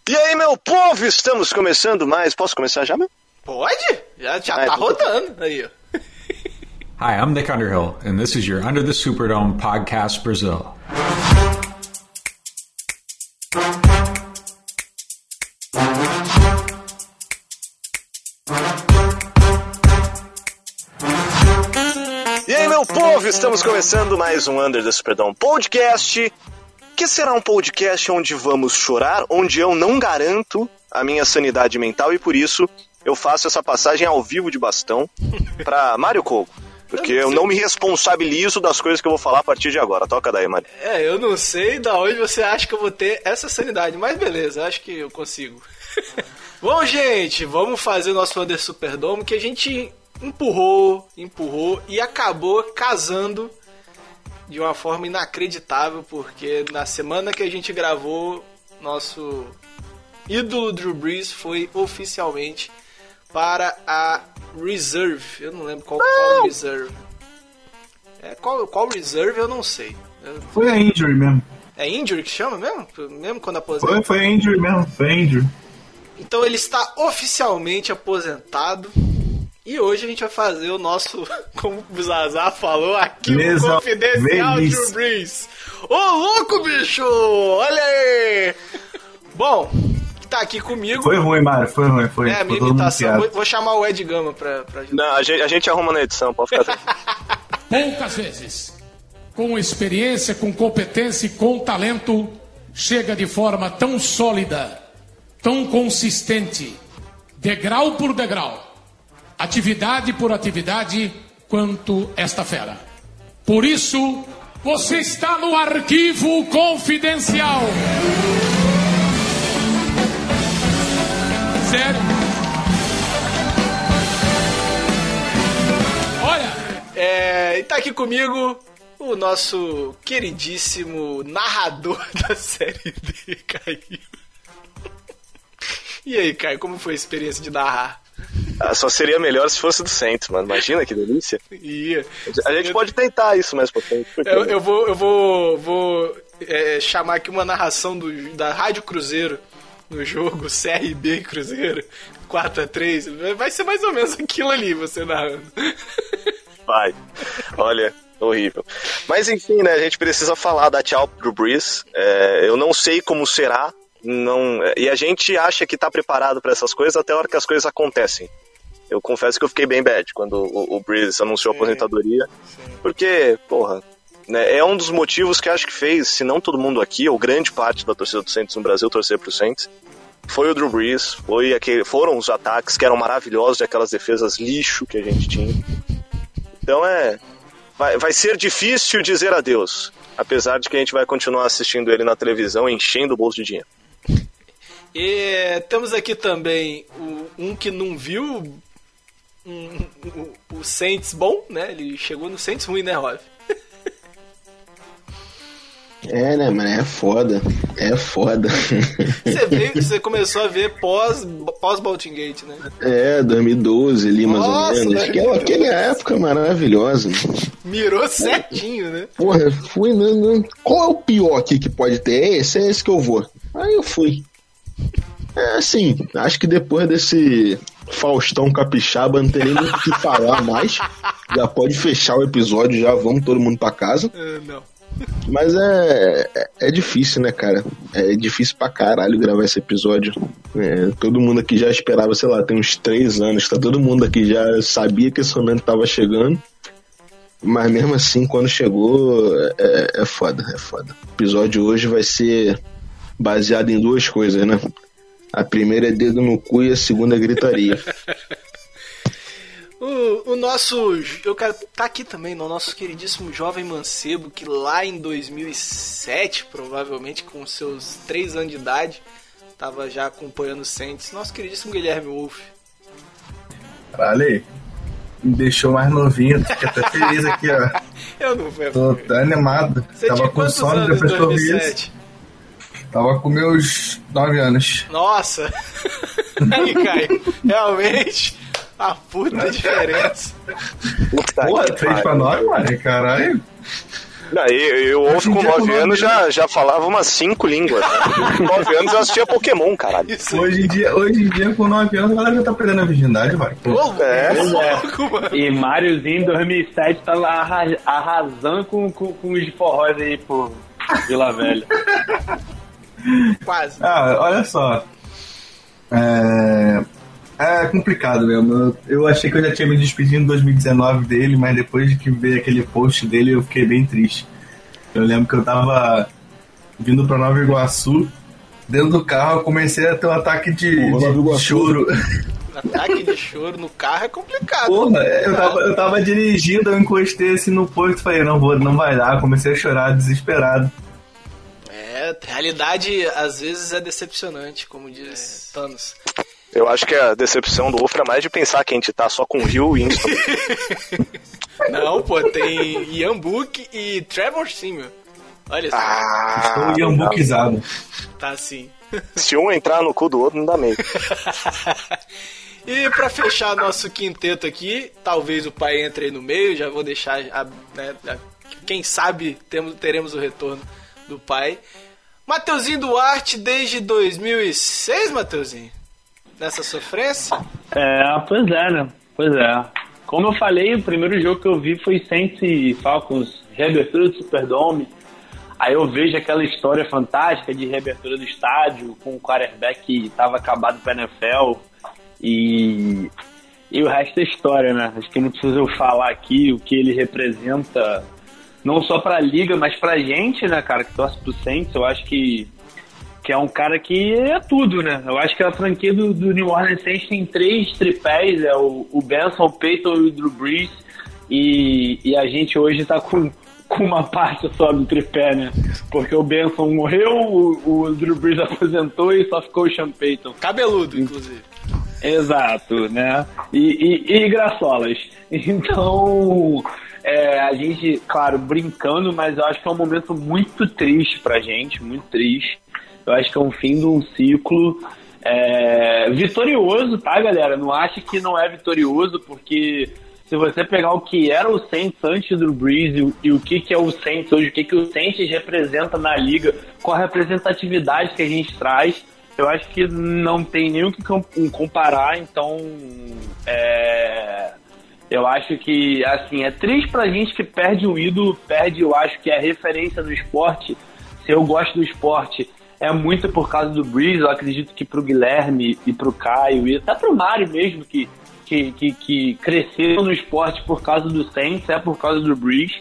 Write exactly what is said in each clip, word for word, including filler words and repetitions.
E aí, meu povo, estamos começando mais... Posso começar já, meu? Pode? Já, já ah, tá então... rodando aí, ó. Hi, I'm Nick Underhill, and this is your Under the Superdome Podcast Brazil. E aí, meu povo, estamos começando mais um Under the Superdome Podcast, que será um podcast onde vamos chorar, onde eu não garanto a minha sanidade mental e por isso eu faço essa passagem ao vivo de bastão pra Mário Kogo. Porque eu não, eu não me responsabilizo das coisas que eu vou falar a partir de agora. Toca daí, Mário. É, eu não sei da onde você acha que eu vou ter essa sanidade, mas beleza, acho que eu consigo. Bom, gente, vamos fazer o nosso Under Superdome, que a gente empurrou, empurrou e acabou casando de uma forma inacreditável, porque na semana que a gente gravou, nosso ídolo Drew Brees foi oficialmente para a Reserve. Eu não lembro qual, qual Reserve. É, qual, qual Reserve eu não sei. Eu... Foi a Injury mesmo. É Injury que chama mesmo? Mesmo quando aposenta? Foi, foi a Injury mesmo, foi a Injury. Então ele está oficialmente aposentado. E hoje a gente vai fazer o nosso, como o Zazá falou, aqui o confidencial Drew Brees. Ô, louco, bicho! Olha aí! Bom... tá aqui comigo. Foi ruim, Mário, foi ruim. Foi, é, a minha imitação. Vou, vou chamar o Ed Gama pra, pra ajudar. Não, a gente, a gente arruma na edição, pode ficar assim. Poucas vezes, com experiência, com competência e com talento, chega de forma tão sólida, tão consistente, degrau por degrau, atividade por atividade, quanto esta fera. Por isso, você está no arquivo confidencial. Sério? Olha! É, e tá aqui comigo o nosso queridíssimo narrador da série D, Caio. E aí, Caio, como foi a experiência de narrar? Ah, só seria melhor se fosse do Saints, mano. Imagina que delícia. Ia. A gente pode tentar isso mais pra frente. Eu, eu vou, eu vou, vou é, chamar aqui uma narração do, da Rádio Cruzeiro. No jogo C R B Cruzeiro quatro a três, vai ser mais ou menos aquilo ali, você narrando. Vai, olha, horrível. Mas enfim, né, a gente precisa falar da tchau pro Brees. É, eu não sei como será, não, e a gente acha que tá preparado pra essas coisas até a hora que as coisas acontecem. Eu confesso que eu fiquei bem bad quando o, o Brees anunciou sim, a aposentadoria, sim. Porque, porra, né, é um dos motivos que acho que fez, se não todo mundo aqui, ou grande parte da torcida do Saints no Brasil torcer pro Saints, foi o Drew Brees, foi aquele, foram os ataques que eram maravilhosos, aquelas defesas lixo que a gente tinha. Então é, vai, vai ser difícil dizer adeus, apesar de que a gente vai continuar assistindo ele na televisão, enchendo o bolso de dinheiro. E temos aqui também o, um que não viu um, o, o Saints bom, né? Ele chegou no Saints ruim, né, Rov? É, né, mano? É foda. É foda. Você, veio, você começou a ver pós, pós Baltingate, né? É, dois mil e doze ali, mais Nossa, ou menos. Aquela, aquela época maravilhosa. Mirou certinho, né? Porra, fui... No, no... Qual é o pior aqui que pode ter? É esse, é esse que eu vou. Aí eu fui. É, assim, acho que depois desse Faustão Capixaba não tem nem muito o que falar mais. Já pode fechar o episódio, já vamos todo mundo pra casa. Uh, não. Mas é, é, é difícil, né, cara? É difícil pra caralho gravar esse episódio. É, todo mundo aqui já esperava, sei lá, tem uns três anos, tá? Todo mundo aqui já sabia que esse momento tava chegando. Mas mesmo assim, quando chegou, é, é foda, é foda. O episódio hoje vai ser baseado em duas coisas, né? A primeira é dedo no cu e a segunda é gritaria. O, o nosso, eu quero tá aqui também, no nosso queridíssimo Jovem Mancebo, que lá em dois mil e sete, provavelmente com seus três anos de idade, tava já acompanhando o Saints. Nosso queridíssimo Guilherme Wolff. Caralho, me deixou mais novinho, fiquei até feliz aqui, ó. Eu não fui. Tô até animado. Você tava com sono depois que eu vi isso. Tava com meus nove anos. Nossa! Aí, Caio, realmente... A puta diferença. Puta Porra, três pra nove, mano, caralho. Não, eu, eu ouço com nove anos já, já falava umas cinco línguas. Com nove anos eu assistia Pokémon, caralho. Hoje em dia, hoje em dia com nove anos, a galera já tá perdendo a virgindade, vai. É. é. E Máriozinho em dois mil e sete tava arra- arrasando com, com, com os forróis aí por Vila Velha. Quase. Ah, olha só. É... é complicado mesmo. Eu, eu achei que eu já tinha me despedido em dois mil e dezenove dele, mas depois de que ver aquele post dele, eu fiquei bem triste. Eu lembro que eu tava vindo pra Nova Iguaçu, dentro do carro eu comecei a ter um ataque de, Pô, de, de choro. Ataque de choro no carro é complicado. Porra, eu tava, eu tava dirigindo, eu encostei assim no posto e falei, não vou, não vai dar, comecei a chorar desesperado. É, a realidade às vezes é decepcionante, como diz Thanos. Eu acho que a decepção do Wolf é mais de pensar que a gente tá só com Rio e Winston. Não, pô, tem Ian Book e Trevor Simeon. Olha só. Ah, Estou iambuquizado. Tá assim. se um entrar no cu do outro, não dá meio. E pra fechar nosso quinteto aqui, talvez o pai entre aí no meio, já vou deixar, a, né, a, quem sabe temos, teremos o retorno do pai. Mateuzinho Duarte desde dois mil e seis, Mateuzinho? Nessa sofrência? É, pois é, né? Pois é. Como eu falei, o primeiro jogo que eu vi foi Saints e Falcons, reabertura do Superdome. Aí eu vejo aquela história fantástica de reabertura do estádio, com o quarterback que estava acabado para a N F L. E, e o resto é história, né? Acho que não precisa eu falar aqui o que ele representa, não só para a liga, mas para a gente, né, cara, que torce pro Saints. Eu acho que, que é um cara que é tudo, né? Eu acho que a franquia do, do New Orleans Saints tem três tripés, é o, o Benson, o Peyton e o Drew Brees. E, e a gente hoje tá com, com uma parte só do tripé, né? Porque o Benson morreu, o, o Drew Brees aposentou e só ficou o Sean Payton. Cabeludo, inclusive. Exato, né? E, e, e graçolas. Então, é, a gente, claro, brincando, mas eu acho que é um momento muito triste pra gente, muito triste. Eu acho que é um fim de um ciclo é, vitorioso, tá, galera? Não acho que não é vitorioso, porque se você pegar o que era o Saints antes do Breeze e, e o que, que é o Saints hoje, o que, que o Saints representa na liga, com a representatividade que a gente traz, eu acho que não tem nem o que comparar. Então, é, eu acho que, assim, é triste pra gente que perde o ídolo, perde, eu acho que a referência do esporte. Se eu gosto do esporte, é muito por causa do Breeze. Eu acredito que pro Guilherme e pro Caio, e até pro Mário mesmo, que, que, que, que cresceram no esporte por causa do Saints, é por causa do Breeze.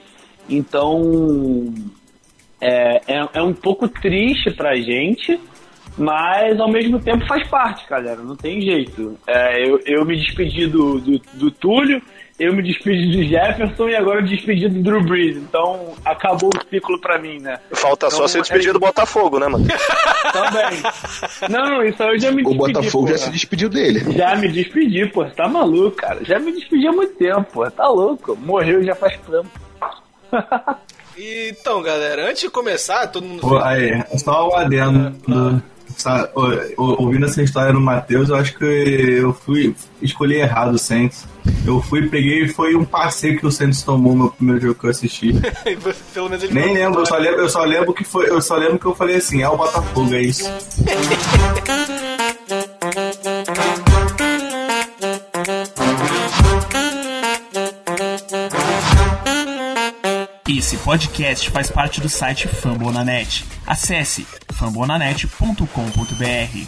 Então, é, é, é um pouco triste pra gente, mas ao mesmo tempo faz parte, galera, não tem jeito. É, eu, eu me despedi do, do, do Túlio, eu me despedi do Jefferson e agora eu me despedi do Drew Brees. Então acabou o ciclo pra mim, né? Falta então, só ser despedido é... do Botafogo, né, mano? Também. Não, isso aí eu já me despedi. O Botafogo porra. já se despediu dele. Já me despedi, pô, tá maluco, cara. Já me despedi há muito tempo, pô, tá louco. Morreu já faz tempo. Então, galera, antes de começar, todo mundo... Pô, aí, só o adendo. Ah. Sabe, ouvindo essa história do Matheus, eu acho que eu fui escolhi errado o Saints. Eu fui, peguei e foi um passeio que o Saints tomou no primeiro jogo que eu assisti. Pelo menos ele Nem lembro, eu só lembro, eu só lembro que foi, eu só lembro que eu falei assim, é o Botafogo, é isso. Esse podcast faz parte do site Fambonanet. Acesse fambonanet ponto com ponto b r.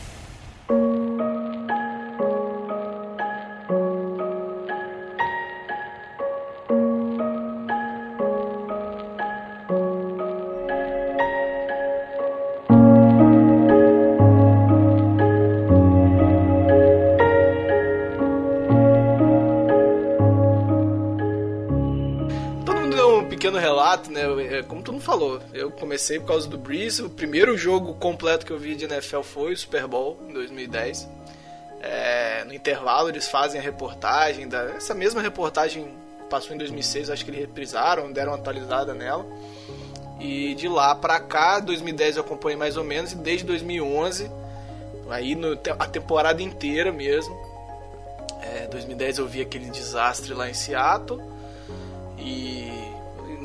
Como tu não falou, eu comecei por causa do Breeze. O primeiro jogo completo que eu vi de N F L foi o Super Bowl, em dois mil e dez. É, no intervalo eles fazem a reportagem, da, essa mesma reportagem passou em dois mil e seis, acho que eles reprisaram, deram uma atualizada nela. E de lá pra cá, dois mil e dez eu acompanhei mais ou menos, e desde dois mil e onze, aí no, a temporada inteira mesmo. É, dois mil e dez eu vi aquele desastre lá em Seattle, e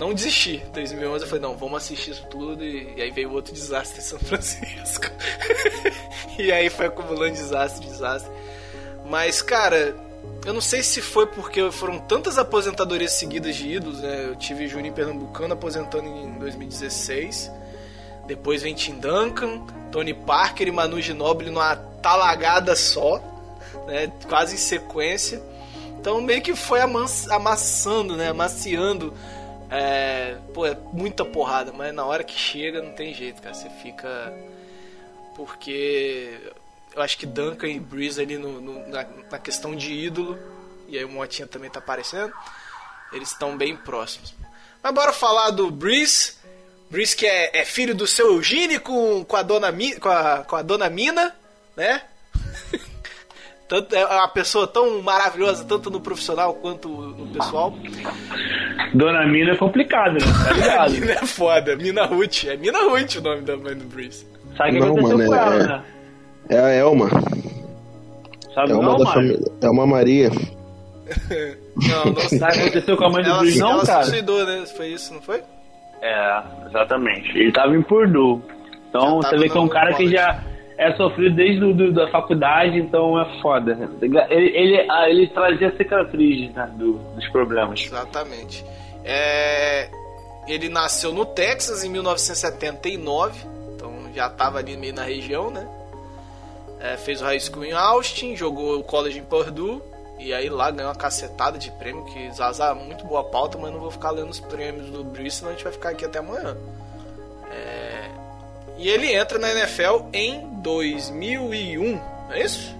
não desisti. Em dois mil e onze eu falei, não, vamos assistir isso tudo. E, e aí veio outro desastre em São Francisco. E aí foi acumulando desastre, desastre. Mas, cara, eu não sei se foi porque foram tantas aposentadorias seguidas de ídolos, né? Eu tive Juninho Pernambucano aposentando em dois mil e dezesseis. Depois vem Tim Duncan, Tony Parker e Manu Ginóbili numa talagada só, né? Quase em sequência. Então meio que foi amass- amassando, né? Amaciando. É... Pô, é muita porrada, mas na hora que chega não tem jeito, cara. Você fica... Porque eu acho que Duncan e Breeze ali no, no, na, na questão de ídolo, e aí o Motinha também tá aparecendo, eles estão bem próximos. Mas bora falar do Breeze. Breeze que é, é filho do seu Eugene com, com, a dona Mi, com, a, com a dona Mina, né? Tanto, é uma pessoa tão maravilhosa, tanto no profissional quanto no pessoal. Dona Mina é complicado, né? Tá ligado? Mina é foda, Mina Ruth. É Mina Ruth o nome da mãe do Breeze. Sabe o que Não, aconteceu mano, com é- ela, é- né? É a Elma. Sabe É uma não, da mano? família. É uma Maria. Não, não sei. Sabe o que aconteceu com a mãe do Ela, Breeze, não, ela cara? se suicidou, né? Foi isso, não foi? É, exatamente. Ele tava em Purdue. Então Já você tava vê que é um no cara que college. já é sofrido desde o, do, da faculdade, então é foda. Ele, ele, ah, ele trazia cicatriz, né, do, dos problemas. Exatamente. É, ele nasceu no Texas em mil novecentos e setenta e nove, então já estava ali meio na região, né? É, fez o high school em Austin, jogou o college em Purdue, e aí lá ganhou uma cacetada de prêmio, que Zaza, muito boa pauta, mas não vou ficar lendo os prêmios do Breeze, senão a gente vai ficar aqui até amanhã. É, e ele entra na N F L em dois mil e um, não é isso?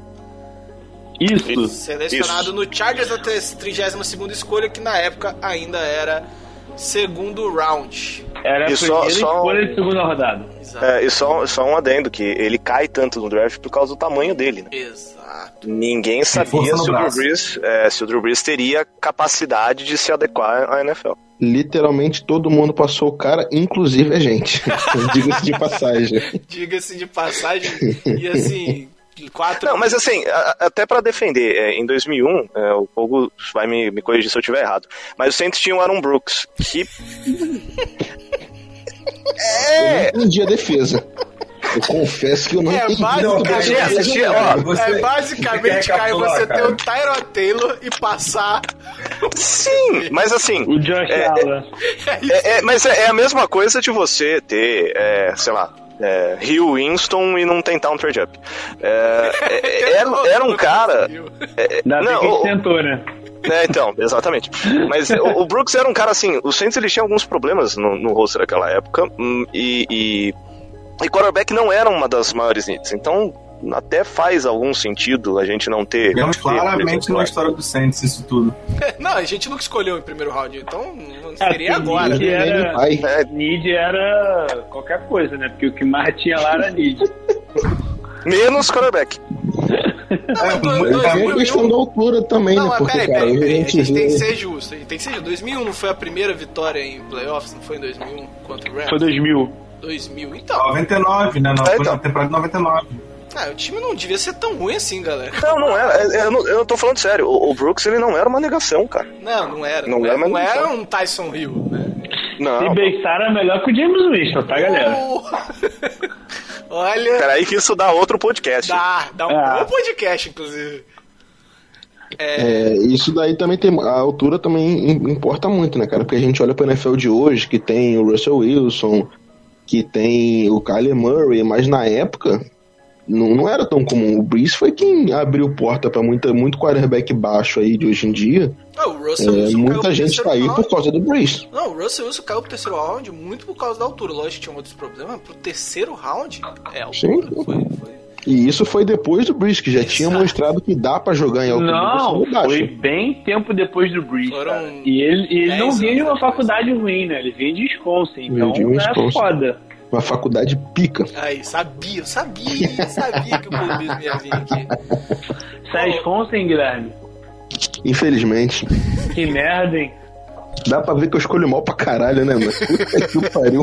Isso. Selecionado no Chargers na trigésima segunda escolha, que na época ainda era segundo round. Era a E só- primeira só- escolha de segunda rodada. Exato. É, e só, só um adendo, que ele cai tanto no draft por causa do tamanho dele, né? Exato. Ninguém sabia força no se o, Drew braço. Brees, é, se o Drew Brees teria capacidade de se adequar à N F L. Literalmente todo mundo passou o cara, inclusive a gente. Diga-se de passagem. Diga-se de passagem, e assim, quatro... Não, mas assim, a- até pra defender, é, em dois mil e um, é, o Pogo vai me, me corrigir se eu estiver errado, mas o Saints tinha o Aaron Brooks, que... Eu não entendi a defesa. Eu confesso que eu não É entendi. basicamente, Tinha- tinha- ó, Você- é basicamente, você quer Caio, capturar, você ter cara? o Tyrod Taylor e passar... Sim, mas assim... O Josh É, Allen. É, é, mas é, é a mesma coisa de você ter, é, sei lá, é, Rio Winston e não tentar um trade up. É, é, era, era um cara. É, Ainda bem não, que a gente o- tentou, né? é, então, exatamente. Mas o, o Brooks era um cara assim. O Saints ele tinha alguns problemas no, no roster naquela época hum, e, e, e quarterback não era uma das maiores needs. Então até faz algum sentido a gente não ter. Vemos ter, claramente ter- na história do Saints isso tudo. Não, a gente nunca escolheu em primeiro round, então não É, seria porque agora. Need era, Pai. É, Need era qualquer coisa, né? Porque o que mais tinha lá era Need. menos quarterback. Não, mas do- É, dois É mil uma e questão um da altura também, Não, né? mas Porque, peraí, cara, peraí, hoje a peraí, a gente gente tem que vê. ser justo, a gente tem que ser justo. dois mil e um não foi a primeira vitória em playoffs, não foi em dois mil e um contra o Rams? Foi dois mil. dois mil, então. noventa e nove, né? Não, É, foi então. na temporada de noventa e nove. Ah, o time não devia ser tão ruim assim, galera. Não, não era. é, Eu não, eu não tô falando sério. O, o Brooks ele não era uma negação, cara. Não, não era. Não Não, era, era, mas não não era foi. um Tyson Hill, né? Não. E Beixar era melhor que o James Winston, tá, galera? Oh. Olha, Peraí que isso dá outro podcast. dá, dá um Ah. bom podcast, inclusive. É, isso daí também tem. A altura também im- importa muito, né, cara? Porque a gente olha pro N F L de hoje, que tem o Russell Wilson, que tem o Kyler Murray, mas na época não, não era tão comum. O Breeze foi quem abriu porta pra muita, muito quarterback baixo aí de hoje em dia. Ah, o Russell É, Wilson caiu muita pro gente terceiro caiu round. por causa do Breeze. Não, o Russell Wilson caiu pro terceiro round muito por causa da altura. Lógico que tinha outros problemas, pro terceiro round é altura. Sim. Foi, foi. E isso foi depois do Breeze, que já tinha Exato. mostrado que dá pra jogar em altura. Não, você baixa. foi bem tempo depois do Breeze, Foram cara. E ele, e ele não dez vinha de anos uma depois. faculdade ruim, né? Ele vinha de Wisconsin, então de é Wisconsin. foda. Uma faculdade pica. Aí, sabia, eu sabia, eu sabia que o clubismo ia vir aqui. Você é Wisconsin, Guilherme? Infelizmente. Que merda, hein? Dá pra ver que eu escolho mal pra caralho, né, mano? Puta que pariu.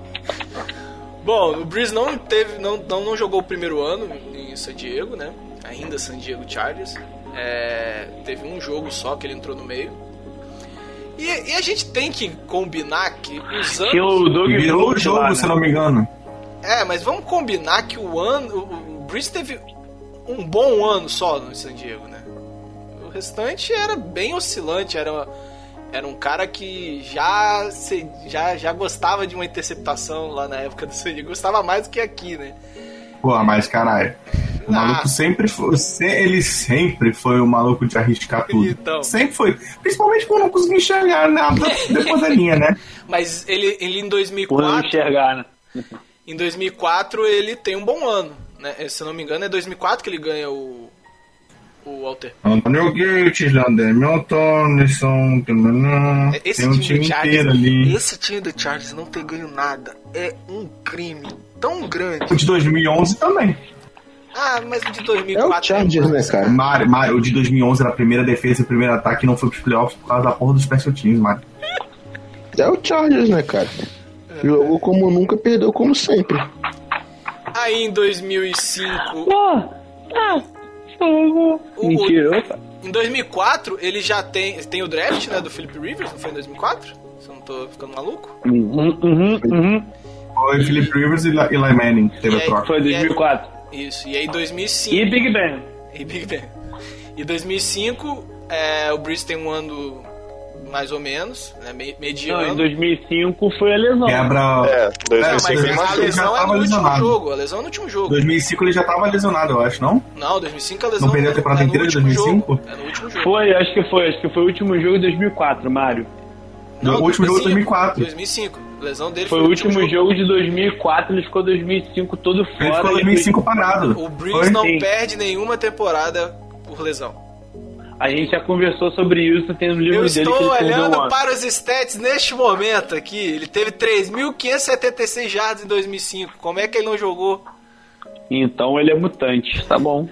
Bom, o Breeze não teve, não, não, não jogou o primeiro ano em San Diego, né? Ainda San Diego Chargers. É, teve um jogo só que ele entrou no meio. E, e a gente tem que combinar que os anos... Tinha o Doug Virou o Bluth jogo, lá, né? se não me engano. É, mas vamos combinar que o ano... O, o Breeze teve um bom ano só no San Diego, né? O restante era bem oscilante, era, era um cara que já, se, já, já gostava de uma interceptação lá na época do San Diego, gostava mais do que aqui, né? Pô, mas caralho. O maluco Ah. sempre foi. se- Ele sempre foi o maluco de arriscar tudo. Então. Sempre foi. Principalmente quando não conseguia enxergar nada depois da linha, né? Mas ele, ele em dois mil e Por não quatro... enxergar, né? Em dois mil e quatro ele tem um bom ano, né? Se eu não me engano é dois mil e quatro que ele ganha o o Walter. Antônio Gates, Lander Milton, Nisson. Esse Tem um time, time do Chargers, inteiro ali. esse time do Chargers não ter ganho nada é um crime tão grande. O de dois mil e onze também. Ah, mas o de dois mil e É o quatro Chargers, né, mais. cara? Mário, Mário, o de dois mil e onze era a primeira defesa e o primeiro ataque, não foi pros playoffs por causa da porra dos special teams, Mário. É o Chargers, né, cara? Jogou como nunca, perdeu como sempre. Aí em dois mil e cinco, Pô, tá. Fogo. O- Mentira, opa. em dois mil e quatro ele já tem tem o draft, né, do Philip Rivers, não foi em dois mil e quatro? Se eu não tô ficando maluco. Uhum, uhum, uhum. Foi Philip Rivers e Eli Eli Manning que teve E a aí- troca. Foi dois mil e quatro. Isso. E aí dois mil e cinco E Big Ben. E Big Ben. E dois mil e cinco, é, o Breeze tem um ano mais ou menos, né, me- Não, mediano. em dois mil e cinco foi a lesão. Quebra. É, dois mil e Não, cinco mas ele a machucou. já lesão é tava no último lesionado. jogo. A lesão é no último jogo. dois mil e cinco ele já tava lesionado, eu acho, não? Não, dois mil e cinco a lesão Não perdeu a é- temporada é no inteira de último dois mil e cinco? jogo. É no último jogo. Foi, acho que foi. Acho que foi o último jogo de dois mil e quatro, Mário. O último jogo de dois mil e quatro. dois mil e cinco. A lesão dele Foi o último jogo de dois mil e quatro, ele ficou dois mil e cinco todo fora. Ele ficou dois mil e cinco parado. O Breeze Foi? não Sim. perde nenhuma temporada por lesão. A gente já conversou sobre isso, tem no livro Eu dele que estou ele perdeu olhando um ano. para os stats neste momento aqui. Ele teve três mil quinhentos e setenta e seis jardas em dois mil e cinco. Como é que ele não jogou? Então ele é mutante, tá bom.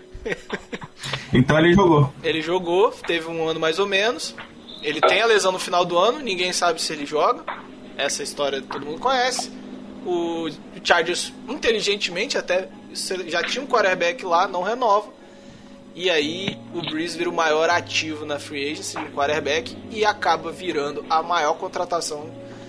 Então ele jogou. Ele jogou, teve um ano mais ou menos. Ele tem a lesão no final do ano, ninguém sabe se ele joga. Essa história todo mundo conhece. O Chargers, inteligentemente, até já tinha um quarterback lá, não renova. E aí o Breeze vira o maior ativo na free agency, no quarterback, e acaba virando a maior contratação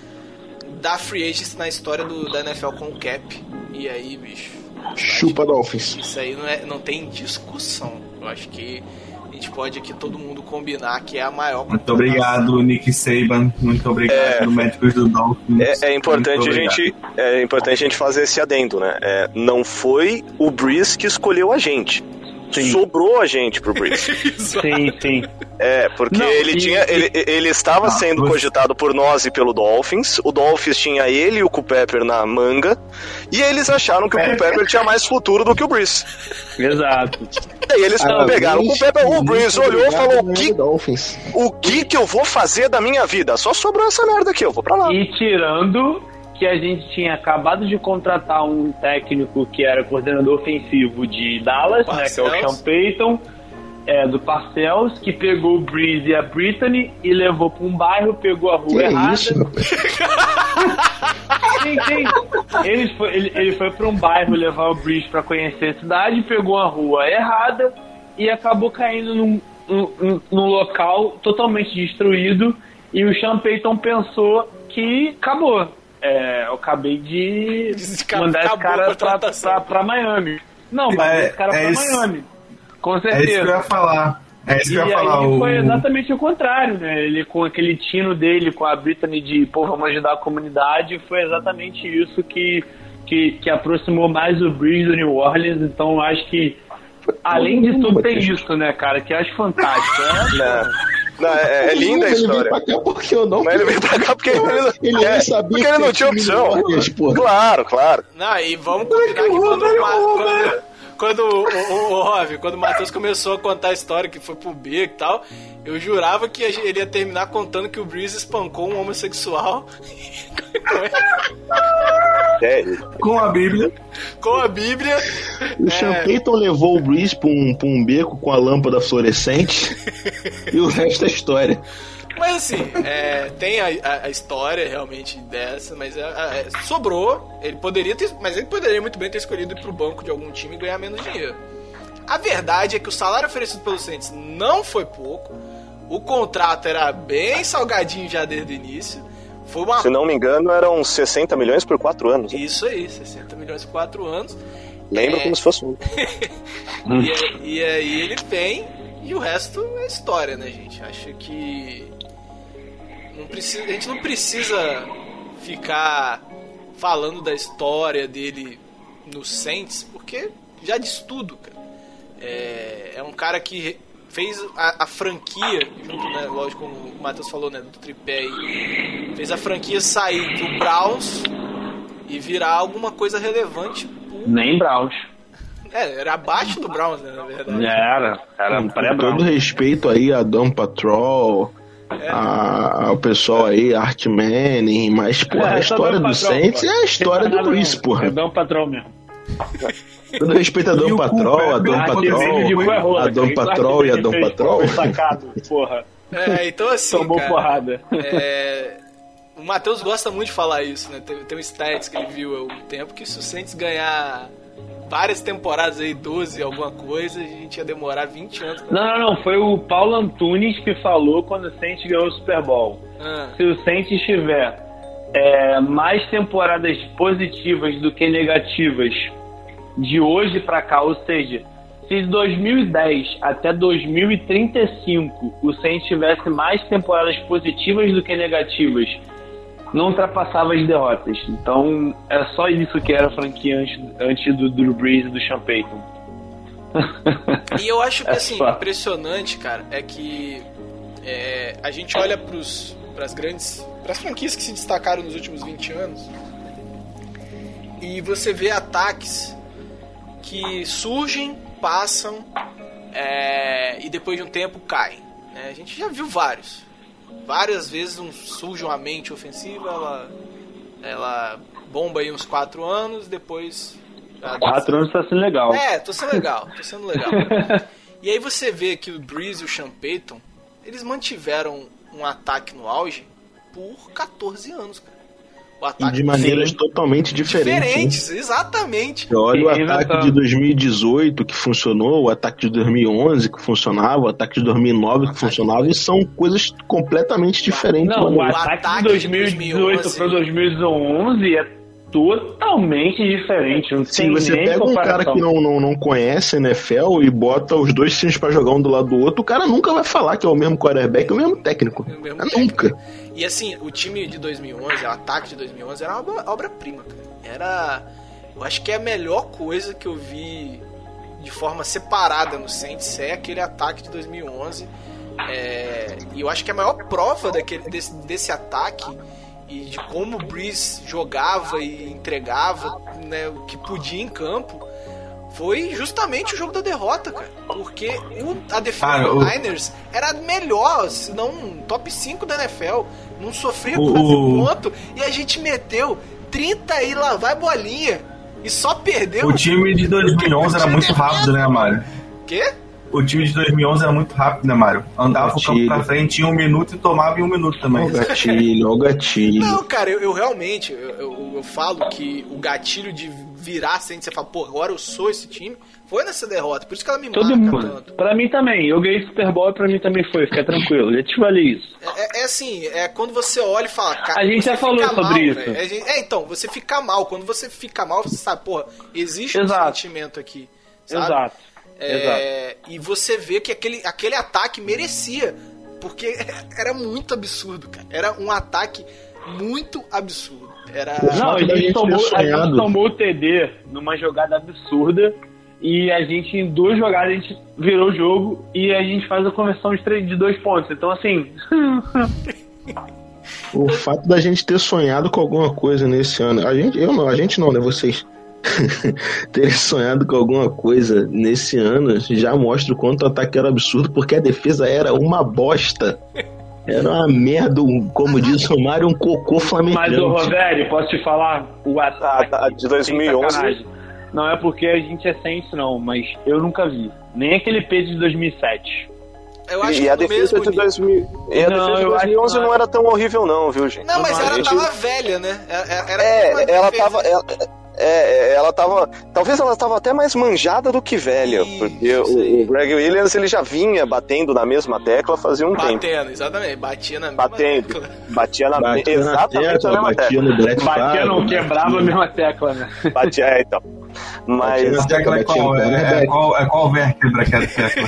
da free agency na história do, da N F L com o cap. E aí, bicho, Chupa Dolphins. isso aí não, é, não tem discussão. Eu acho que a gente pode aqui todo mundo combinar que é a maior Muito contratação. obrigado, Nick Saban. Muito obrigado, É. médicos do Dolphins. É, é importante Muito a obrigado. gente, é importante a gente fazer esse adendo, né? É, não foi o Breeze que escolheu a gente. Sim. Sobrou a gente pro Breeze. Sim, sim. É, porque Não, ele e- tinha. Ele, ele estava Ah, sendo você- cogitado por nós e pelo Dolphins. O Dolphins tinha ele e o Culpepper na manga. E eles acharam que o É. Culpepper tinha mais futuro do que o Breeze. Exato. E aí eles Parabéns, pegaram o Culpepper. O muito Breeze olhou e obrigado, falou: o Miami que, Dolphins. o que que eu vou fazer da minha vida? Só sobrou essa merda aqui, eu vou pra lá. E tirando que a gente tinha acabado de contratar um técnico que era coordenador ofensivo de Dallas, né, que é o Parcells. Sean Payton, é, do Parcells, que pegou o Breeze e a Brittany e levou pra um bairro, pegou a rua Que errada. isso, rapaz? Sim, sim. Ele foi, ele, ele foi pra um bairro levar o Breeze pra conhecer a cidade, pegou a rua errada e acabou caindo num, num, num local totalmente destruído. E o Sean Payton pensou que acabou. É, eu acabei de Acabou mandar esse a cara pra, contratação. pra, pra Miami. Não, mandar É- esse cara é pra isso- Miami. Com É isso que eu certeza. ia falar. É isso que E eu ia falar. aí o... foi exatamente o contrário, né? Ele com aquele tino dele, com a Brittany de, pô, vamos ajudar a comunidade, foi exatamente isso que, que, que aproximou mais o Breeze do New Orleans. Então eu acho que, além de tudo, tem isso, né, cara? Que eu acho fantástico. Né? Não, não, é, é linda a Ele história. veio pra cá porque eu não. Mas ele veio pra cá porque ele, Ele é, nem sabia porque ele que não tinha time opção. do Warriors, porra. Claro, claro. Não, e vamos combinar que quando, o Ma- quando, quando o, o, o Rov, quando o Matheus começou a contar a história que foi pro beco e tal, eu jurava que a gente- ele ia terminar contando que o Breeze espancou um homossexual É, Com a Bíblia. com a Bíblia. O Sean Payton levou o Breeze pra um, pra um beco com a lâmpada fluorescente e o resto é história. Mas assim, é, tem a, a- a história realmente dessa, mas é, é, sobrou. Ele poderia ter, mas ele poderia muito bem ter escolhido ir pro banco de algum time e ganhar menos dinheiro. A verdade é que o salário oferecido pelos Saints não foi pouco. O contrato era bem salgadinho já desde o início. Foi uma... Se não me engano, eram sessenta milhões por quatro anos. Né? Isso aí, sessenta milhões por quatro anos. Lembra é... como se fosse um. e, e aí ele vem e o resto é história, né, gente? Acho que não precisa, a gente não precisa ficar falando da história dele no Saints, porque já diz tudo, cara. É, é um cara que fez a, a franquia, junto, né, lógico, como o Matheus falou, né, do tripé aí, fez a franquia sair do Browns e virar alguma coisa relevante. Por... Nem Browns. É, era abaixo do Browns, né, na verdade. Era, era Com pré-Browns. todo respeito aí a Doom Patrol, É. a, ao pessoal aí, Art Manning, mas, porra, É, a história Doom do Patrol, Saints pô. é a história do Brees, porra. É Dom Patrol mesmo. Todo respeito a E Dom o Patrol, a Dom Cooper, Patrol, a Dom Patrol e a Dom Patrol. Foi sacado, porra. É, então assim, Tomou cara, porrada. É, o Matheus gosta muito de falar isso, né? Tem, tem um stats que ele viu há algum tempo que se o Saints ganhar várias temporadas aí, doze alguma coisa, a gente ia demorar vinte anos. Pra... Não, não, não. Foi o Paulo Antunes que falou quando o Saints ganhou o Super Bowl. Ah. Se o Saints tiver é, mais temporadas positivas do que negativas de hoje pra cá, ou seja, se de dois mil e dez até dois mil e trinta e cinco o Saints tivesse mais temporadas positivas do que negativas, não ultrapassava as derrotas. Então, é só isso que era a franquia antes, antes do Drew Brees e do Sean Payton. E eu acho que, É assim, só. impressionante, cara, é que é, a gente olha pros, pras grandes... pras franquias que se destacaram nos últimos vinte anos e você vê ataques que surgem, passam é, e depois de um tempo caem. Né? A gente já viu vários. Várias vezes um, surge uma mente ofensiva, ela, ela bomba aí uns quatro anos, depois... Quatro anos tá sendo legal. É, tô sendo legal, tô sendo legal. E aí você vê que o Brees e o Sean Payton, eles mantiveram um ataque no auge por catorze anos, cara. O E ataque de maneiras totalmente diferentes. diferentes, exatamente. Né? Olha o E ataque inventando. de dois mil e dezoito que funcionou, o ataque de dois mil e onze que funcionava, o ataque de dois mil e nove que funcionava, e são coisas completamente diferentes. Não, mano. o ataque, ataque de de dois mil e dezoito para dois mil e onze é totalmente diferente. Não Se tem você nem pega um cara comparação. que não, não, não conhece N F L e bota os dois times pra jogar um do lado do outro, o cara nunca vai falar que é o mesmo quarterback, é o mesmo técnico. É o mesmo Mas técnico. nunca. E assim, o time de dois mil e onze, o ataque de dois mil e onze era uma obra-prima, cara. Era, eu acho que é a melhor coisa que eu vi de forma separada no Saints é aquele ataque de dois mil e onze. É, e eu acho que a maior prova daquele, desse, desse ataque e de como o Brees jogava e entregava, né, o que podia em campo foi justamente o jogo da derrota, cara. Porque o, a defesa Cara, do o- Niners era melhor, se não top cinco da N F L. Não sofria O- quase o- ponto. E a gente meteu trinta e lá vai bolinha. E só perdeu. O time de dois mil e onze era muito rápido, né, Mário? Quê? O time de dois mil e onze era muito rápido, né, Mário? Andava o campo Gatilho. pra frente em um minuto e tomava em um minuto também. Olha o gatilho, olha o gatilho. Não, cara, eu, eu realmente, eu, eu, eu falo que o gatilho de virar sem você falar, pô, agora eu sou esse time, foi nessa derrota. Por isso que ela me Todo marca mundo. tanto. Pra mim também. Eu ganhei Super Bowl e pra mim também foi. Fica tranquilo. Já te falei isso. É, é assim, é quando você olha e fala, cara, A gente você já falou fica sobre mal, isso. velho. É, gente- é, então, você fica mal. Quando você fica mal, você sabe, porra, existe um Exato. sentimento aqui. Sabe? Exato. É, e você vê que aquele, aquele ataque merecia, porque era muito absurdo, cara. Era um ataque muito absurdo. Era. Pô, Não, a fato da gente, gente tomou, ter a gente sonhado. tomou o T D numa jogada absurda e a gente, em duas jogadas, a gente virou o jogo e a gente faz a conversão de, três, de dois pontos. Então, assim, O fato da gente ter sonhado com alguma coisa nesse ano, a gente, eu não, a gente não, né, vocês terem sonhado com alguma coisa nesse ano já mostra o quanto o ataque era absurdo, porque a defesa era uma bosta. Era uma merda, um- como diz o Mário, um cocô mas, ô flamejante. Rovério, posso te falar? O ataque A- a de dois mil e onze. sem sacanagem. Não é porque a gente é Saints, não, mas eu nunca vi. Nem aquele peso de dois mil e sete. Eu acho E que a do defesa mesmo de nível. dois mil e a Não, defesa de eu dois mil e onze acho que não era tão horrível não, viu, gente? Não, mas A ela gente- tava velha, né? Era, era É, uma ela defesa. tava ela, É, ela tava. Talvez ela tava até mais manjada do que velha. Isso, porque o, o Greg Williams ele já vinha batendo na mesma tecla fazia um batendo, tempo. Batendo, exatamente. Batia na mesma batendo, tecla. Batia na batia exatamente na tecla, na mesma batia tecla. no Brett Batia não quebrava a mesma tecla, né? Batia, é, então. Mas. A tecla é qual? É, é qual, é qual vértebra que é a tecla?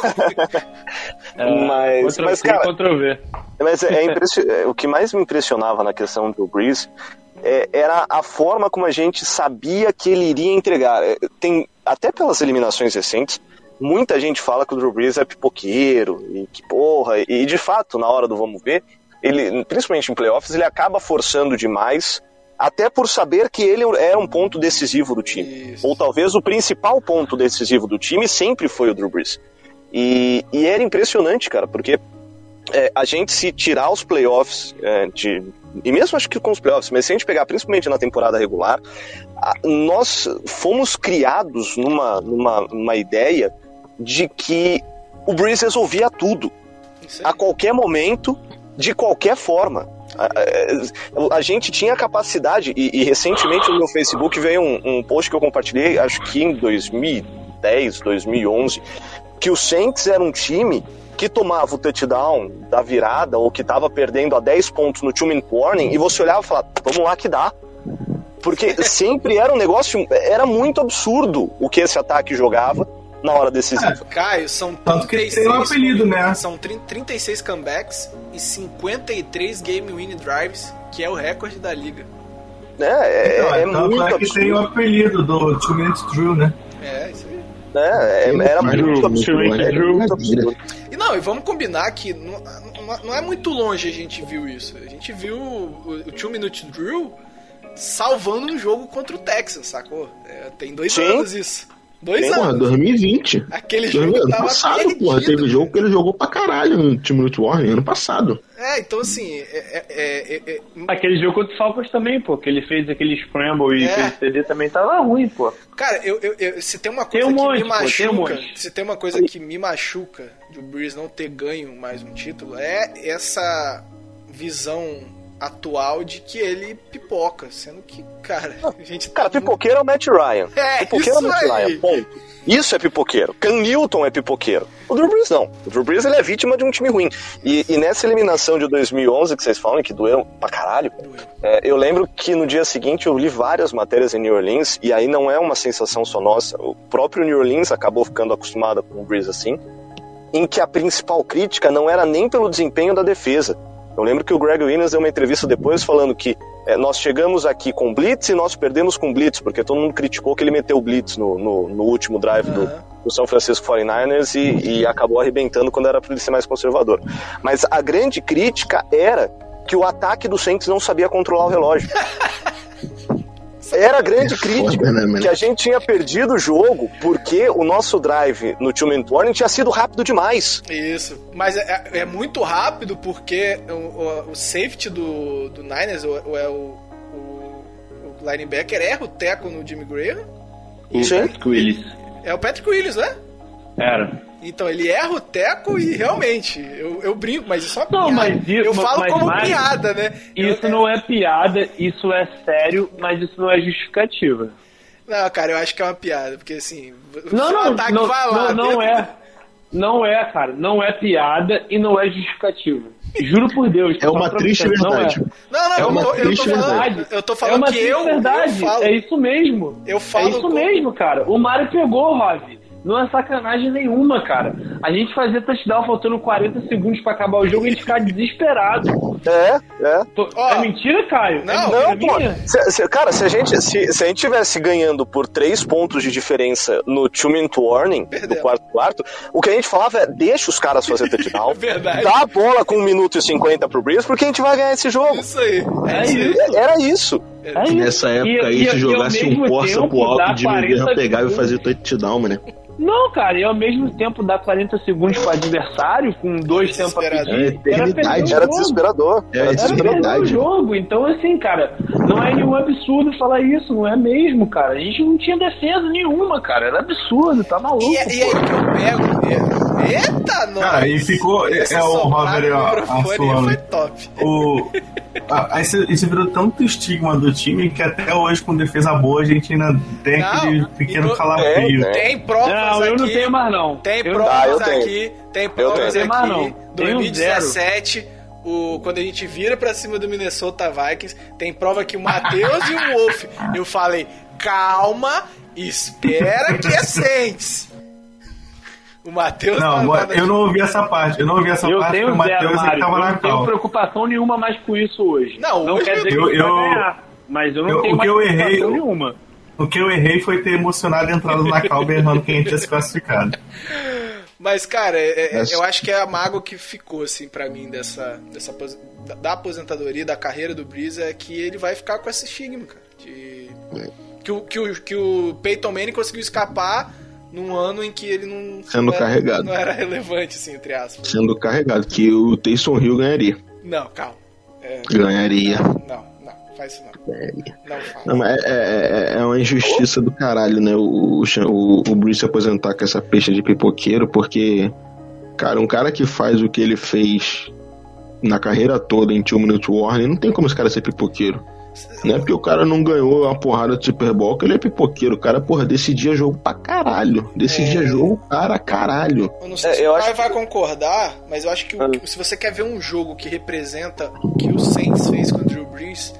É, mas, mas, cara. Contra-V. Mas é impression... o que mais me impressionava na questão do Brees é, era a forma como a gente sabia que ele iria entregar. Tem, até pelas eliminações recentes, muita gente fala que o Drew Brees é pipoqueiro, e que porra, e de fato, na hora do vamos ver, ele, principalmente em playoffs, ele acaba forçando demais, até por saber que ele era um ponto decisivo do time. Isso. Ou talvez o principal ponto decisivo do time sempre foi o Drew Brees. E, e era impressionante, cara, porque é, a gente se tirar os playoffs, é, de, e mesmo acho que com os playoffs, mas se a gente pegar principalmente na temporada regular, a, nós fomos criados numa, numa, numa ideia de que o Brees resolvia tudo, a qualquer momento, de qualquer forma. A, a, a gente tinha a capacidade, e, e recentemente no meu Facebook veio um, um post que eu compartilhei, acho que em dois mil e dez, dois mil e onze, que o Saints era um time que tomava o touchdown da virada ou que estava perdendo a dez pontos no two-minute warning e você olhava e falava, vamos lá que dá. Porque sempre era um negócio, era muito absurdo o que esse ataque jogava na hora decisiva. É, Caio, são tanto que tem um apelido, né? São trinta e seis comebacks e cinquenta e três game-winning drives, que é o recorde da liga. É, é, então, é tanto muito é que absurdo. tem o apelido do two-minute drill, né? É, isso aí. É, é, era muito absurdo. Era muito absurdo. E não, e vamos combinar que não, não é muito longe a gente viu isso. A gente viu o, o Two Minute Drill salvando um jogo contra o Texans, sacou? É, tem dois Sim. anos isso. Dois Tem, anos. Porra, dois mil e vinte. Aquele dois mil jogo ano tava passado, perdido. porra. Teve jogo que ele jogou pra caralho no Team Minute Warning, ano passado. É, então assim... É, é, é, é... Aquele jogo contra o Falcons também, pô. Que ele fez aquele scramble e É. fez C D também tava ruim, pô. Cara, eu, eu, eu, se tem uma coisa Tem um que monte, me pô, tem um machuca... monte. Se tem uma coisa que me machuca de o Brees não ter ganho mais um título, é essa visão atual de que ele pipoca, sendo que, cara, a gente tá Cara, muito... pipoqueiro é o Matt Ryan. É, pipoqueiro isso é o Matt aí. Ryan, ponto. Isso é pipoqueiro. Cam Newton é pipoqueiro. O Drew Brees não. O Drew Brees ele é vítima de um time ruim. E, e nessa eliminação de dois mil e onze que vocês falam, que doeu pra caralho, é, eu lembro que no dia seguinte eu li várias matérias em New Orleans, e aí não é uma sensação só nossa. O próprio New Orleans acabou ficando acostumado com o Brees assim, em que a principal crítica não era nem pelo desempenho da defesa. Eu lembro que o Greg Williams deu uma entrevista depois falando que é, nós chegamos aqui com blitz e nós perdemos com blitz, porque todo mundo criticou que ele meteu blitz no, no, no último drive uhum. do, do São Francisco forty-niners e, e acabou arrebentando quando era para ele ser mais conservador. Mas a grande crítica era que o ataque do Saints não sabia controlar o relógio. Era a grande crítica, que a gente tinha perdido o jogo porque o nosso drive no two-minute warning tinha sido rápido demais. Isso, mas é, é muito rápido porque o, o, o safety do, do Niners, o, o, o, o linebacker erra o tackle no Jimmy Graham. O Patrick Willis. É o Patrick Willis, né? Era. Então, ele erra o teco e realmente, eu, eu brinco, mas isso é uma não, piada. Mas isso, eu falo mas, como mas, piada, né? Isso eu, não é piada, isso é sério, mas isso não é justificativa. Não, cara, eu acho que é uma piada, porque assim, não, não, ataque não, vai lá, não, não é. Não é, cara, não é piada e não é justificativa. Juro por Deus. É uma triste verdade. Não, é. não, não, é uma eu, triste eu tô falando, verdade. eu tô falando é uma que eu, verdade. eu falo. É isso mesmo. Eu falo é isso como... mesmo, cara. O Mário pegou, Ravi. Não é sacanagem nenhuma, cara. A gente fazia touchdown faltando quarenta segundos pra acabar o jogo e a gente ficava desesperado. É, é. Tô... Oh, é mentira, Caio? Não, é não, pô. Se, se, cara, se a gente se, se a gente tivesse ganhando por três pontos de diferença no two-minute warning, do quarto quarto, o que a gente falava é, deixa os caras fazer touchdown, dá a bola com um minuto e cinquenta pro Brees, porque a gente vai ganhar esse jogo. Isso aí. É isso. Era isso. É isso. Nessa época aí, e, se e, jogasse e um Corsa pro alto, de Graham pegava e fazia touchdown, mano. Não, cara, e ao mesmo tempo dar quarenta segundos pro adversário, com dois tempos a pedir, era, era desesperador. Era, era perder o jogo. Então, assim, cara, não é nenhum absurdo falar isso, não é mesmo, cara. A gente não tinha defesa nenhuma, cara. Era absurdo, tá maluco. E, e aí que eu pego, Eita, nossa! Cara, e ficou. Esse É o soprar Robert no a- microfone assoando. foi top. O, a- isso, isso virou tanto estigma do time que até hoje, com defesa boa, a gente ainda tem Não, aquele pequeno e no- calafrio. é, Tem provas Não, aqui. eu não tenho mais não. Tem Eu- provas Ah, eu tenho. aqui. Tem provas tenho. aqui. Mais não. Tenho dois mil e dezessete, o, quando a gente vira pra cima do Minnesota Vikings, tem prova que o Matheus e o Wolf. Eu falei, calma, espera que é Saints. O Matheus Não, tá- tá- eu não ouvi essa parte. Eu não ouvi essa Eu parte tenho porque o zero, Matheus ele Mário. tava Eu na não tenho cal. preocupação nenhuma mais com isso hoje. Não, não hoje quer dizer que eu- a gente vai eu- ganhar. Mas eu não eu- tenho o que mais eu errei- preocupação eu- nenhuma. O que eu errei foi ter emocionado a entrada na cal berrando que a gente tinha se classificado. Mas, cara, é- é- Essa- eu acho que é a mágoa que ficou, assim, pra mim, dessa, dessa apos- da, da aposentadoria, da carreira do Breeze, é que ele vai ficar com esse estigma, cara. De, que, o, que, o, que o Peyton Manning conseguiu escapar num ano em que ele não, Sendo não era, carregado. não era relevante, assim, entre aspas. Sendo carregado, que o Taysom Hill ganharia. Não, calma. É, Ganharia. não, não, faz isso não. Ganharia. Não faz. Não, mas é, é, é- é uma injustiça do caralho, né? O, o, o Bruce se aposentar com essa peixe de pipoqueiro, porque, cara, um cara que faz o que ele fez na carreira toda em Two Minute Warning, não tem como esse cara ser pipoqueiro. Não é porque o cara não ganhou uma porrada de Super Bowl que ele é pipoqueiro. O cara, porra, decidia jogo pra caralho. Decidia É. jogo para caralho. Eu não sei É, se eu o Caio acho vai concordar, mas eu acho que o- Ah. se você quer ver um jogo que representa o que o Saints fez com o Drew Brees,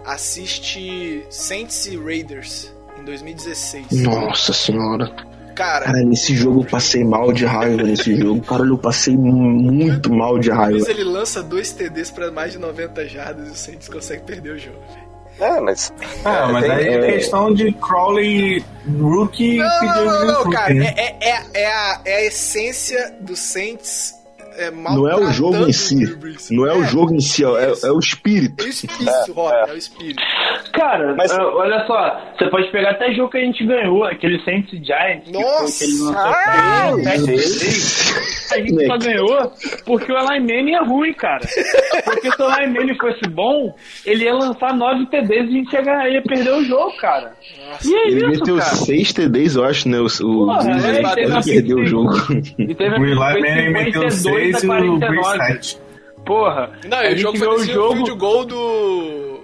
assiste Saints e Raiders em dois mil e dezesseis. Nossa senhora. Cara, Cara, nesse jogo eu passei mal de raiva nesse jogo. Caralho, eu passei muito mal de o raiva. Brees ele lança dois T Ds pra mais de noventa jardas e o Saints consegue perder o jogo, velho. É, mas. Ah, mas tem- aí é questão de Crowley rookie Não, e não, não, não, rookie, cara. né? É, é, é, é a, é a essência do Saints é, Não é o jogo maltratando em si. o Drew Brees. Não é o jogo em si, ó, é, é o espírito. É o espírito, Rock, é o espírito. Cara, Mas- ah, olha só, você pode pegar até jogo que a gente ganhou, aquele Saints e Giants. Nossa! Que foi, que ele Ah, lançou meu sete Deus. vezes. A gente só ganhou porque o Eli Manning é ruim, cara. Porque se o Eli Manning fosse bom, ele ia lançar nove T Ds e a gente ia, ganhar, ia perder o jogo, cara. E é Ele isso, meteu cara. seis T Ds, eu acho, né? O, o Porra, Breeze, é, ele teve quase a perdeu o cinquenta jogo. E teve O Eli foi Manning meteu cinquenta e dois seis a e o quarenta e Breeze nove. sete. Porra, Não, a e o gente jogo ganhou o foi o jogo field goal do...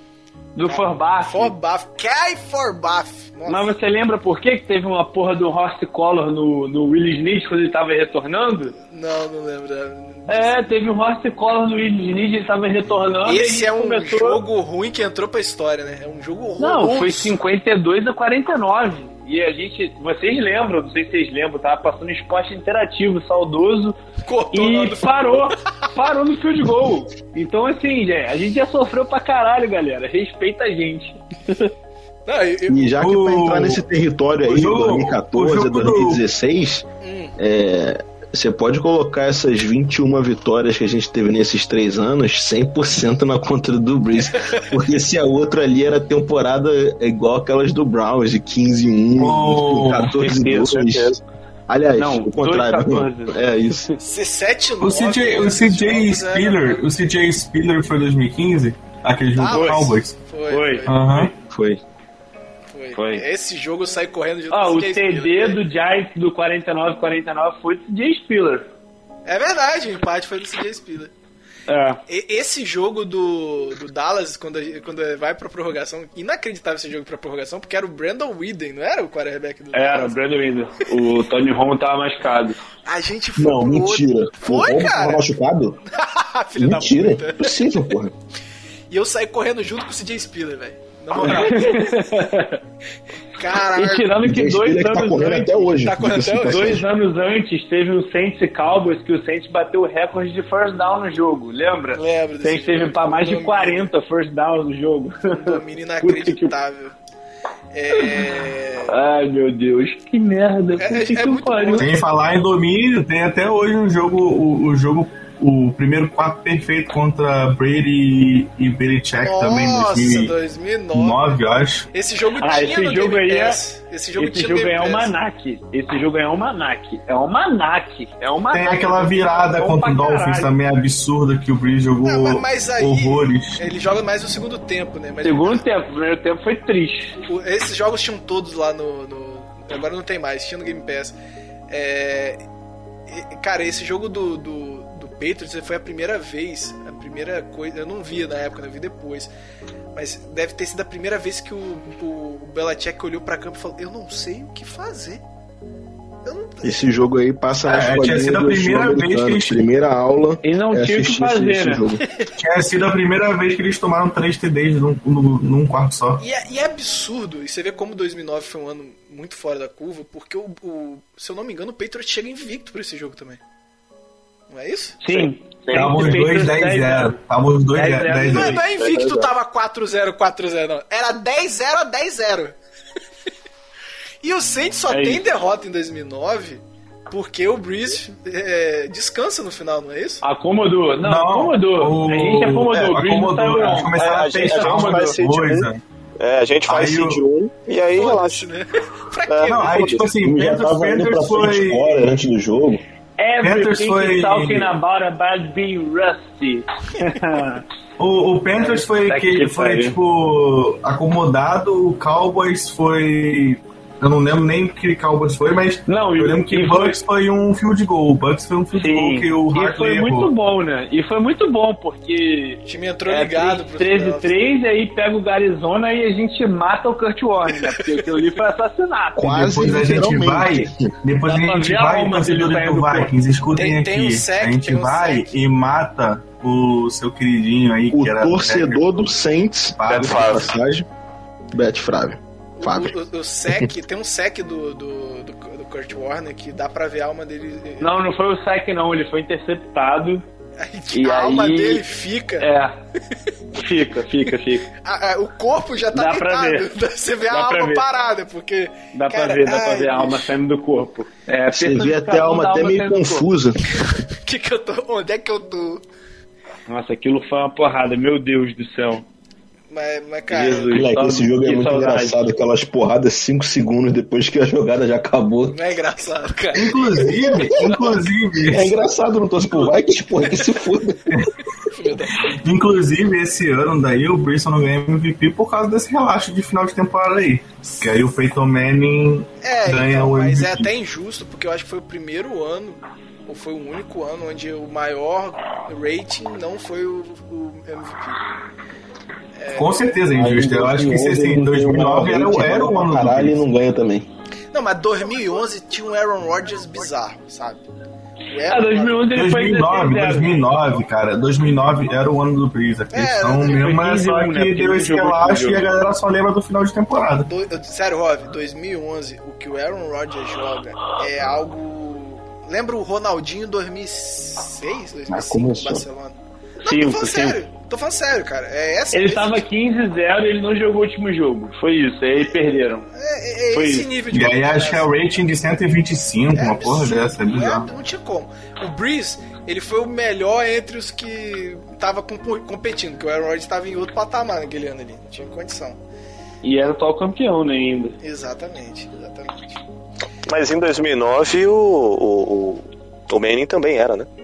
do Forbach. Forbaf. Kai Forbaf. Nossa. Mas você lembra por que que teve uma porra do Horse Collar no, no Willie Snead quando ele tava retornando? Não, não lembro. É, teve um Horse Collar no Willie Snead, ele tava retornando. Esse e é um começou... jogo ruim que entrou pra história, né? É um jogo ruim. Não, foi cinquenta e dois a quarenta e nove. E a gente, vocês lembram, não sei se vocês lembram, tava passando esporte interativo, saudoso, Cortou e na hora do parou, parou no field goal. Então assim, gente, a gente já sofreu pra caralho, galera. Respeita a gente. Não, eu, eu- E já que O- pra entrar nesse território o aí, jogo- dois mil e quatorze o a jogo do- dois mil e dezesseis, Hum. é, você pode colocar essas vinte e uma vitórias que a gente teve nesses três anos cem por cento na conta do Breeze. Porque se a outra ali era temporada igual aquelas do Browns, de quinze e um, Oh, quatorze e certeza, dois. certeza. Aliás, Não, o contrário. dois a quatorze. É isso. C sete O C J, o C J Spiller, o C J Spiller foi dois mil e quinze? Aquele jogo Ah, do mas- Cowboys? Foi, Foi. foi, Aham. Foi. foi. Foi. Esse jogo eu saí correndo de Ó, o C J T D Spiller. do Giants do quarenta e nove a quarenta e nove foi do C J Spiller. É verdade, o empate foi do C J Spiller. É. E- Esse jogo do, do Dallas, quando, a- quando vai pra prorrogação, inacreditável esse jogo pra prorrogação, porque era o Brandon Whedon, não era o quarterback do Era, o Dallas? Brandon Whedon. O Tony Romo tava machucado. A gente foi Não, pro mentira. outro. Foi, o Romo cara? tava machucado? Filho da Mentira. puta. Impossível, porra. E eu saí correndo junto com o C J Spiller, velho. Na moral. Caralho. E tirando que Jay dois Spiller que tá anos correndo antes, até hoje. Tá correndo até hoje. dois anos antes teve o Saints e Cowboys, que o Saints bateu o recorde de first down no jogo, lembra? Lembro O desse Saints teve jogo. pra mais de Domínio. quarenta first downs no jogo. Domínio inacreditável. É... Ai, meu Deus, que merda. É- Puta é que muito pariu. bom. Sem falar em domínio, tem até hoje um jogo, o, o jogo, o primeiro quarto perfeito contra Brady e Belichick também, em Nossa, dois mil e dois mil e nove. nove, eu acho. Esse jogo Ah, tinha esse no jogo Game aí é- Pass. Esse jogo Esse tinha jogo no é Game um Pass. manac. Esse jogo é um manac. É um manac. É um manac. Tem aquela virada Bom contra o pra Dolphins caralho. também absurda que o Breeze jogou Não, mas, mas aí horrores. ele joga mais no segundo tempo, né? Mas Segundo tempo, primeiro tempo foi triste. o- esses jogos tinham todos lá no, no- agora não tem mais, tinha no Game Pass. É, Cara, esse jogo do, do, do Patriots foi a primeira vez, a primeira coisa, eu não via na época, eu vi depois, mas deve ter sido a primeira vez que o, o, o Belichick olhou pra campo e falou, eu não sei o que fazer. Eu não... Esse jogo aí passa na É, escolinha tinha sido a do primeira sul vez que americano. eles- Primeira aula E não é tinha o que assistir fazer, esse né? jogo. Tinha sido a primeira vez que eles tomaram três T Ds num, num, num quarto só. E é, e é absurdo, e você vê como dois mil e nove foi um ano muito fora da curva, porque, o, o, se eu não me engano, o Patriots chega invicto pra esse jogo também. Não é isso? Sim. Estavam os dois dez a zero. Estavam os dois dez a zero. dez a Não, zero. não é invicto, tava quatro a zero, quatro a zero, não. Era dez a zero a dez a zero. E o Saints só É tem isso. derrota em dois mil e nove porque o Breeze é, descansa no final, não é isso? Acomodou. Não, Não, acomodou. o- A gente acomodou. é, o Breeze não acomodou. saiu, Eles não. começaram É, a a gente- testar a gente uma vai ser de coisa. É, a gente faz Aí seed o- um e aí relaxa. Foda-se, né? Pra quê? É, Não, né? aí tipo assim, O já Panthers, tava indo pra Panthers frente foi... fora antes do jogo. Panthers Everything foi- is talking about about being rusty. O, o Panthers foi, Tá que, que foi pariu. tipo, acomodado, o Cowboys foi... Eu não lembro nem que Cowboys foi, mas Não, eu e- lembro que e o foi- Bucks foi um field goal. O Bucks foi um field goal Sim. que o E Hartley foi errou. muito bom, né? E foi muito bom, porque O time entrou é ligado pro treze a três, aí pega o Arizona e a gente mata o Kurt Warner, né? Porque aquilo ali foi assassinato. Quase, Depois a gente vai, literalmente. depois a Dá pra gente ver a vai, alma torcedores dele do saindo do Vikings, escutem Tem- tem aqui. um sec, a gente tem um vai sec. e mata o seu queridinho aí, O que era... torcedor do Saints, Fábio. de passagem, Bet Fábio. Fábio. O, o, o sec, tem um sec do, do, do, do Kurt Warner que dá pra ver a alma dele. Não, não foi o saque não, ele foi interceptado. Aí, E a alma aí- dele fica. É. Fica, fica, fica. a- a- o corpo já tá Dá pra deitado. ver. Você vê a Dá pra alma ver. parada, porque. Dá cara, pra ver, dá pra ai, ver a alma bicho, saindo do corpo. É, Você vê até a personificação alma da até meio saindo do corpo. confusa. Que que eu tô, onde é que eu tô? Nossa, aquilo foi uma porrada, meu Deus do céu. Mas, mas cara. Jesus. Moleque, Saudade, esse jogo é que muito saudade. engraçado. Aquelas porradas cinco segundos depois que a jogada já acabou. Não é engraçado, cara. Inclusive, inclusive, É engraçado, não torce pro Vikings, porra, que se foda. inclusive, esse ano daí o Brisson não ganha M V P por causa desse relaxo de final de temporada aí. Que aí o Peyton Manning É, ganha então, o M V P. mas é até injusto, porque eu acho que foi o primeiro ano, ou foi o único ano, onde o maior rating não foi o, o M V P. Com certeza é injusto. Eu acho que se assim, dois mil e nove era, o- era o ano do Caralho, e Brisson. não ganha também. Não, mas dois mil e onze tinha um Aaron Rodgers bizarro, sabe? O Ah, Aaron dois mil e onze ele foi dois mil e nove, dezesseis a zero. dois mil e nove, cara. dois mil e nove era o ano do Breeze. A questão É, mesmo é só quinze a um, né? que Porque deu ele esse jogou relaxo esse e a jogo. galera só lembra do final de temporada. Do- eu- sério, Rov, dois mil e onze, o que o Aaron Rodgers joga é algo... Lembra o Ronaldinho dois mil e seis, dois mil e cinco no começou. Barcelona? Não, tô Cinco, falando cinco. sério. Tô falando sério, cara. É essa, Ele esse, tava quinze a zero e ele não jogou o último jogo. Foi isso, aí perderam. é, é foi esse isso. nível de E aí acho que é o confiança. rating de cento e vinte e cinco, uma porra absurdo, dessa, é não, bizarro. não tinha como. O Breeze, ele foi o melhor entre os que tava compo- competindo, porque o Aaron Rodgers tava em outro patamar naquele ano ali, não tinha condição. E era o atual campeão, né, ainda. Exatamente, exatamente. Mas em dois mil e nove o, o, o, o Manning também era, né?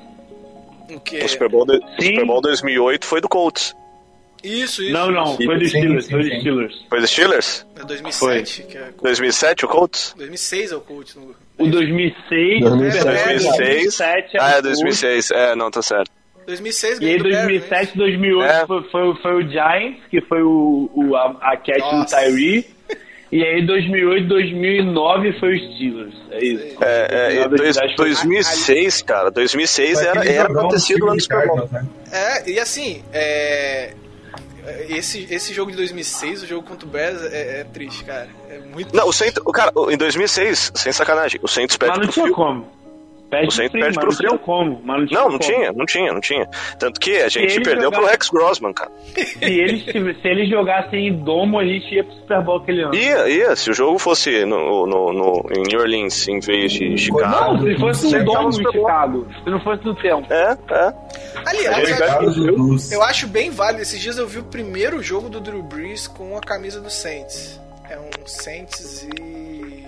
O que? O Super Bowl, de, o Sim. Super Bowl dois mil e oito foi do Colts. Isso, isso. Não, não, isso. foi dos Sim, Steelers, sim, foi dos sim. Steelers. Foi dos Steelers? É dois mil e sete, que é dois mil e sete o Colts? dois mil e seis é o Colts. No... O dois mil e seis, dois mil e seis. dois mil e seis. dois mil e sete Ah, é o dois mil e seis. É, não, tá certo. dois mil e seis E aí ganhou do dois mil e Bears, né? sete, dois mil e oito É. foi, foi, foi o Giants, que foi o, o, a, a catch do Nossa. Tyree. E aí dois mil e oito, dois mil e nove foi os Steelers. É isso. É, é, e No final dois, das dez foi- dois mil e seis, cara, dois mil e seis Foi era, aquele era jogão pra ter do sido o ano do Super Bowl. Cardinals, né? É, e assim, é... Esse, esse jogo de dois mil e seis, o jogo contra o Bears, é, é triste, cara. É muito Não, o triste. Saints, o cara, em dois mil e seis, sem sacanagem, o Saints perde Mas não pro tinha frio. como. Pede O Saints sim, perde mas pro não tinha frio. como. Mas não tinha Não, não como. tinha, não tinha, não tinha. Tanto que a gente ele perdeu jogava- pro Rex Grossman, cara. Se eles, tivessem- se eles jogassem em domo, a gente ia pro Super Bowl aquele ano. Ia, ia, se o jogo fosse no, no, no, em New Orleans em vez de Chicago. Não, se fosse Sempre um domo tava no em Super Bowl. Chicago. Se não fosse no tempo. É, é. Aliás, Ele eu vai- acho, Jesus. eu acho bem válido. Esses dias eu vi o primeiro jogo do Drew Brees com a camisa do Saints. É um Saints e...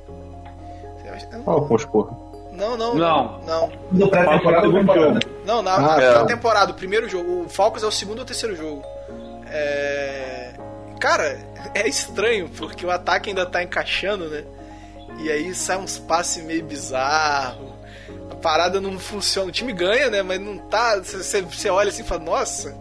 Ó, com os porra. Não, não, Não. não. Do pré-temporada Qual foi o ou temporada? Não, na, Ah, na, é. na temporada, o primeiro jogo. O Falcons é o segundo ou terceiro jogo. É... Cara, é estranho, porque o ataque ainda tá encaixando, né? E aí sai uns passes meio bizarros. parada não funciona. O time ganha, né? Mas não tá. Você olha assim e fala, nossa,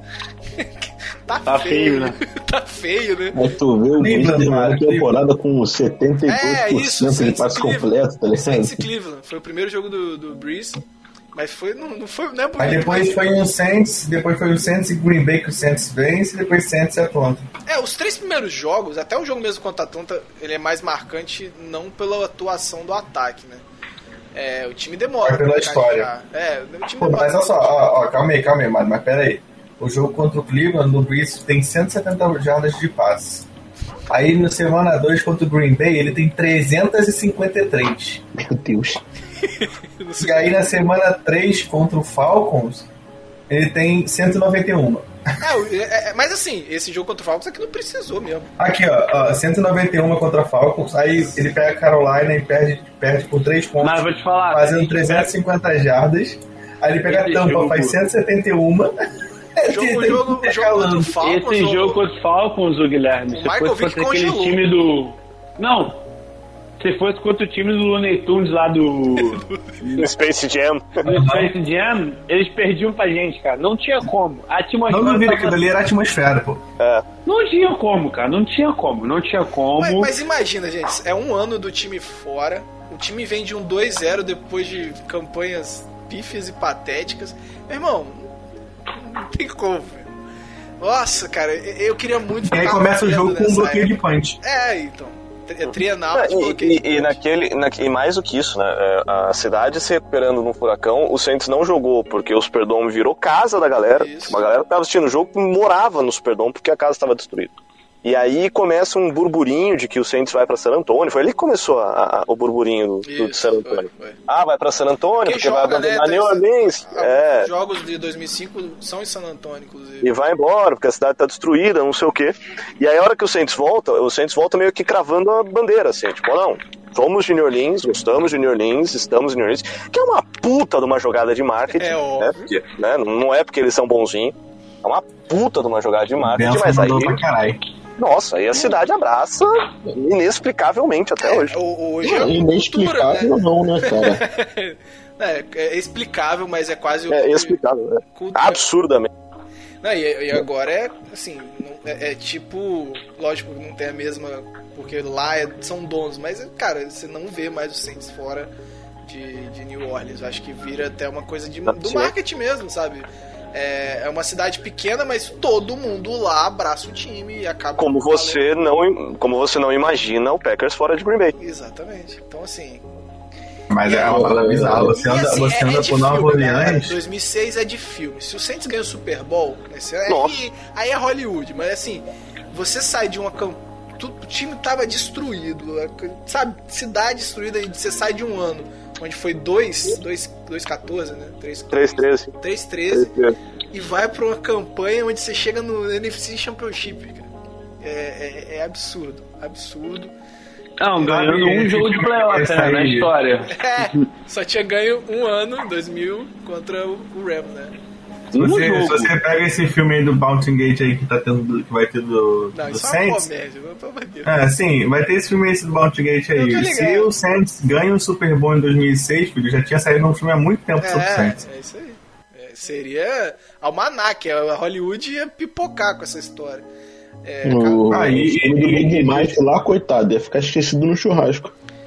tá, tá feio, feio, né? Tá feio, né? Mas tu vê o Bills terminou a temporada com setenta e dois por cento é, isso, de passe completo, tá ligado? Saints e Cleveland. Foi o primeiro jogo do, do Breeze. Mas foi, não, não foi, não é Aí depois foi um Saints, depois foi o Saints e Green Bay que o Saints vence, e depois Saints e Atlanta. É, os três primeiros jogos, até o jogo mesmo contra a Atlanta, ele é mais marcante não pela atuação do ataque, né? É, o time demora. Mas pela história. É, o time Pô, demora. mas olha só, ó, ó, calma aí, calma aí, mas, mas pera aí. O jogo contra o Cleveland, no Breeze, tem cento e setenta jardas de passe. Aí na semana dois contra o Green Bay, ele tem trezentos e cinquenta e três. Meu Deus. E aí na semana três contra o Falcons, ele tem cento e noventa e um. É, é, mas assim, esse jogo contra o Falcons aqui não precisou mesmo. Aqui, ó, ó, cento e noventa e um contra o Falcons, aí ele pega a Carolina e perde, perde por três pontos, mas vou te falar, fazendo trezentas e cinquenta jardas. Aí ele pega a Tampa, jogo, faz cento e setenta e um. O jogo, o jogo, o jogo contra o Falcons. Esse jogo contra o Falcons, o Guilherme, o se Michael fosse contra aquele time do... Não, se fosse contra o time do Looney Tunes lá do... No Space Jam. No Space Jam, eles perdiam pra gente, cara. Não tinha como. A atmosfera... Não duvido, aquilo ali era atmosfera, pô. É. Não tinha como, cara. Não tinha como. Não tinha como. Mas, mas imagina, gente. É um ano do time fora. O time vem de um dois zero depois de campanhas pífias e patéticas. Meu irmão, não tem como, velho. Nossa, cara, eu queria muito... E aí começa o jogo com um bloqueio de punch. É, então. Trienal é, de e, bloqueio. E, e, naquele, na, e mais do que isso, né? A cidade se recuperando no furacão, o Saints não jogou, porque o Superdome virou casa da galera. Isso. Uma galera que estava assistindo o jogo morava no Superdome porque a casa estava destruída. E aí começa um burburinho de que o Saints vai pra San Antônio. Foi ali que começou a, a, o burburinho do, do de San Antônio. Foi, foi. Ah, vai pra San Antônio porque, porque joga, vai abandonar né, New Orleans. É. Os jogos de dois mil e cinco são em San Antônio, inclusive. E vai embora, porque a cidade tá destruída, não sei o quê. E aí a hora que o Saints volta, o Saints volta meio que cravando a bandeira, assim. Tipo, não, somos de New Orleans, gostamos de New Orleans, estamos de New Orleans. Que é uma puta de uma jogada de marketing. É óbvio. Né? Porque, né, não é porque eles são bonzinhos. É uma puta de uma jogada de marketing, mas aí... Pra caralho. Nossa, aí a cidade abraça inexplicavelmente até é, hoje. Hoje é, é inexplicável, cultura, né? Não, né, cara? é, é explicável, mas é quase... É explicável, é. Cultura. Absurdamente. Não, e, e agora é, assim, não, é, é tipo... Lógico que não tem a mesma... Porque lá é, são donos, mas, cara, você não vê mais o Saints fora de, de New Orleans. Eu acho que vira até uma coisa de, do marketing mesmo, sabe? É uma cidade pequena, mas todo mundo lá abraça o time e acaba... Como você, não, como você não imagina o Packers fora de Green Bay. Exatamente. Então, assim... Mas é uma parada bizarra. Você anda, assim, você anda é, é por Nova Orleans... dois mil e seis é de filme. Se o Saints ganha o Super Bowl, aí, aí é Hollywood. Mas, assim, você sai de uma... O time tava destruído, sabe? Cidade destruída e você sai de um ano onde foi dois quatorze, né? três treze três treze e vai pra uma campanha onde você chega no N F C Championship, cara. É, é, é absurdo, absurdo. Não, ganhando um jogo de playoff, né, na história. É, só tinha ganho um ano, em dois mil, contra o Rams, né? Se você, se você pega esse filme aí do Bouncing Gate aí que, tá tendo, que vai ter do, não, do isso Saints. É uma comédia, é, sim, vai ter esse filme aí do Bouncing Gate aí. Se o Saints ganha o Super Bowl em dois mil e seis, filho, já tinha saído um filme há muito tempo é, sobre o Saints. É isso aí. É, seria almanac, a Hollywood ia pipocar com essa história. É, o ah, e, e, do Big Mike lá, coitado, ia ficar esquecido no churrasco.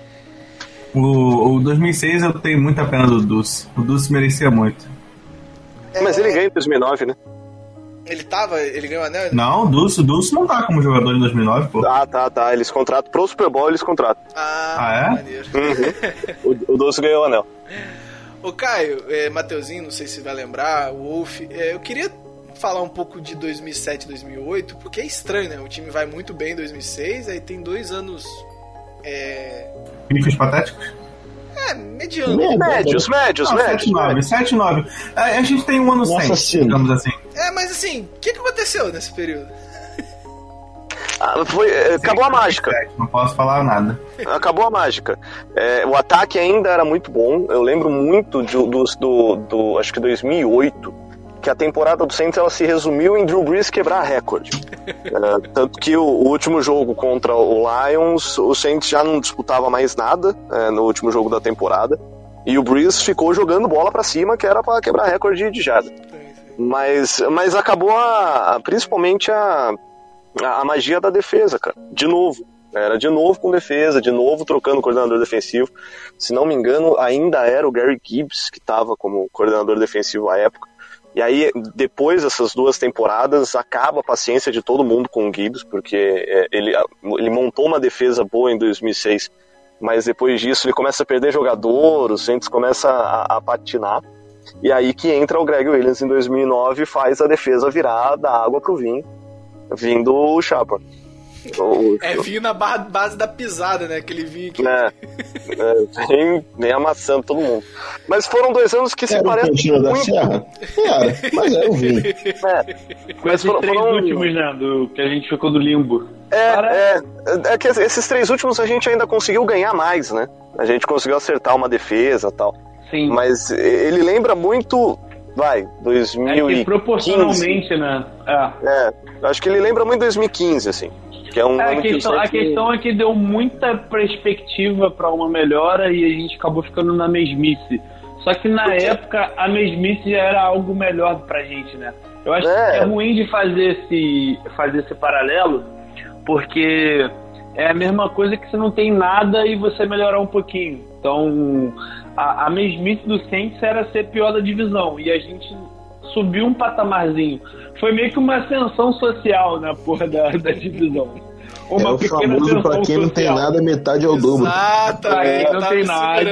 O, o dois mil e seis eu tenho muita pena do Dulce. O Dulce merecia muito. Mas ele ganhou em dois mil e nove, né? Ele tava, ele ganhou o anel? Não, o Dulce, o Dulce não tá como jogador em dois mil e nove, pô. Ah, tá, tá. Eles contratam pro Super Bowl, eles contratam. Ah, ah é? Maneiro. Uhum. o, o Dulce ganhou o anel. Ô Caio, é, Mateuzinho, não sei se vai lembrar, o Wolf, é, eu queria falar um pouco de dois mil e sete, dois mil e oito, porque é estranho, né? O time vai muito bem em dois mil e seis, aí tem dois anos... É... Pifes patéticos? É, mediano. Médios, médios, não, médios. sete nove, sete nove. A, a gente tem um ano sem, digamos assim. É, mas assim, o que, que aconteceu nesse período? Ah, foi, acabou a mágica. Não posso falar nada. Acabou a mágica. É, o ataque ainda era muito bom. Eu lembro muito do, do, do, do acho que dois mil e oito, que a temporada do Saints ela se resumiu em Drew Brees quebrar recorde. É, tanto que o, o último jogo contra o Lions, o Saints já não disputava mais nada é, no último jogo da temporada. E o Brees ficou jogando bola pra cima, que era pra quebrar recorde de jarda. Mas, mas acabou a, a, principalmente a, a, a magia da defesa, cara. De novo. Era de novo com defesa, de novo trocando o coordenador defensivo. Se não me engano, ainda era o Gary Gibbs que estava como coordenador defensivo à época. E aí, depois dessas duas temporadas, acaba a paciência de todo mundo com o Gibbs, porque ele, ele montou uma defesa boa em dois mil e seis, mas depois disso ele começa a perder jogador, o Saints começa a, a patinar. E aí que entra o Greg Williams em dois mil e nove e faz a defesa virar da água pro vinho, vindo o Chapa. O, é vinho na base da pisada, né? Aquele vinho que... É, é vem, vem amassando todo mundo. Mas foram dois anos que se parecem muito... da Serra? Era, mas era o vinho. É, mas foram, três foram... últimos, né? Do, que a gente ficou do limbo. É, é, é que esses três últimos a gente ainda conseguiu ganhar mais, né? A gente conseguiu acertar uma defesa e tal. Sim. Mas ele lembra muito... Vai, dois mil e quinze. É que proporcionalmente, né? É. é, acho que ele lembra muito dois mil e quinze, assim. Que é um é, a, questão, que a questão é que deu muita perspectiva para uma melhora e a gente acabou ficando na mesmice. Só que na época a mesmice já era algo melhor pra gente, né? Eu acho é. que é ruim de fazer esse, fazer esse paralelo, porque é a mesma coisa que você não tem nada e você melhorar um pouquinho. Então, a, a mesmice do Saints era ser pior da divisão e a gente subiu um patamarzinho. Foi meio que uma ascensão social na porra da, da divisão. Uma é o famoso pra quem social. Não tem nada, metade é o dobro. Exato, pra quem é, não tem nada.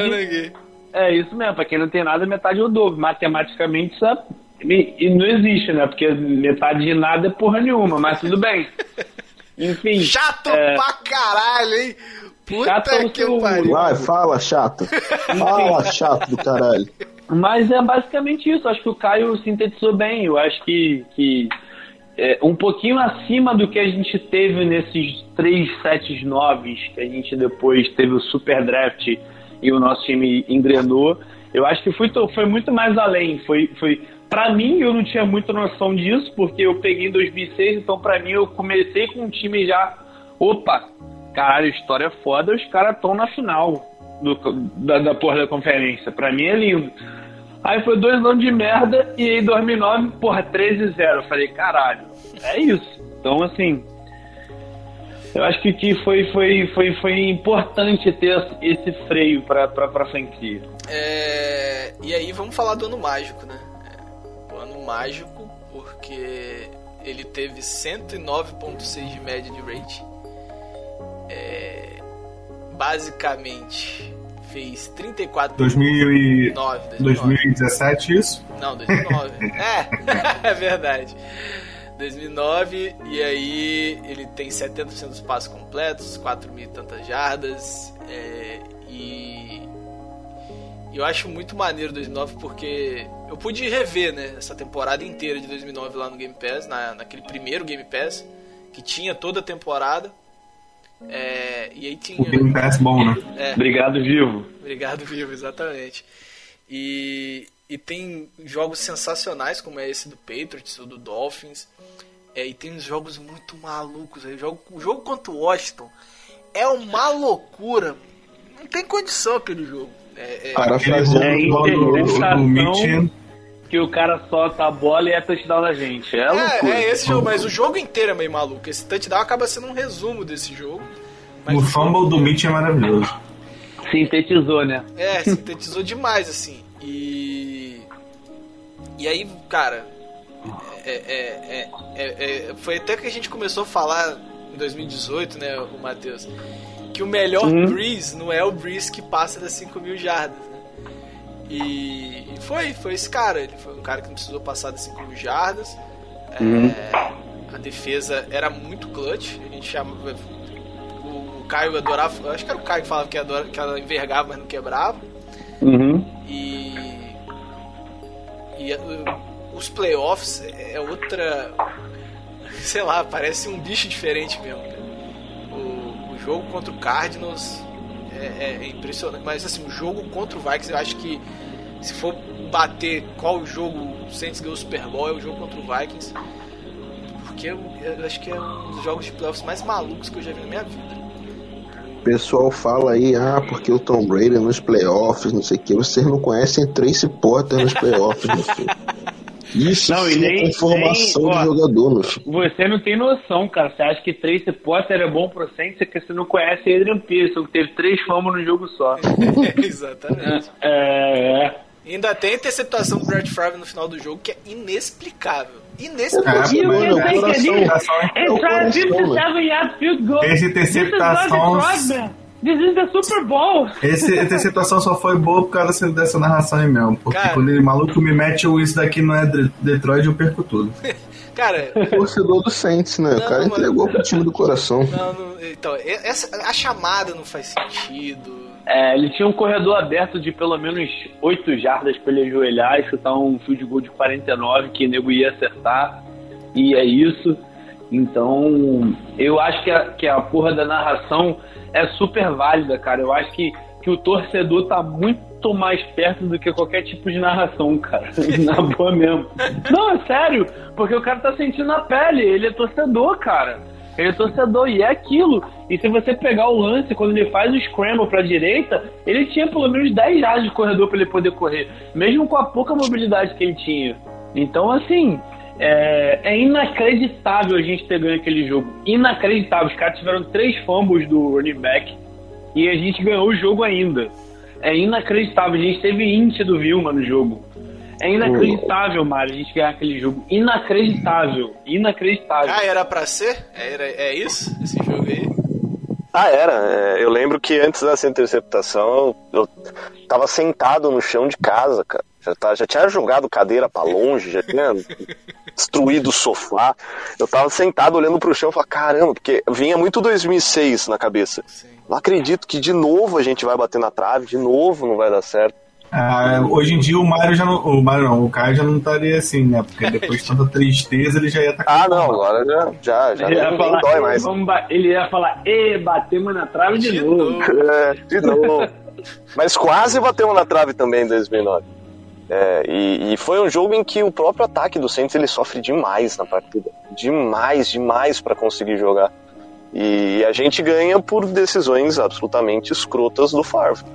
É isso mesmo, pra quem não tem nada, metade é o dobro. Matematicamente isso é, e não existe, né? Porque metade de nada é porra nenhuma, mas tudo bem. Enfim. Chato é... pra caralho, hein? Puta chato que pariu. Vai, fala, chato. Fala, chato do caralho. Mas é basicamente isso. Acho que o Caio sintetizou bem. Eu acho que, que é, um pouquinho acima do que a gente teve nesses três sets novos, que a gente depois teve o Super Draft e o nosso time engrenou. Eu acho que foi, foi muito mais além. Foi, foi, pra mim, eu não tinha muita noção disso, porque eu peguei em dois mil e seis, então pra mim eu comecei com um time já... Opa, caralho, história foda, os caras estão na final. Do, da, da porra da conferência. Pra mim é lindo. Aí foi dois anos de merda e aí em dois mil e nove, porra, treze a zero. Eu falei, caralho, é isso. Então, assim, eu acho que, que foi, foi, foi, foi importante ter esse freio pra, pra, pra franquia. É, e aí vamos falar do ano mágico, né? O ano mágico porque ele teve cento e nove vírgula seis de média de rating. É... Basicamente fez trinta e quatro... dois mil e nove, dois mil e dezessete, isso? Não, dois mil e nove. é, é verdade. dois mil e nove, e aí ele tem setenta por cento dos passos completos, quatro mil e tantas jardas, é, e eu acho muito maneiro dois mil e nove porque eu pude rever, né, essa temporada inteira de dois mil e nove lá no Game Pass, na, naquele primeiro Game Pass, que tinha toda a temporada. É, e aí tinha... O Game Pass bom, né? É, Obrigado, Vivo. Obrigado, Vivo, exatamente. E, e tem jogos sensacionais, como é esse do Patriots ou do Dolphins. É, e tem uns jogos muito malucos. O jogo, o jogo contra o Washington é uma loucura. Não tem condição aquele jogo. É, é, cara, fazendo é o Mitchell, que o cara solta a bola e é touchdown da gente. É, é loucura. É esse jogo, mas o jogo inteiro é meio maluco. Esse touchdown acaba sendo um resumo desse jogo. O fumble jogo... do Mitch é maravilhoso. Sintetizou, né? É, sintetizou demais, assim. E... E aí, cara... É, é, é, é, foi até que a gente começou a falar em dois mil e dezoito, né, o Matheus, que o melhor hum. Breeze não é o Breeze que passa das cinco mil jardas, né? E foi, foi esse cara. Ele foi um cara que não precisou passar das cinco mil jardas. Hum. É, a defesa era muito clutch. A gente chamava... O Caio adorava... Acho que era o Caio que falava que, adora, que ela envergava, mas não quebrava. Uhum. E... E os playoffs é outra... Sei lá, parece um bicho diferente mesmo. O, o jogo contra o Cardinals é, é impressionante. Mas assim, o jogo contra o Vikings, eu acho que se for bater qual jogo o Saints ganhou o Super Bowl, é o jogo contra o Vikings. Porque eu, eu acho que é um dos jogos de playoffs mais malucos que eu já vi na minha vida. pessoal fala aí, ah, porque o Tom Brady nos playoffs, não sei o que. Vocês não conhecem Tracy Porter nos playoffs, meu filho. Isso Não, e sim nem- é formação nem- de ó, jogador, meu filho. Você não tem noção, cara. Você acha que Tracy Porter é bom pro Saints, é que você não conhece Adrian Peterson, que teve três fumbles no jogo só. Exatamente. É, é. Ainda tem a interceptação do Brett Favre no final do jogo, que é inexplicável. É, Inexplicável. E o mano, que eu sei que é coração, disso? coração é Ele o try coração, fifty-seven yard field goal. Essa This is interceptação- not Detroit, man. This is the Super Bowl. Essa interceptação só foi boa por causa dessa narração aí mesmo. Porque Cara. quando ele maluco me mete o isso daqui não é de- Detroit, eu perco tudo. Cara, Torcedor do Saints, né? Não, o cara mano. entregou pro time do coração. não, não, então, essa, a chamada não faz sentido. É, ele tinha um corredor aberto de pelo menos oito jardas pra ele ajoelhar e chutar um field goal de quarenta e nove que o nego ia acertar. E é isso. Então, eu acho que a, que a porra da narração é super válida, cara. Eu acho que, que o torcedor tá muito mais perto do que qualquer tipo de narração, cara. Na boa mesmo. Não, é sério. Porque o cara tá sentindo na pele. Ele é torcedor, cara. Ele é torcedor e é aquilo. E se você pegar o lance, quando ele faz o scramble pra direita, ele tinha pelo menos dez jardas de corredor pra ele poder correr. Mesmo com a pouca mobilidade que ele tinha. Então, assim... É, é inacreditável a gente ter ganho aquele jogo. Inacreditável. Os caras tiveram três fumbles do running back e a gente ganhou o jogo ainda. É inacreditável. A gente teve índice do Vilma no jogo. É inacreditável, Mário, a gente ganhar aquele jogo. Inacreditável. Inacreditável. Ah, era pra ser? Era, é isso? Esse jogo aí? Ah, era. É, eu lembro que antes dessa interceptação eu, eu tava sentado no chão de casa, cara. Já, tá, já tinha jogado cadeira pra longe, já tinha destruído o sofá. Eu tava sentado olhando pro chão e falava, caramba, porque vinha muito dois mil e seis na cabeça. Sim. Não acredito que de novo a gente vai bater na trave, de novo não vai dar certo. Ah, hoje em dia o Mário já não. O Mário não, o Caio já não estaria assim, né? Porque depois de tanta tristeza ele já ia estar. Ah, não, agora já, já, já Ele ia nem, falar, nem dói mais. vamos ba- ele ia falar, e batemos na trave de, De novo. novo. É, de novo. Mas quase batemos na trave também em dois mil e nove. É, e, e foi um jogo em que o próprio ataque do Saints ele sofre demais na partida. Demais, demais pra conseguir jogar. E a gente ganha por decisões absolutamente escrotas do Favre.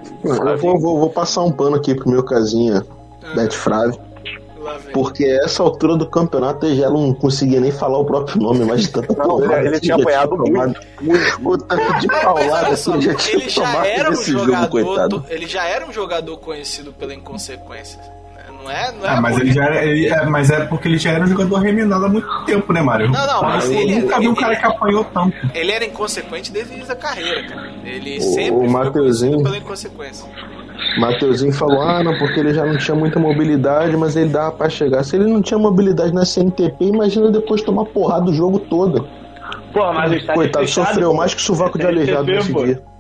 Eu vou, vou, vou passar um pano aqui pro meu casinha, Brett Favre. Lá vem. Porque a essa altura do campeonato ele já não conseguia nem falar o próprio nome, mas de tanta Não, paulada ele- ele que tinha já apanhado tomado. O tanto de Mas paulada olha que só, ele já tinha ele já tomado era um nesse jogo, jogador, coitado. ele já era um jogador conhecido pela inconsequência. né? Não é, não é Ah, mas por- ele já era. Ele, é, mas é porque ele já era um jogador reminado há muito tempo, né, Mário? Não, não, mas eu ele- nunca vi um ele- cara que apanhou tanto. Ele era inconsequente desde o início da carreira, cara. Ele O- sempre o foi Mateuzinho- conhecido pela inconsequência. Mateuzinho falou, ah, não, porque ele já não tinha muita mobilidade, mas ele dava pra chegar. Se ele não tinha mobilidade na C N T P, imagina depois tomar porrada o jogo todo. Pô, mas o estádio Coitado, fechado, sofreu pô. mais que sovaco de C N T P, aleijado nesse pô. dia.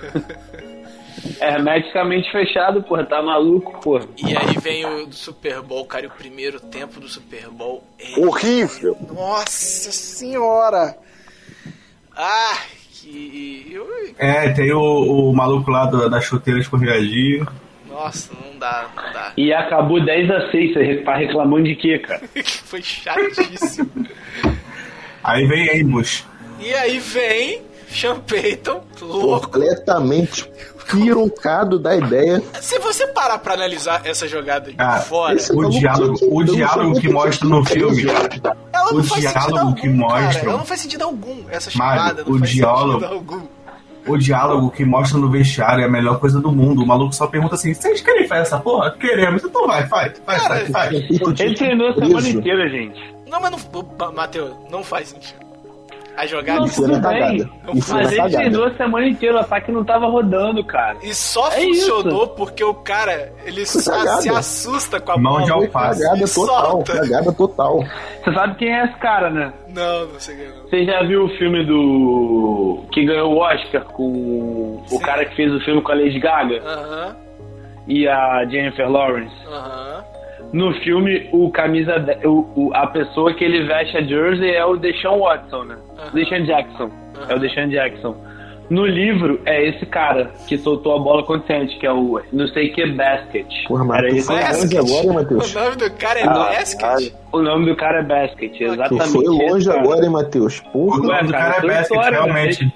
É hermeticamente fechado, porra. Tá maluco, porra. E aí vem o do Super Bowl, cara, e o primeiro tempo do Super Bowl é... Horrível. Nossa senhora! Ah, que... Ui, É, tem o, o maluco lá do- da chuteira escorregadia. nossa, não dá, não dá. E acabou dez a seis. Você tá reclamando de quê, cara? Foi chatíssimo. Aí vem Amos. E aí vem Sean Payton, louco. Completamente pirocado da ideia. Se você parar pra analisar essa jogada de Cara, fora, esse- O diálogo, o diálogo que mostra no filme. ela não o faz sentido diálogo algum, que mostra- cara. Ela não faz sentido algum, essa Mário, chamada não o faz diálogo- sentido algum. O diálogo que mostra no vestiário é a melhor coisa do mundo. O maluco só pergunta assim: vocês querem fazer essa porra? Queremos, então vai, faz, faz, Cara, faz, faz. Ele treinou a semana inteira, gente. Não, mas não, Matheus, não faz sentido. A jogada Não, E foi na tudo bem. cagada. E foi Mas na ele cagada. treinou a semana inteira, o ataque não tava rodando, cara. E só É funcionou isso. porque o cara, ele Foi sa- cagada. se assusta com a Mão bola. de alface. Cagada E total, solta. cagada total. Você sabe quem é esse cara, né? Não, não sei quem não. Você já viu o filme do... que ganhou o Oscar com Sim. o cara que fez o filme com a Lady Gaga Aham, e a Jennifer Lawrence? aham. No filme, o camisa de- o, o- a pessoa que ele veste a jersey é o Deshaun Watson, né? Aham. Deshaun Jackson. Aham. É o Deshaun Jackson. No livro, é esse cara que soltou a bola consciente, que é o não sei que Basket. Porra, mas Era tu esse foi cara. longe agora, hein, Matheus? O nome do cara é Ah, Basket? O nome do cara é Basket, Tu exatamente. foi esse longe cara. agora, hein, Matheus? O Porra. Ué, nome do cara, cara é toda Basket, história, realmente.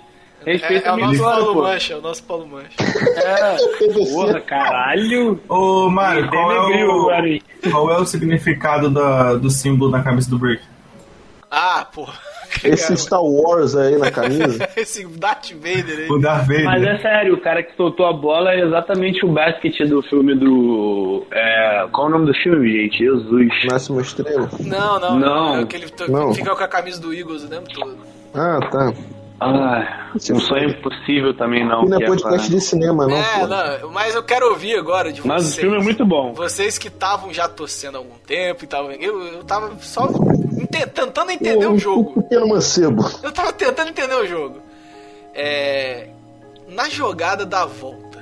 Respeita é, é a o minha nosso história, Paulo pô. Mancha, é o nosso Paulo Mancha. É, porra, caralho. Ô, Mário, qual é, Denegriu o, agora aí. qual é o significado da, do símbolo na cabeça do Brick? Ah, porra. Esse Star Wars aí na camisa. Esse Darth Vader aí. O Darth Vader. Mas é sério, o cara que soltou a bola é exatamente o basket do filme do... É, qual é o nome do filme, gente? Jesus. Máximo Estrela. Não, não. Não. É aquele que Não. fica com a camisa do Eagles o tempo todo. Ah, tá. Ah, um sonho impossível também não. E não que é é podcast pra- de cinema, não, É, pô. não, mas eu quero ouvir agora de vocês. Mas o filme é muito bom. Vocês que estavam já torcendo há algum tempo e tal. Eu, eu tava só ente- tentando entender o jogo. Pequeno mancebo. Eu tava tentando entender o jogo. É. Na jogada da volta.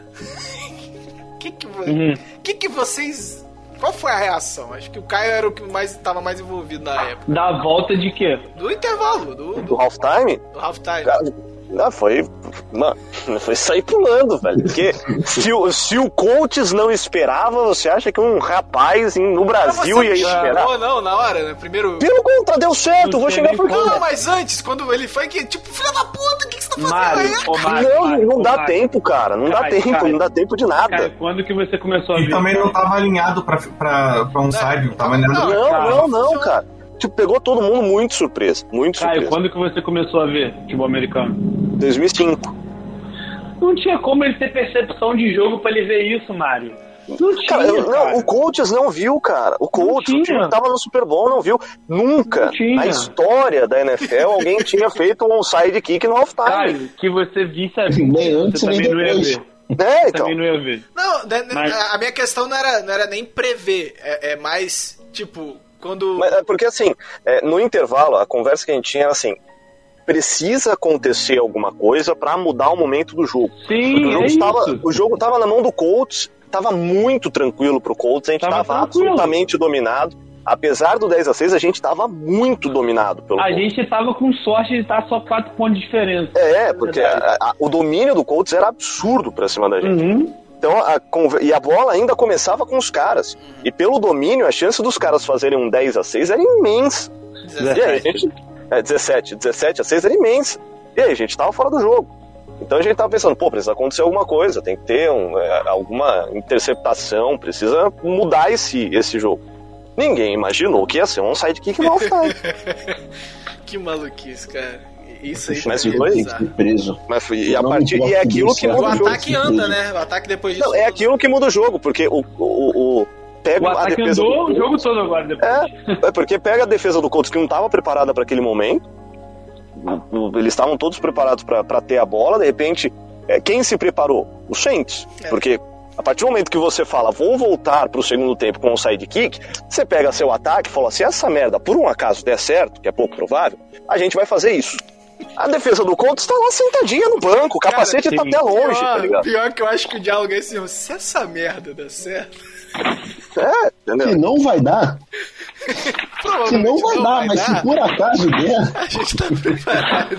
que que, vo- Uhum. que que vocês. Qual foi a reação? Acho que o Caio era o que mais tava mais envolvido na época. Da volta de quê? Do intervalo, do, Do do, halftime? do halftime. Cara, não, foi. Mano, foi sair pulando, velho. Porque se o, se o Colts não esperava, você acha que um rapaz em- no Brasil Você ia esperar? xingou, não, na hora, né? Primeiro. Pelo contrário, deu certo, Não vou sei chegar nem por Não, quê? mas antes, quando ele foi que, tipo, filha da puta, o que, que você tá fazendo Mário, aí? ô Mário, Não, Mário, não ô, dá Mário. tempo, cara. Não dá Caio, tempo, Caio. não dá tempo de nada. Cara, quando que você começou a ver? E também não tava alinhado pra, pra, pra um side, não tava alinhado. Não, Não, cara. não, não, cara. Tipo, pegou todo mundo muito surpresa. Muito Caio, surpresa. quando que você começou a ver futebol americano? dois mil e cinco. Não tinha como ele ter percepção de jogo pra ele ver isso, Mário. Não tinha, Cara, eu- cara. não, o Colts não viu, cara. O Colts, tinha. o time que tava no Super Bowl, não viu. Nunca Não tinha. na história da N F L alguém tinha feito um onside kick no halftime. Caio, que você visse a Nem antes, você nem também não ia depois. ver. É, então. Também não ia ver. Não, né, né, Mas- a minha questão não era, não era nem prever. É, é mais, tipo, quando. Mas é porque assim, é, no intervalo, a conversa que a gente tinha era assim: precisa acontecer alguma coisa pra mudar o momento do jogo. Sim, Porque o jogo, é estava, isso. o jogo tava na mão do Colts, tava muito tranquilo pro Colts, a gente Tava tava, tranquilo. absolutamente dominado. Apesar do dez a seis, a gente tava muito dominado pelo A Colts. gente tava com sorte de estar só quatro pontos de diferença. É, porque Verdade. a- a- o domínio do Colts era absurdo pra cima da gente. Uhum. Então, a conver- e a bola ainda começava com os caras. E pelo domínio, a chance dos caras fazerem um dez a seis era imensa. E aí, a gente, é, dezessete, dezessete a seis era imensa. E aí, a gente tava fora do jogo. Então a gente tava pensando, pô, precisa acontecer alguma coisa, tem que ter um, é, alguma interceptação, precisa mudar esse, esse jogo. Ninguém imaginou que ia ser um sidekick no halftime. Que maluquice, cara. Isso aí Mas foi foi bizarro. Preso. Mas foi, e, a Não partir, importa e é aquilo que disso, muda O o jogo. ataque anda, né? O ataque depois disso. Não, é aquilo que muda o jogo, porque o, o, o pega O a ataque defesa andou do o Colts, jogo todo agora depois. É, é porque pega a defesa do Colts que não estava preparada para aquele momento. O- o- Eles estavam todos preparados para ter a bola. De repente, é, quem se preparou? Os Saints. É. Porque a partir do momento que você fala, vou voltar para o segundo tempo com um sidekick, você pega seu ataque e fala: se essa merda por um acaso der certo, que é pouco provável, a gente vai fazer isso. A defesa do Colts tá lá sentadinha no banco, o capacete Cara, tá sim. até longe, pior, tá ligado? pior que eu acho que o diálogo é assim, se essa merda der certo, É, entendeu? Que não vai dar. Que provavelmente não vai dar, mas se por acaso der, a gente tá preparado.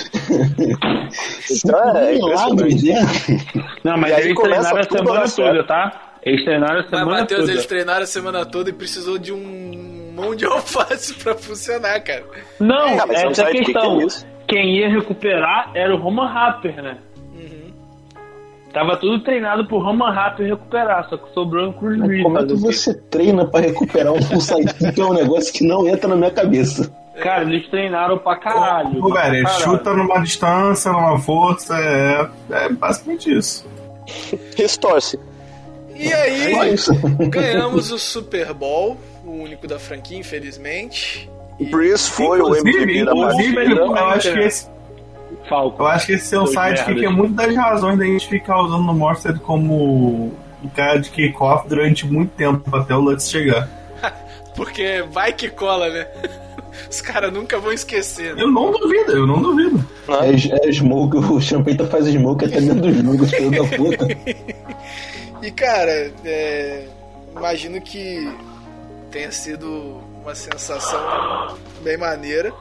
se Então, por é um milagre impressionante. der. Não, mas E aí eles começa treinaram a tudo a semana dar certo. toda, tá? Eles treinaram a Mas, semana Matheus, toda. eles treinaram a semana toda e precisou de um mão de alface pra funcionar, cara. Não, Ah, mas não essa é a sabe o que questão. que é isso. Quem ia recuperar era o Roman Harper, né? Uhum. Tava tudo treinado pro Roman Harper recuperar, só que sobrou um Cruz Reed. Como é que fazer o quê? você treina pra recuperar um sidekick? É um negócio que não entra na minha cabeça. Cara, eles treinaram pra caralho. Pô, pra velho, é caralho. chuta numa distância, numa força, é, é basicamente isso. Restorce. E aí, Só isso. ganhamos o Super Bowl, o único da franquia, infelizmente. O Breeze foi o M V P da inclusive, partida. eu acho que esse, Falco. eu acho que esse seu Dois sidekick merdas. é muito das razões da gente ficar usando o Morstead como um cara de kickoff durante muito tempo, até o Lutz chegar. Porque vai que cola, né? Os caras nunca vão esquecer, né? Eu não duvido, eu não duvido. É, é smoke, o Champeita faz smoke até dentro dos jogos, filho da puta. E, cara, é, imagino que tenha sido uma sensação bem maneira.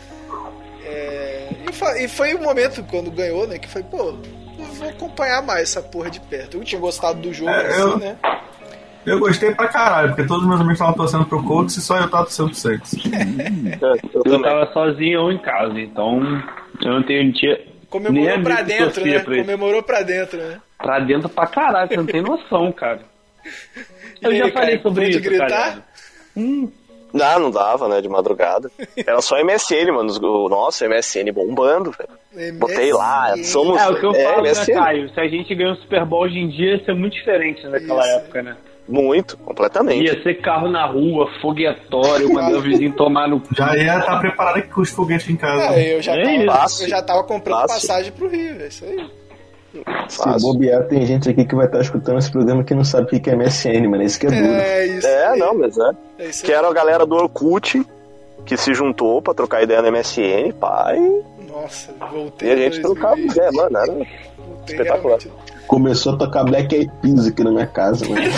É, e, fa- e foi o momento quando ganhou, né? Que foi, pô, eu vou acompanhar mais essa porra de perto. Eu tinha gostado do jogo, É, assim, eu- né? Eu gostei pra caralho, porque todos os meus amigos estavam torcendo pro Colts e só eu tava torcendo pro Saints. É, eu Eu também. tava sozinho ou em casa, então eu não tenho, tinha, Comemorou pra dentro, né? Comemorou pra dentro, né? Pra dentro pra caralho, você não tem noção, cara. Eu aí, já falei cara, sobre isso, gritar? cara. Hum. Não, não dava, né, de madrugada. Era só M S N, mano. O nosso M S N bombando, velho. Botei lá, somos... É, o que eu é, falo, M S N. né, Caio? Se a gente ganhou o Super Bowl hoje em dia, ia ser muito diferente naquela Isso. época, né? Muito, completamente. Ia ser carro na rua, foguetório, mandando o vizinho tomar no... Já ia estar preparado aqui com os foguetes em casa. É, eu, já É tava, isso. eu já tava comprando Fácil. passagem pro Rio, é isso aí. Se Fácil. bobear, tem gente aqui que vai estar escutando esse programa que não sabe o que é M S N, mano. Isso que é duro. É isso É, aí. não, mas é. É isso Que aí. era a galera do Orkut que se juntou pra trocar ideia no M S N, pai. Nossa, voltei. E a gente trocava ideia, mano. Era Voltei espetacular. realmente. Começou a tocar Black Eyed Peas aqui na minha casa, mano.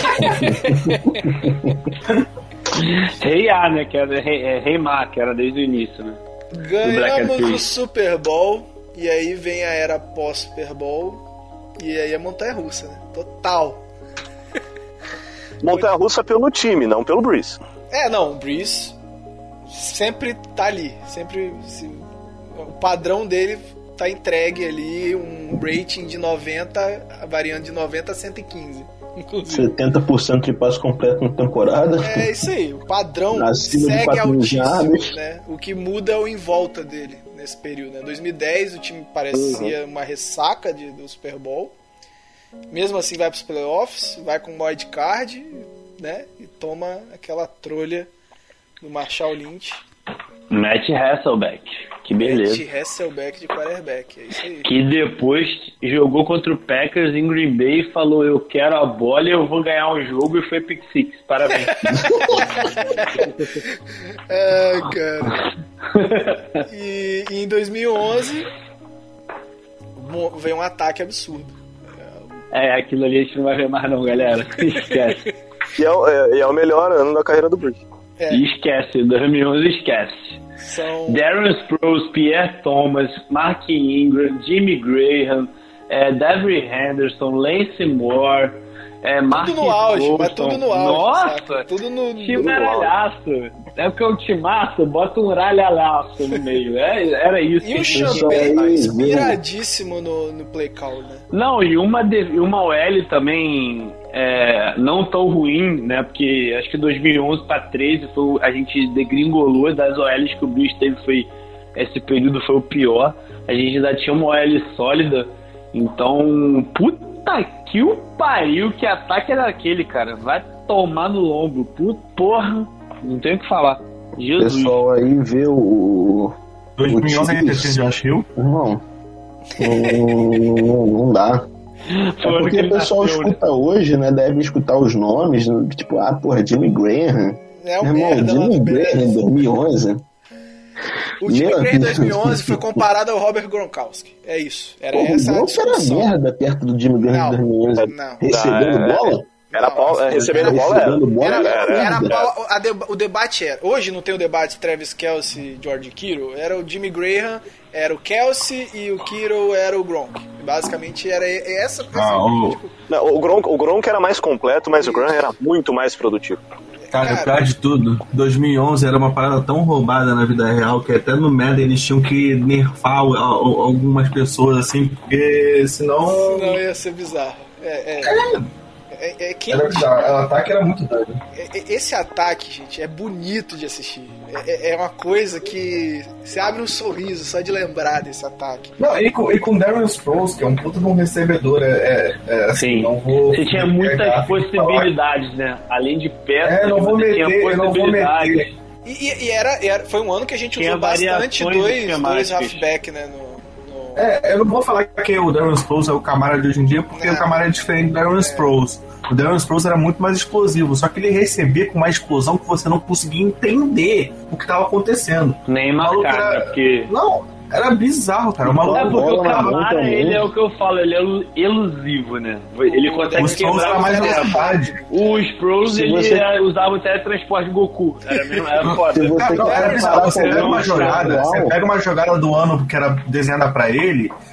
Rei A, né? Que era Rei, é, Rei Ma, que era desde o início, né? Black Eyed Ganhamos o Peas. Super Bowl, e aí vem a era pós-Super Bowl, e aí a montanha-russa, né? Total. Montanha-russa pelo time, não pelo Breeze. É, não, o Breeze sempre tá ali, sempre... Se, o padrão dele tá entregue ali, um rating de noventa, variando de noventa a cento e quinze, inclusive. setenta por cento de passe completo na temporada. É isso aí, o padrão Acima de segue quatro mil altíssimo, jardas. né? O que muda é o em volta dele nesse período, né? dois mil e dez o time parecia uma ressaca de, do Super Bowl. Mesmo assim vai pros playoffs, vai com wild card, né? E toma aquela trolha do Marshall Lynch. Matt Hasselbeck. Que beleza. Matt Hasselbeck de quarterback, é isso aí. Que depois jogou contra o Packers em Green Bay e falou: eu quero a bola e eu vou ganhar um jogo, e foi pick six. Parabéns. É, cara. E, e em dois mil e onze mo- veio um ataque absurdo. É, aquilo ali a gente não vai ver mais não, galera. Esquece. E é, o- é- e é o melhor ano da carreira do Breeze. É, Esquece. dois mil e onze esquece. são Darren Sproles, Pierre Thomas, Mark Ingram, Jimmy Graham, é, Devery Henderson, Lance Moore, é, Mark tudo no auge, Golston. mas tudo no auge. Nossa! saca? Tudo no, Time no ralhaço. É porque o timaço bota um ralhalhaço no meio. É, era isso. E o que a gente Champagne aí, inspiradíssimo no, no play call, né? Não, e uma, de, uma O L também é, não tão ruim, né? Porque acho que dois mil e onze para treze foi, a gente degringolou das O Ls que o Breeze teve, foi, esse período foi o pior. A gente ainda tinha uma O L sólida. Então, puta que o pariu, que ataque era aquele, cara. Vai tomar no lombo. Puta, porra, não tem o que falar. O Jesus. pessoal aí vê o. dois mil e onze a gente tem Josh Hill. Não. Não, não dá. É Foi porque que o pessoal nasceu, né? escuta hoje, né? Deve escutar os nomes, tipo, ah, porra, Jimmy Graham. É o Meu irmão, merda, Jimmy lá, Graham em dois mil e onze. O Jimmy Meu Graham em Deus. dois mil e onze foi comparado ao Robert Gronkowski. É isso. Era Porra, essa o a Bronco era discussão. merda perto do Jimmy Graham em Não, dois mil e onze. não. Recebendo Não, é- bola? Era Não, pau, é, recebendo bola era. Recebendo bola Era, era era merda. pau- a deba- o debate era. Hoje não tem o debate Travis Kelce e George Kittle. Era o Jimmy Graham, era o Kelce e o Kittle era o Gronk. Basicamente era e- essa. essa Ah, o- tipo, Não, o, Gronk, o Gronk era mais completo, mas o Graham era muito mais produtivo. Cara, Cara. o pior de tudo, dois mil e onze era uma parada tão roubada na vida real que até no Madden eles tinham que nerfar o- o- algumas pessoas assim, porque senão. não ia ser bizarro. É, é, é, é quente. Era bizarro. O ataque era muito doido. É- é- Esse ataque, gente, é bonito de assistir. É, é- é uma coisa que você abre um sorriso só de lembrar desse ataque. Não, e com, e com Darren Sproles, que é um puta de um recebedor, é, é, é assim, Sim. não vou. Você tinha pegar muitas e falar. possibilidades, né? Além de peças, É, não vou você meter, tinha eu não vou possibilidades. meter. E, e- e era, era- foi um ano que a gente Tinha usou bastante variações dois, esquemáticas. dois halfback, né? No, no- É, eu não vou falar que o Darren Sproles é o Camara de hoje em dia, porque Não. o Camara é diferente do Darren Sproles. O Darren Sproles era muito mais explosivo, só que ele recebia com uma explosão que você não conseguia entender o que estava acontecendo. Nem O maluco marcar, era- né? Porque... Não, era bizarro, cara. O É maluco porque o bola na mão Camara, também. ele é o que eu falo, ele é elu- elusivo, né? Ele consegue o Sproles quebrar era o mais tempo. velocidade. O Sproles, Se ele você- é- usava o teletransporte Goku. Era, mesmo, era foda. Se você Cara, não, quer era bizarro. comparar Você com pega uma o jogada, atual, você pega uma jogada do ano que era desenhada pra ele,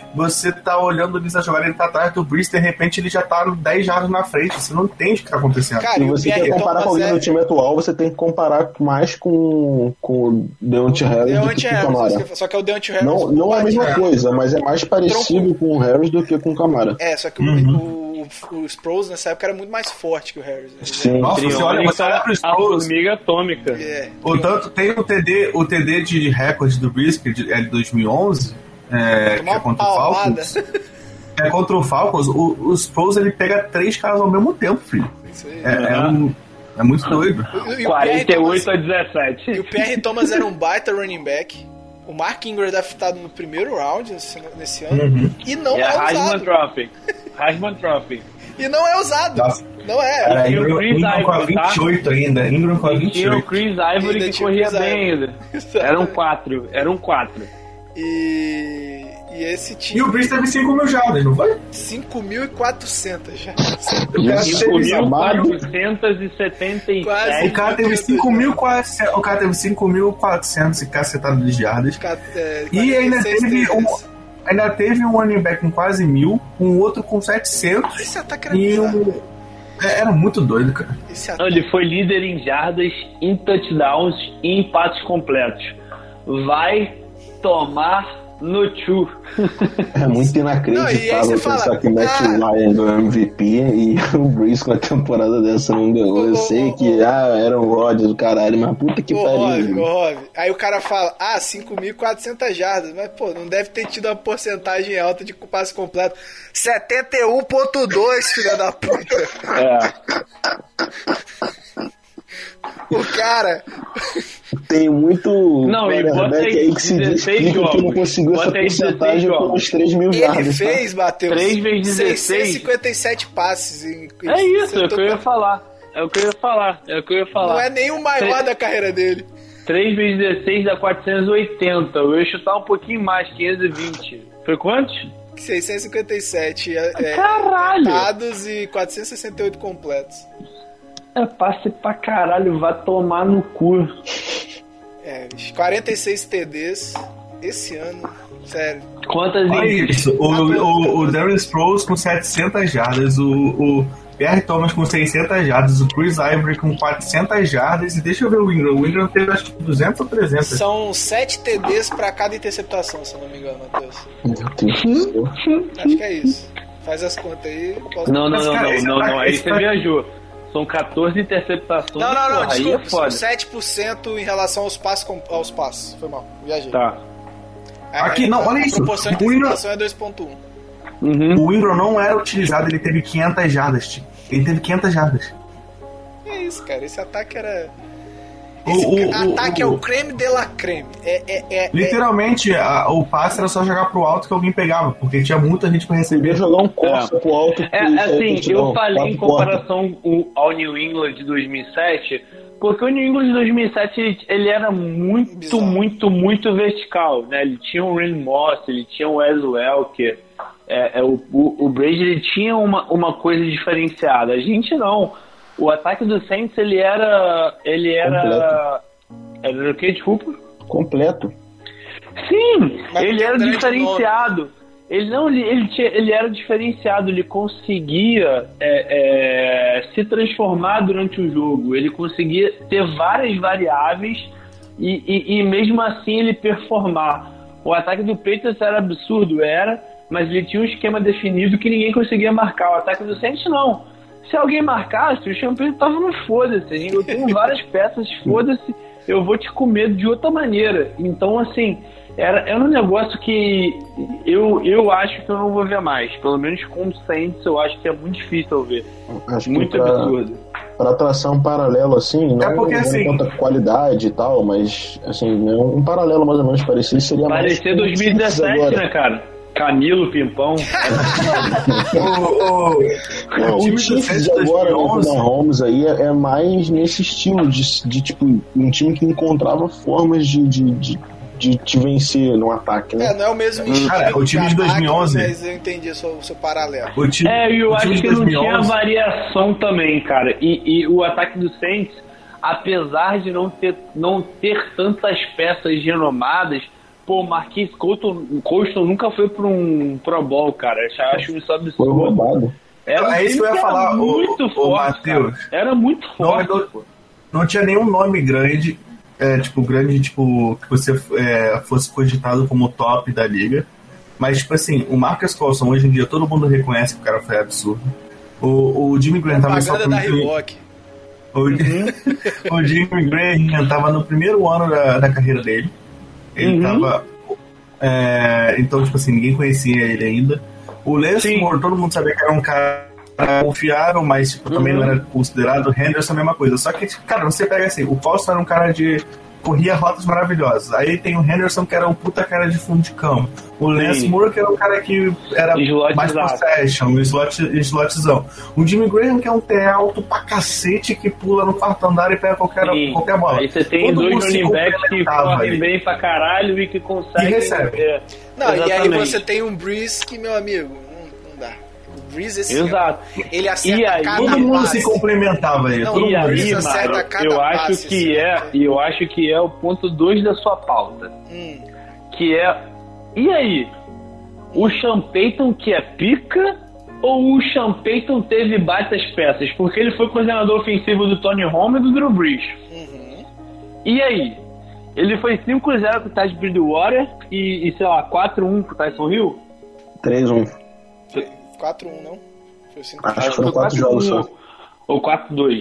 você tá olhando o Brees jogar, ele tá atrás do Brees, de repente ele já tá dez jardas na frente, você não entende o que tá acontecendo. Cara, se você quer comparar com alguém é... no time atual, você tem que comparar mais com, com o Deontay Harris do que com o Kamara. Só que é o Deontay Harris. Não, não é a mesma coisa, mas é mais parecido Tronco. com o Harris do que com o Kamara. É, só que uhum. o, o, o Sproles nessa época era muito mais forte que o Harris. Né? Sim. Nossa, você olha, você olha pro Sproles. A formiga atômica. Yeah. O tanto tem o T D, o T D de recorde do Brees, que é de dois mil e onze, é, que é contra o Falcons. É contra o Falcons, o, o Sproles ele pega três caras ao mesmo tempo, filho. Isso aí. É, é, um, é muito doido. quarenta e oito a dezessete. E o P R Thomas era um baita running back. O Mark Ingram draftado no primeiro round nesse, nesse ano. Uhum. E não é, é usado. Heisman Trophy. Heisman Trophy. E não é usado. Nossa. Não é. Era Ingram, Ingram com a vinte e oito tá? ainda. Ingram com a vinte e oito. E o Chris Ivory ainda que corria bem ainda. Eram quatro. Eram quatro. E... E esse time... E o Brees teve cinco mil jardas, não foi? cinco mil e quatrocentas já. cinco mil quatrocentos e setenta e sete. O cara teve cinco mil e quatrocentos e cacetado de jardas. É, e ainda teve, um, ainda teve um running back com quase mil, um outro com setecentos. Esse ataque era e um, é, era muito doido, cara. Esse ataque... Ele foi líder em jardas, em touchdowns e em passes completos. Vai tomar no tchu. É muito inacreditável não, pensar fala, que Matt ah, Ryan ganhou M V P e o Brees com a temporada dessa não ganhou. Eu oh, sei oh, que oh, ah, era um Rodgers do caralho, mas puta que oh, pariu. Oh, oh, aí o cara fala, ah, cinco mil e quatrocentas jardas, mas pô, não deve ter tido uma porcentagem alta de passe completo. setenta e um ponto dois, filha da puta. É. O cara tem muito não, e bota aí, aí que se diz que não conseguiu essa porcentagem com os três mil jardas. Ele fez, tá? Matheus, três vezes dezesseis. seiscentos e cinquenta e sete passes em, em é isso, é o que eu ia falar é o que eu ia falar é o que eu ia falar não é nem o maior três, da carreira dele. Três vezes dezesseis dá quatrocentos e oitenta. Eu ia chutar um pouquinho mais, quinhentos e vinte. Foi quantos? seiscentos e cinquenta e sete é, caralho dados e quatrocentos e sessenta e oito completos. É passe pra caralho, vai tomar no cu. É, quarenta e seis T Ds esse ano, sério. Quantas Olha isso, o, o, o Darren Sproles com setecentas jardas, o, o P R Thomas com seiscentas jardas, o Chris Ivory com quatrocentas jardas, e deixa eu ver o Ingram, o Ingram teve acho que duzentas ou trezentas. São sete T Ds pra cada interceptação, se eu não me engano, Matheus. Meu Deus. Acho que é isso. Faz as contas aí. Posso... Não, não, não, não, não, não, aí você viajou. São catorze interceptações. Não, não, não, porra, desculpa, aí é foda. são sete por cento em relação aos passes, aos passes. Foi mal, viajei. Tá. Aqui, a, não, olha a isso. A proporção de interceptação é dois ponto um. Uhum. O Ingram não era utilizado, ele teve quinhentas jardas. Ele teve quinhentas jardas. É isso, cara, esse ataque era... O, esse o, ataque o, é o, o creme de la creme. É, é, é, literalmente, é... A, o passe era só jogar pro alto que alguém pegava, porque tinha muita gente pra receber. Jogar um corso é. pro alto. É, assim, eu falei em comparação ao New England de dois mil e sete, porque o New England de dois mil e sete ele, ele era muito, Bizarro. muito, muito vertical, né? Ele tinha o Randy Moss, ele tinha o Wes Welker, é, é, o, o, o Brady ele tinha uma, uma coisa diferenciada. A gente não. O ataque do Saints, ele era... Ele era... Completo. Era o que, desculpa? Completo. Sim! Mas ele era diferenciado. Ele não... Ele, ele, tinha, ele era diferenciado. Ele conseguia é, é, se transformar durante o jogo. Ele conseguia ter várias variáveis e, e, e mesmo assim ele performar. O ataque do Patriots era absurdo, era, mas ele tinha um esquema definido que ninguém conseguia marcar. O ataque do Saints, não. Se alguém marcasse, o Champagne tava no foda-se. Eu tenho várias peças, foda-se, eu vou te comer de outra maneira. Então, assim, era, era um negócio que eu, eu acho que eu não vou ver mais. Pelo menos com o Saints, eu acho que é muito difícil eu ver. Acho muito que pra, absurdo. Pra traçar um paralelo, assim, não é porque, não assim, quanto a qualidade e tal, mas, assim, um paralelo mais ou menos parecido seria mais... Parecer dois mil e dezessete, né, cara? Camilo, Pimpão. o, o, não, o Chiefs de agora, o Mahomes aí, é, é mais nesse estilo de, de, tipo, um time que encontrava formas de, de, de, de te vencer no ataque, né? É, não é o mesmo estilo. Cara, o time de dois mil e onze... Mas eu entendi o seu, o seu paralelo. O time, é, e eu acho que não tinha variação também, cara. E, e o ataque do Saints, apesar de não ter, não ter tantas peças renomadas, pô, Marquise Colston, Colston nunca foi pra um Pro Bowl, cara. Eu acho isso absurdo. Foi roubado. Era um É isso que eu ia time falar, era muito o, forte, o Matheus. cara. Era muito forte. Não, não, não tinha nenhum nome grande, é, tipo, grande, tipo, que você é, fosse cogitado como top da liga. Mas, tipo assim, o Marcus Colston, hoje em dia, todo mundo reconhece que o cara foi absurdo. O, o Jimmy Graham tava só Propaganda da Reebok. O, o Jimmy Graham tava no primeiro ano da, da carreira dele. Ele Uhum. tava... É, então, tipo assim, ninguém conhecia ele ainda. O Lance Sim. Moore, todo mundo sabia que era um cara confiável, mas tipo, também Uhum. não era considerado. O Henderson, a mesma coisa. Só que, cara, você pega assim, o Colston era um cara de... corria rotas maravilhosas. Aí tem o Henderson, que era um puta cara de fundo de campo. O Lance Sim. Moore, que era um cara que era Slotizado. mais possession, um slot, slotzão. O Jimmy Graham, que é um T alto pra cacete, que pula no quarto andar e pega qualquer, Sim. qualquer bola. Aí você tem Todo dois mundo se running backs que complementava correm ali. bem pra caralho e que conseguem... E recebe. é, Não, e aí exatamente. você tem um Breeze que, meu amigo, não, não dá. O Breeze, esse Exato. ele acerta E aí, cada Todo mundo passe. se complementava aí. Não, todo E mundo aí, Breeze acerta Mário, cada eu acho passe, que assim. é, e eu acho que é o ponto dois da sua pauta, Hum. que é, e aí, o Sean Payton que é pica ou o Sean Payton teve baitas peças? Porque ele foi coordenador ofensivo do Tony Romo e do Drew Brees. Uhum. E aí, ele foi cinco a zero com o Ty Bridgewater e, e, sei lá, quatro a um com o Tyson Hill? três a um. quatro a um, não? Foi cinco Acho que foram quatro jogos só. Ou quatro a dois.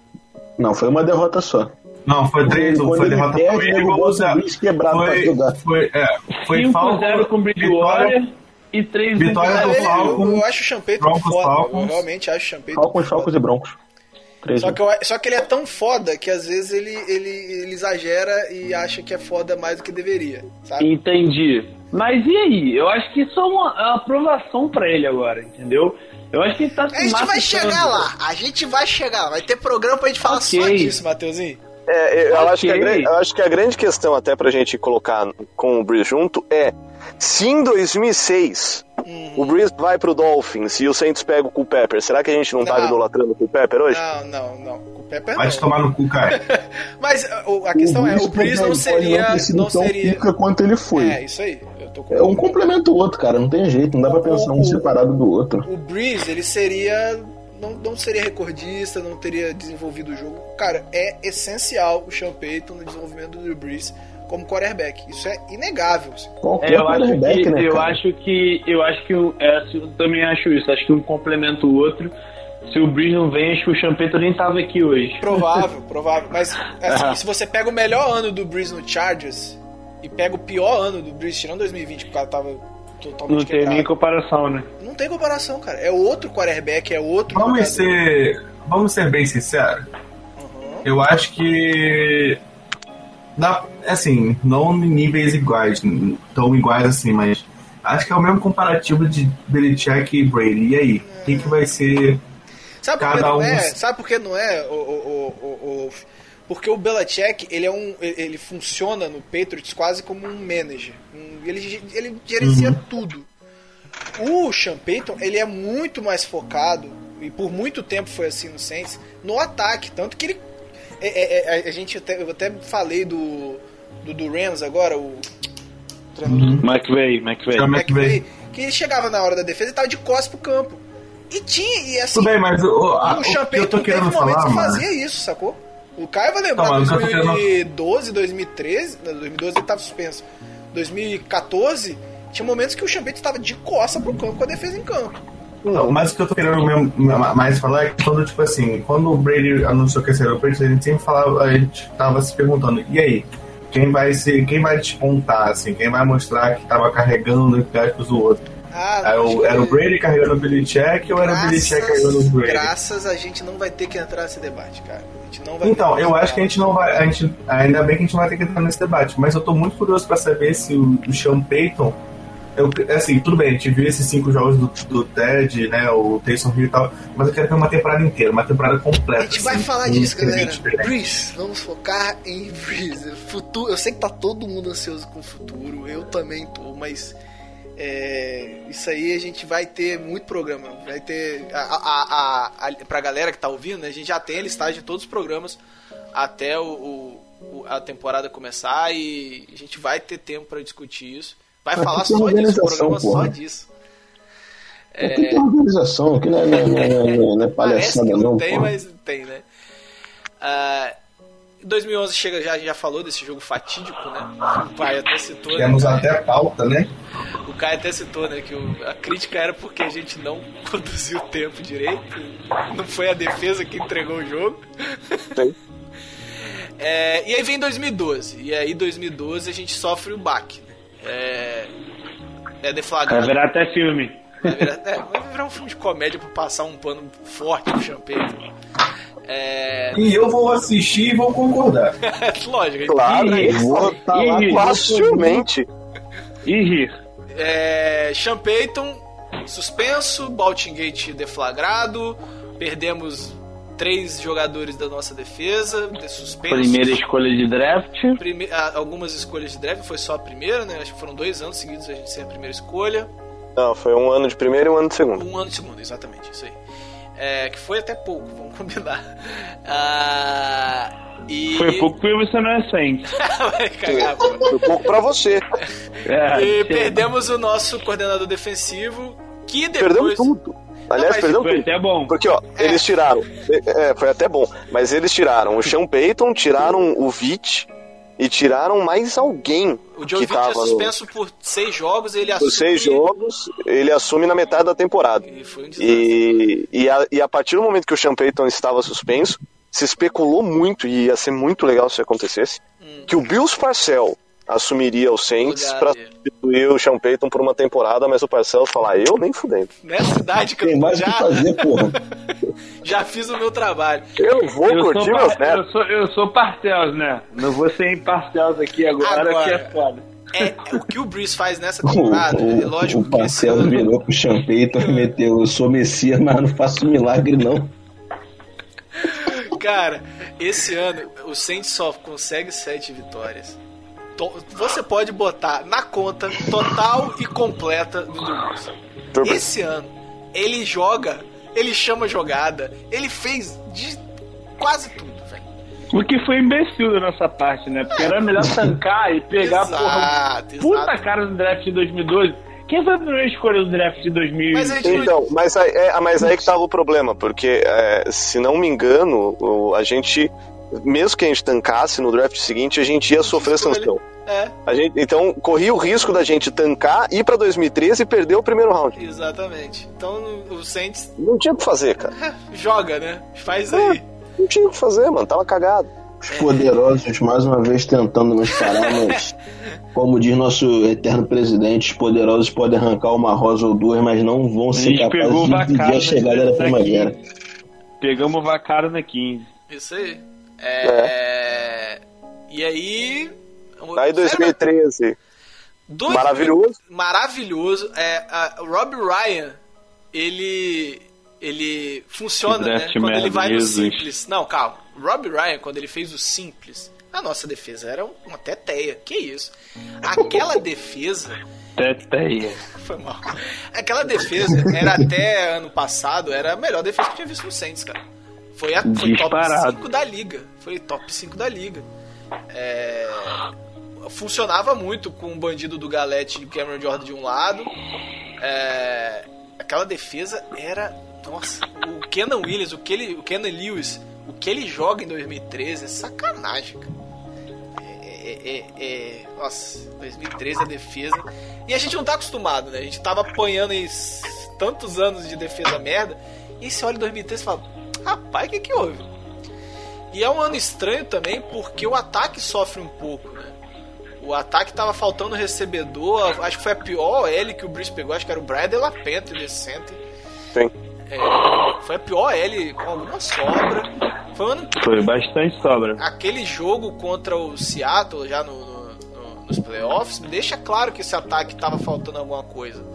Não, foi uma derrota só. Não, foi três, Quando foi ele derrota perde, foi ele igual bota o Zé. o Breeze quebrado pra Foi, jogar. foi, é, foi cinco a Falcon, zero com o Bridgewater Vitória, e três a um com o Vitória Tyson do Eu, Hill. Falcon. eu acho o Sean Payton Broncos, foda. Eu Falcons. realmente acho o Sean Payton Falcons, foda. Falcons e Broncos. três a Só um. que, eu, só que ele é tão foda que às vezes ele, ele, ele exagera e acha que é foda mais do que deveria, sabe? Entendi. Mas e aí? Eu acho que isso é uma, é uma aprovação pra ele agora, entendeu? Eu acho que ele tá se A gente vai matando. chegar lá, a gente vai chegar lá. Vai ter programa pra gente falar Ok. só disso, Mateuzinho. É, eu, Ok. acho que a, gran- eu acho que a grande questão, até pra gente colocar com o Breeze junto, é se em dois mil e seis Uhum. o Breeze vai pro Dolphins e o Saints pega o Culpepper, será que a gente não, tá Não. idolatrando o Culpepper hoje? Não, não, não. O Pepper vai te não. tomar no cu, cara. Mas uh, a questão é, o Breeze não pode seria... ter sido Não tão seria... pica quanto ele foi. É, isso aí. Eu tô com... É um complementa o outro, cara. Não tem jeito. Não dá pra pensar um O- separado do outro. O Breeze, ele seria... Não, não seria recordista, não teria desenvolvido o jogo. Cara, é essencial o Sean Payton no desenvolvimento do Drew Brees como quarterback. Isso é inegável. Assim. Qualquer É, eu acho quarterback, que, né, eu cara? acho que, eu acho que, um- é, eu também acho isso. Acho que um complementa o outro. Se o Breeze não vem, acho que o Sean Payton nem tava aqui hoje. Provável, provável. Mas assim, Aham. se você pega o melhor ano do Breeze no Chargers e pega o pior ano do Breeze, tirando dois mil e vinte, que o cara tava totalmente Não tem quebrado. nem comparação, né? Não tem comparação, cara. É outro quarterback, é outro Vamos jogador. ser, vamos ser bem sinceros. Uhum. Eu acho que dá, assim, não em níveis iguais, tão iguais assim, mas acho que é o mesmo comparativo de Belichick e Brady. E aí, o que, que vai ser? Sabe por que Cada não um- é? Sabe por que não é? O, o, o, o- porque o Belichick, ele é um, ele funciona no Patriots quase como um manager. Um- Ele, ele gerencia Uhum. tudo. O Sean Payton, ele é muito mais focado, e por muito tempo foi assim no Saints, no ataque. Tanto que ele... é- é- é- a gente até, eu até falei do, do, do Rams agora, o treinador do McVay, McVay. Chama- McVay, que ele chegava na hora da defesa e tava de costas pro campo. E tinha, e assim... Tudo bem, mas o, a, o o Sean que eu tô Payton teve querendo momentos falar, que mano. fazia isso, sacou? O Caio vai lembrar, Não, mas o que eu tô dois mil e doze, dois mil e treze, não, dois mil e doze ele tava suspenso. dois mil e quatorze, tinha momentos que o Sean Payton tava de costa pro campo com a defesa em campo. Não, mas o que eu tô querendo mesmo, mais falar é que quando, tipo assim, quando o Brady anunciou que ia ser o Patriots, a gente sempre falava, a gente tava se perguntando, e aí? Quem vai ser, quem vai despontar, assim, quem vai mostrar que tava carregando entre aspas o outro? Ah, Era acho o, que- era o Brady carregando o Belichick ou era o Belichick carregando o Brady? graças a gente não vai ter que entrar nesse debate, cara. A gente não vai Então, ter eu que acho que a gente não vai. A gente, ainda bem que a gente não vai ter que entrar nesse debate, mas eu tô muito curioso pra saber se o, o Sean Payton. Eu, assim, tudo bem, a gente viu esses cinco jogos do, do Ted, né? O Taysom Hill e tal, mas eu quero ver uma temporada inteira, uma temporada completa. A gente vai assim, falar com disso, galera. escrever diferente. Breeze, vamos focar em Breeze. Futuro, eu sei que tá todo mundo ansioso com o futuro, eu também tô, mas é, isso aí a gente vai ter muito programa. Vai ter. A, a, a, a, pra galera que tá ouvindo, né, a gente já tem a listagem de todos os programas até o, o, a temporada começar e a gente vai ter tempo para discutir isso. Vai Mas falar tem só disso, o programa organização, só porra. disso. É... Tem organização, que não é, não é, não é, não é Parece palhaçada que não, não, tem, porra. mas tem, né? Ah, em dois mil e onze chega, já, a gente já falou desse jogo fatídico, né? O pai até citou. Temos né? até pauta, né? O Caio até citou, né? Que o, a crítica era porque a gente não produziu o tempo direito. Não foi a defesa que entregou o jogo. Sim. É, e aí vem dois mil e doze. E aí, dois mil e doze, a gente sofre o baque. Né? É, é deflagrado. Vai virar até filme. Vai virar, é, vai virar um filme de comédia pra passar um pano forte pro Champeito. É... E eu vou assistir e vou concordar. Lógico. Claro, E- eu vou estar e- lá e- facilmente. E rir. É, Sean Payton suspenso, Baltingate deflagrado, perdemos três jogadores da nossa defesa de suspensos. Primeira escolha de draft. Prime- ah, algumas escolhas de draft, foi só a primeira, né? Acho que foram dois anos seguidos a gente ser a primeira escolha. Não, foi um ano de primeiro e um ano de segundo. Um ano de segundo, exatamente, isso aí. É, que foi até pouco, vamos combinar. Ah, e... Foi pouco porque você não é Saints. Vai cagar, pô. Foi pouco pra você. É, E sim. perdemos o nosso coordenador defensivo, que Perdemos depois... tudo. Aliás, mas perdemos Foi tudo. até bom. Porque, ó, É. eles tiraram. É, foi até bom. Mas eles tiraram o Sean Payton, tiraram o Vitt e tiraram mais alguém O Joe que Vitt é tava no, suspenso por seis jogos, ele por assume... seis jogos. Ele assume na metade da temporada. E foi um desastre. E, e, a, e a partir do momento que o Sean Payton estava suspenso, se especulou muito, e ia ser muito legal se acontecesse, Hum. que o Bills Parcells assumiria o Saints Lugar para dele. substituir o Sean Payton por uma temporada, mas o Parcells falar, eu nem fudendo. Nessa idade que Tem eu mais o já, que fazer, porra. já fiz o meu trabalho. Eu vou Eu curtir sou, meus par... netos. eu, sou, eu sou parciais, né? Não vou ser imparciais aqui agora, Agora. que é foda. É, o que o Breeze faz nessa O, temporada, é lógico o, o que esse Marcelo ano... virou pro Sean Payton e meteu, eu sou Messias, mas não faço milagre não. Cara, esse ano o Saints só consegue sete vitórias. To- Você pode botar na conta total e completa do Drew Brees. Esse ano, ele joga, ele chama jogada, ele fez de quase tudo, velho. O que foi imbecil da nossa parte, né? Porque era melhor tancar e pegar Exato, porra, exato. puta cara do draft de dois mil e doze. Quem foi a primeira escolha do draft de dois mil e Mas a gente não- Então, mas aí, é, mas aí que tava o problema, porque, é, se não me engano, o- a gente, mesmo que a gente tancasse no draft seguinte, a gente ia sofrer escolha. sanção. É, A gente, então, corria o risco da gente tancar, ir pra dois mil e treze e perder o primeiro round. exatamente. Então o Saints Não tinha o que fazer, cara. joga, né? Faz aí. Não tinha o que fazer, mano. Tava cagado. Os poderosos mais uma vez tentando nos parar, mas como diz nosso eterno presidente, os poderosos podem arrancar uma rosa ou duas, mas não vão ser gente pegou o capazes de impedir Vaccaro a chegada da nesse primavera. daqui. Pegamos o Vaccaro na quinze. Isso aí. É... E aí... Aí dois mil e treze, Dois- maravilhoso. Maravilhoso. É, a, o Rob Ryan, ele ele funciona, Que né? draft Quando ele merda, vai no Jesus. simples. Não, calma. O Rob Ryan, quando ele fez o simples, a nossa defesa era uma teteia. Que isso? Aquela defesa Teteia. foi mal. Aquela defesa era até ano passado, era a melhor defesa que eu tinha visto no Saints, cara. Foi a foi top Disparado. cinco da liga. Foi top cinco da liga. É, funcionava muito com o bandido do Galete e Cameron Jordan de um lado. É, aquela defesa era... Nossa, o Kenan Williams, o, que ele, o Kenan Lewis, o que ele joga em dois mil e treze é sacanagem, cara. É, é, é, é, nossa, dois mil e treze a defesa. E a gente não tá acostumado, né? A gente tava apanhando em s- tantos anos de defesa merda. E você olha em dois mil e treze e fala: rapaz, o que que houve? E é um ano estranho também porque o ataque sofre um pouco, né? O ataque tava faltando recebedor. Acho que foi a pior O L que o Breeze pegou. Acho que era o Brian De La Pente decente. Sim. É, foi a pior O L com alguma sobra. Foi um ano Foi bastante sobra. aquele jogo contra o Seattle já no, no- no- nos playoffs me deixa claro que esse ataque tava faltando alguma coisa.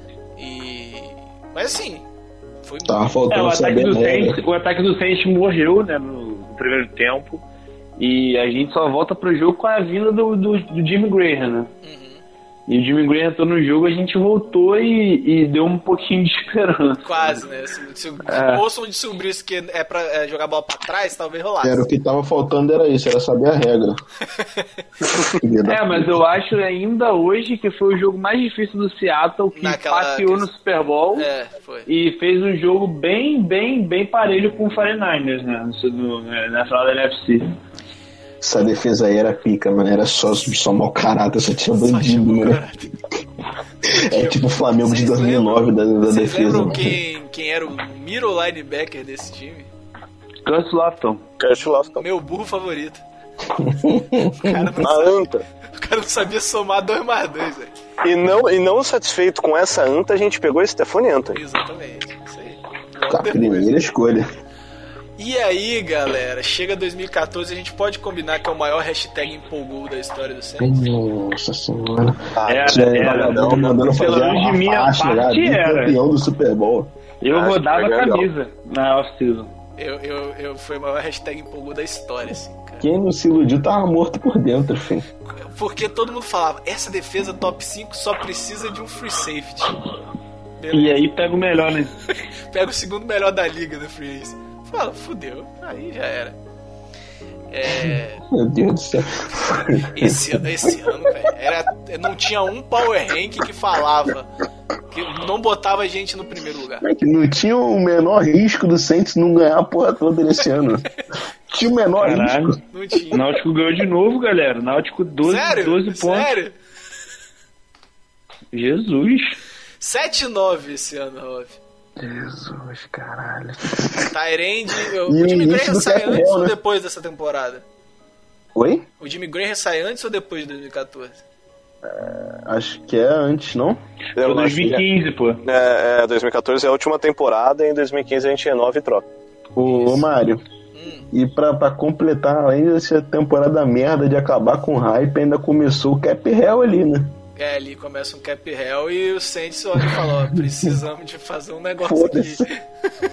E mas assim, foi Tava É, faltando o ataque, saber do né? Saints, o ataque do Saints morreu, né, no, no primeiro tempo. E a gente só volta pro jogo com a vinda do, do, do Jimmy Graham, né? Uhum. E o Jimmy Graham entrou no jogo, a gente voltou e, e deu um pouquinho de esperança. Quase, né? Se, se o é. Bolson descobrisse que é pra é, jogar a bola pra trás, talvez rolasse. Era o que tava faltando, era isso, era saber a regra. É, mas eu acho ainda hoje que foi o jogo mais difícil do Seattle, que Naquela passeou que... no Super Bowl é, foi. E fez um jogo bem, bem, bem parelho com o quarenta e nine ers, né? No, na final da N F C. Essa defesa aí era pica, mano. Era só, só mau caráter, só tinha bandido, mano. É tipo o Flamengo de dois mil e nove da, da Vocês defesa. Vocês lembram quem, quem era o middle linebacker desse time? Kurt Lofton. Kurt Lofton. Meu burro favorito. Na anta. O cara não sabia somar dois mais dois, velho. E não, e não satisfeito com essa anta, a gente pegou esse Stephone Anta. Exatamente, isso aí. A primeira escolha. E aí, galera, chega dois mil e catorze, a gente pode combinar que é o maior hashtag empolgou da história do Saints? Nossa senhora. Era, é, era. Não, mandando Pelo fazer menos uma de minha faixa, parte já, era. campeão do Super Bowl. Eu Acho rodava que a é legal. camisa na off-season. Eu, eu, eu, foi o maior hashtag empolgou da história, assim, cara. Quem não se iludiu tava morto por dentro, filho. Porque todo mundo falava, essa defesa top cinco só precisa de um free safety. Beleza. E aí pega o melhor, né? Pega o segundo melhor da liga no free agency. Fala, fudeu, aí já era. É... Meu Deus do céu. Esse, esse ano, velho, era, não tinha um power rank que falava que não botava a gente no primeiro lugar. Não tinha o menor risco do Saints não ganhar a porra toda nesse ano. Tinha o menor Caralho. risco. Não tinha. Náutico ganhou de novo, galera. Náutico doze, Sério? doze pontos. Sério? Jesus. sete a nove esse ano, Rolf. Jesus, caralho. Tyrande, E o Jimmy o início Graham do sai Cap antes Hell, ou né? depois dessa temporada? Oi? O Jimmy Graham sai antes ou depois de dois mil e catorze? Acho que é antes, não? Eu Foi acho dois mil e quinze, pô. que É, é, dois mil e catorze é a última temporada, e em dois mil e quinze a gente renova e troca. Ô, ô Mário. Hum. E pra, pra completar, além dessa temporada merda de acabar com o hype, ainda começou o Cap Hell ali, né? É, ali começa um cap hell e o Saints olha e fala, ó, precisamos de fazer um negócio Foda-se. aqui.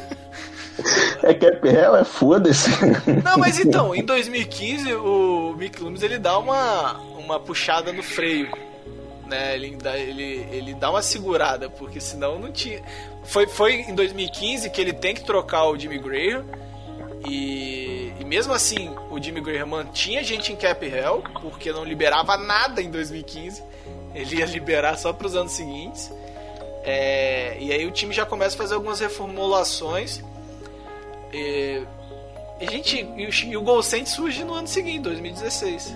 É Cap Hell? É foda-se. Não, mas então, em dois mil e quinze o Mick Loomis ele dá uma, uma puxada no freio, né? Ele dá, ele, ele dá uma segurada, porque senão não tinha... Foi, foi em dois mil e quinze que ele tem que trocar o Jimmy Graham e, e mesmo assim o Jimmy Graham mantinha a gente em cap hell, porque não liberava nada em dois mil e quinze. Ele ia liberar só para os anos seguintes. É, e aí o time já começa a fazer algumas reformulações. E, e, a gente, e, o, e o Gol Saints surge no ano seguinte, dois mil e dezesseis.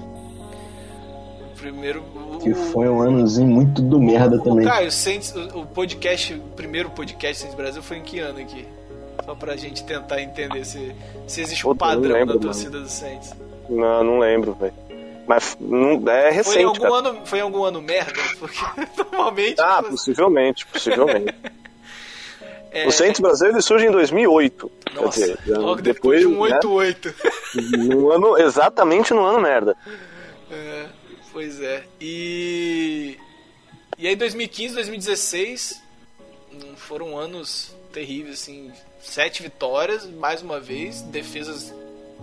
Primeiro, o, Que foi um anozinho muito do merda o, também. O Caio, o, Saints, o, o podcast, o primeiro podcast Saints Brasil foi em que ano aqui? Só pra gente tentar entender se, se existe um Puta, eu não padrão lembro, da torcida do Saints. Não, não lembro, velho. Mas não, é recente, Foi em algum cara. ano, foi em algum ano merda? Porque normalmente... Ah, possivelmente, possivelmente. É... O Saints Brasil ele surge em dois mil e oito. Nossa, quer dizer, logo depois, depois de um oito oito. Né? No ano, exatamente no ano merda. É, pois é. E... E aí dois mil e quinze, dois mil e dezesseis foram anos terríveis, assim. Sete vitórias, mais uma vez. Defesas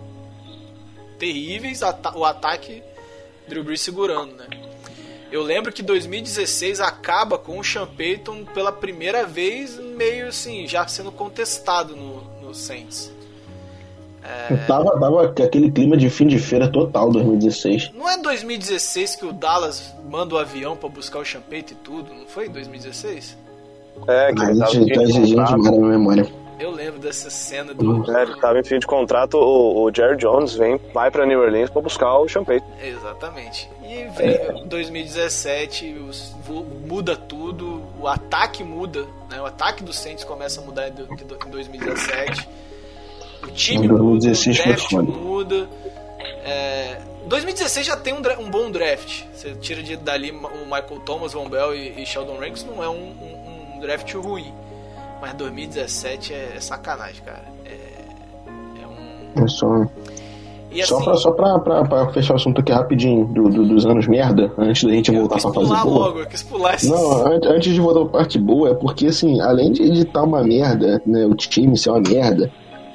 terríveis. O ataque... Drew Brees segurando, né? Eu lembro que dois mil e dezesseis acaba com o Sean Payton pela primeira vez meio assim, já sendo contestado no, no Saints. É... Tava, tava aquele clima de fim de feira total, dois mil e dezesseis. Não é dois mil e dezesseis que o Dallas manda o avião pra buscar o Sean Payton e tudo? Não foi em dois mil e dezesseis? É, que ah, ele tava gente, tá exigente demais na memória. Eu lembro dessa cena do... É, ele tava em fim de contrato, o, o Jerry Jones vem, vai pra New Orleans pra buscar o Sean Payton. Exatamente. E vem dois mil e dezessete, os, muda tudo, o ataque muda, né? O ataque do Saints começa a mudar em dois mil e dezessete. O time muda, o draft muda. É, dois mil e dezesseis já tem um, um bom draft. Você tira de, dali o Michael Thomas, Von Bell e, e Sheldon Rankins, não é um, um, um draft ruim. Mas dois mil e dezessete é, é sacanagem, cara. É, é um... É só... E só assim, pra, só pra, pra, pra fechar o assunto aqui rapidinho do, do, dos anos merda, antes da gente voltar pra fase boa. Logo, eu quis pular esse... Não, antes de voltar pra parte boa, é porque assim, além de estar uma merda, né, o time ser uma merda,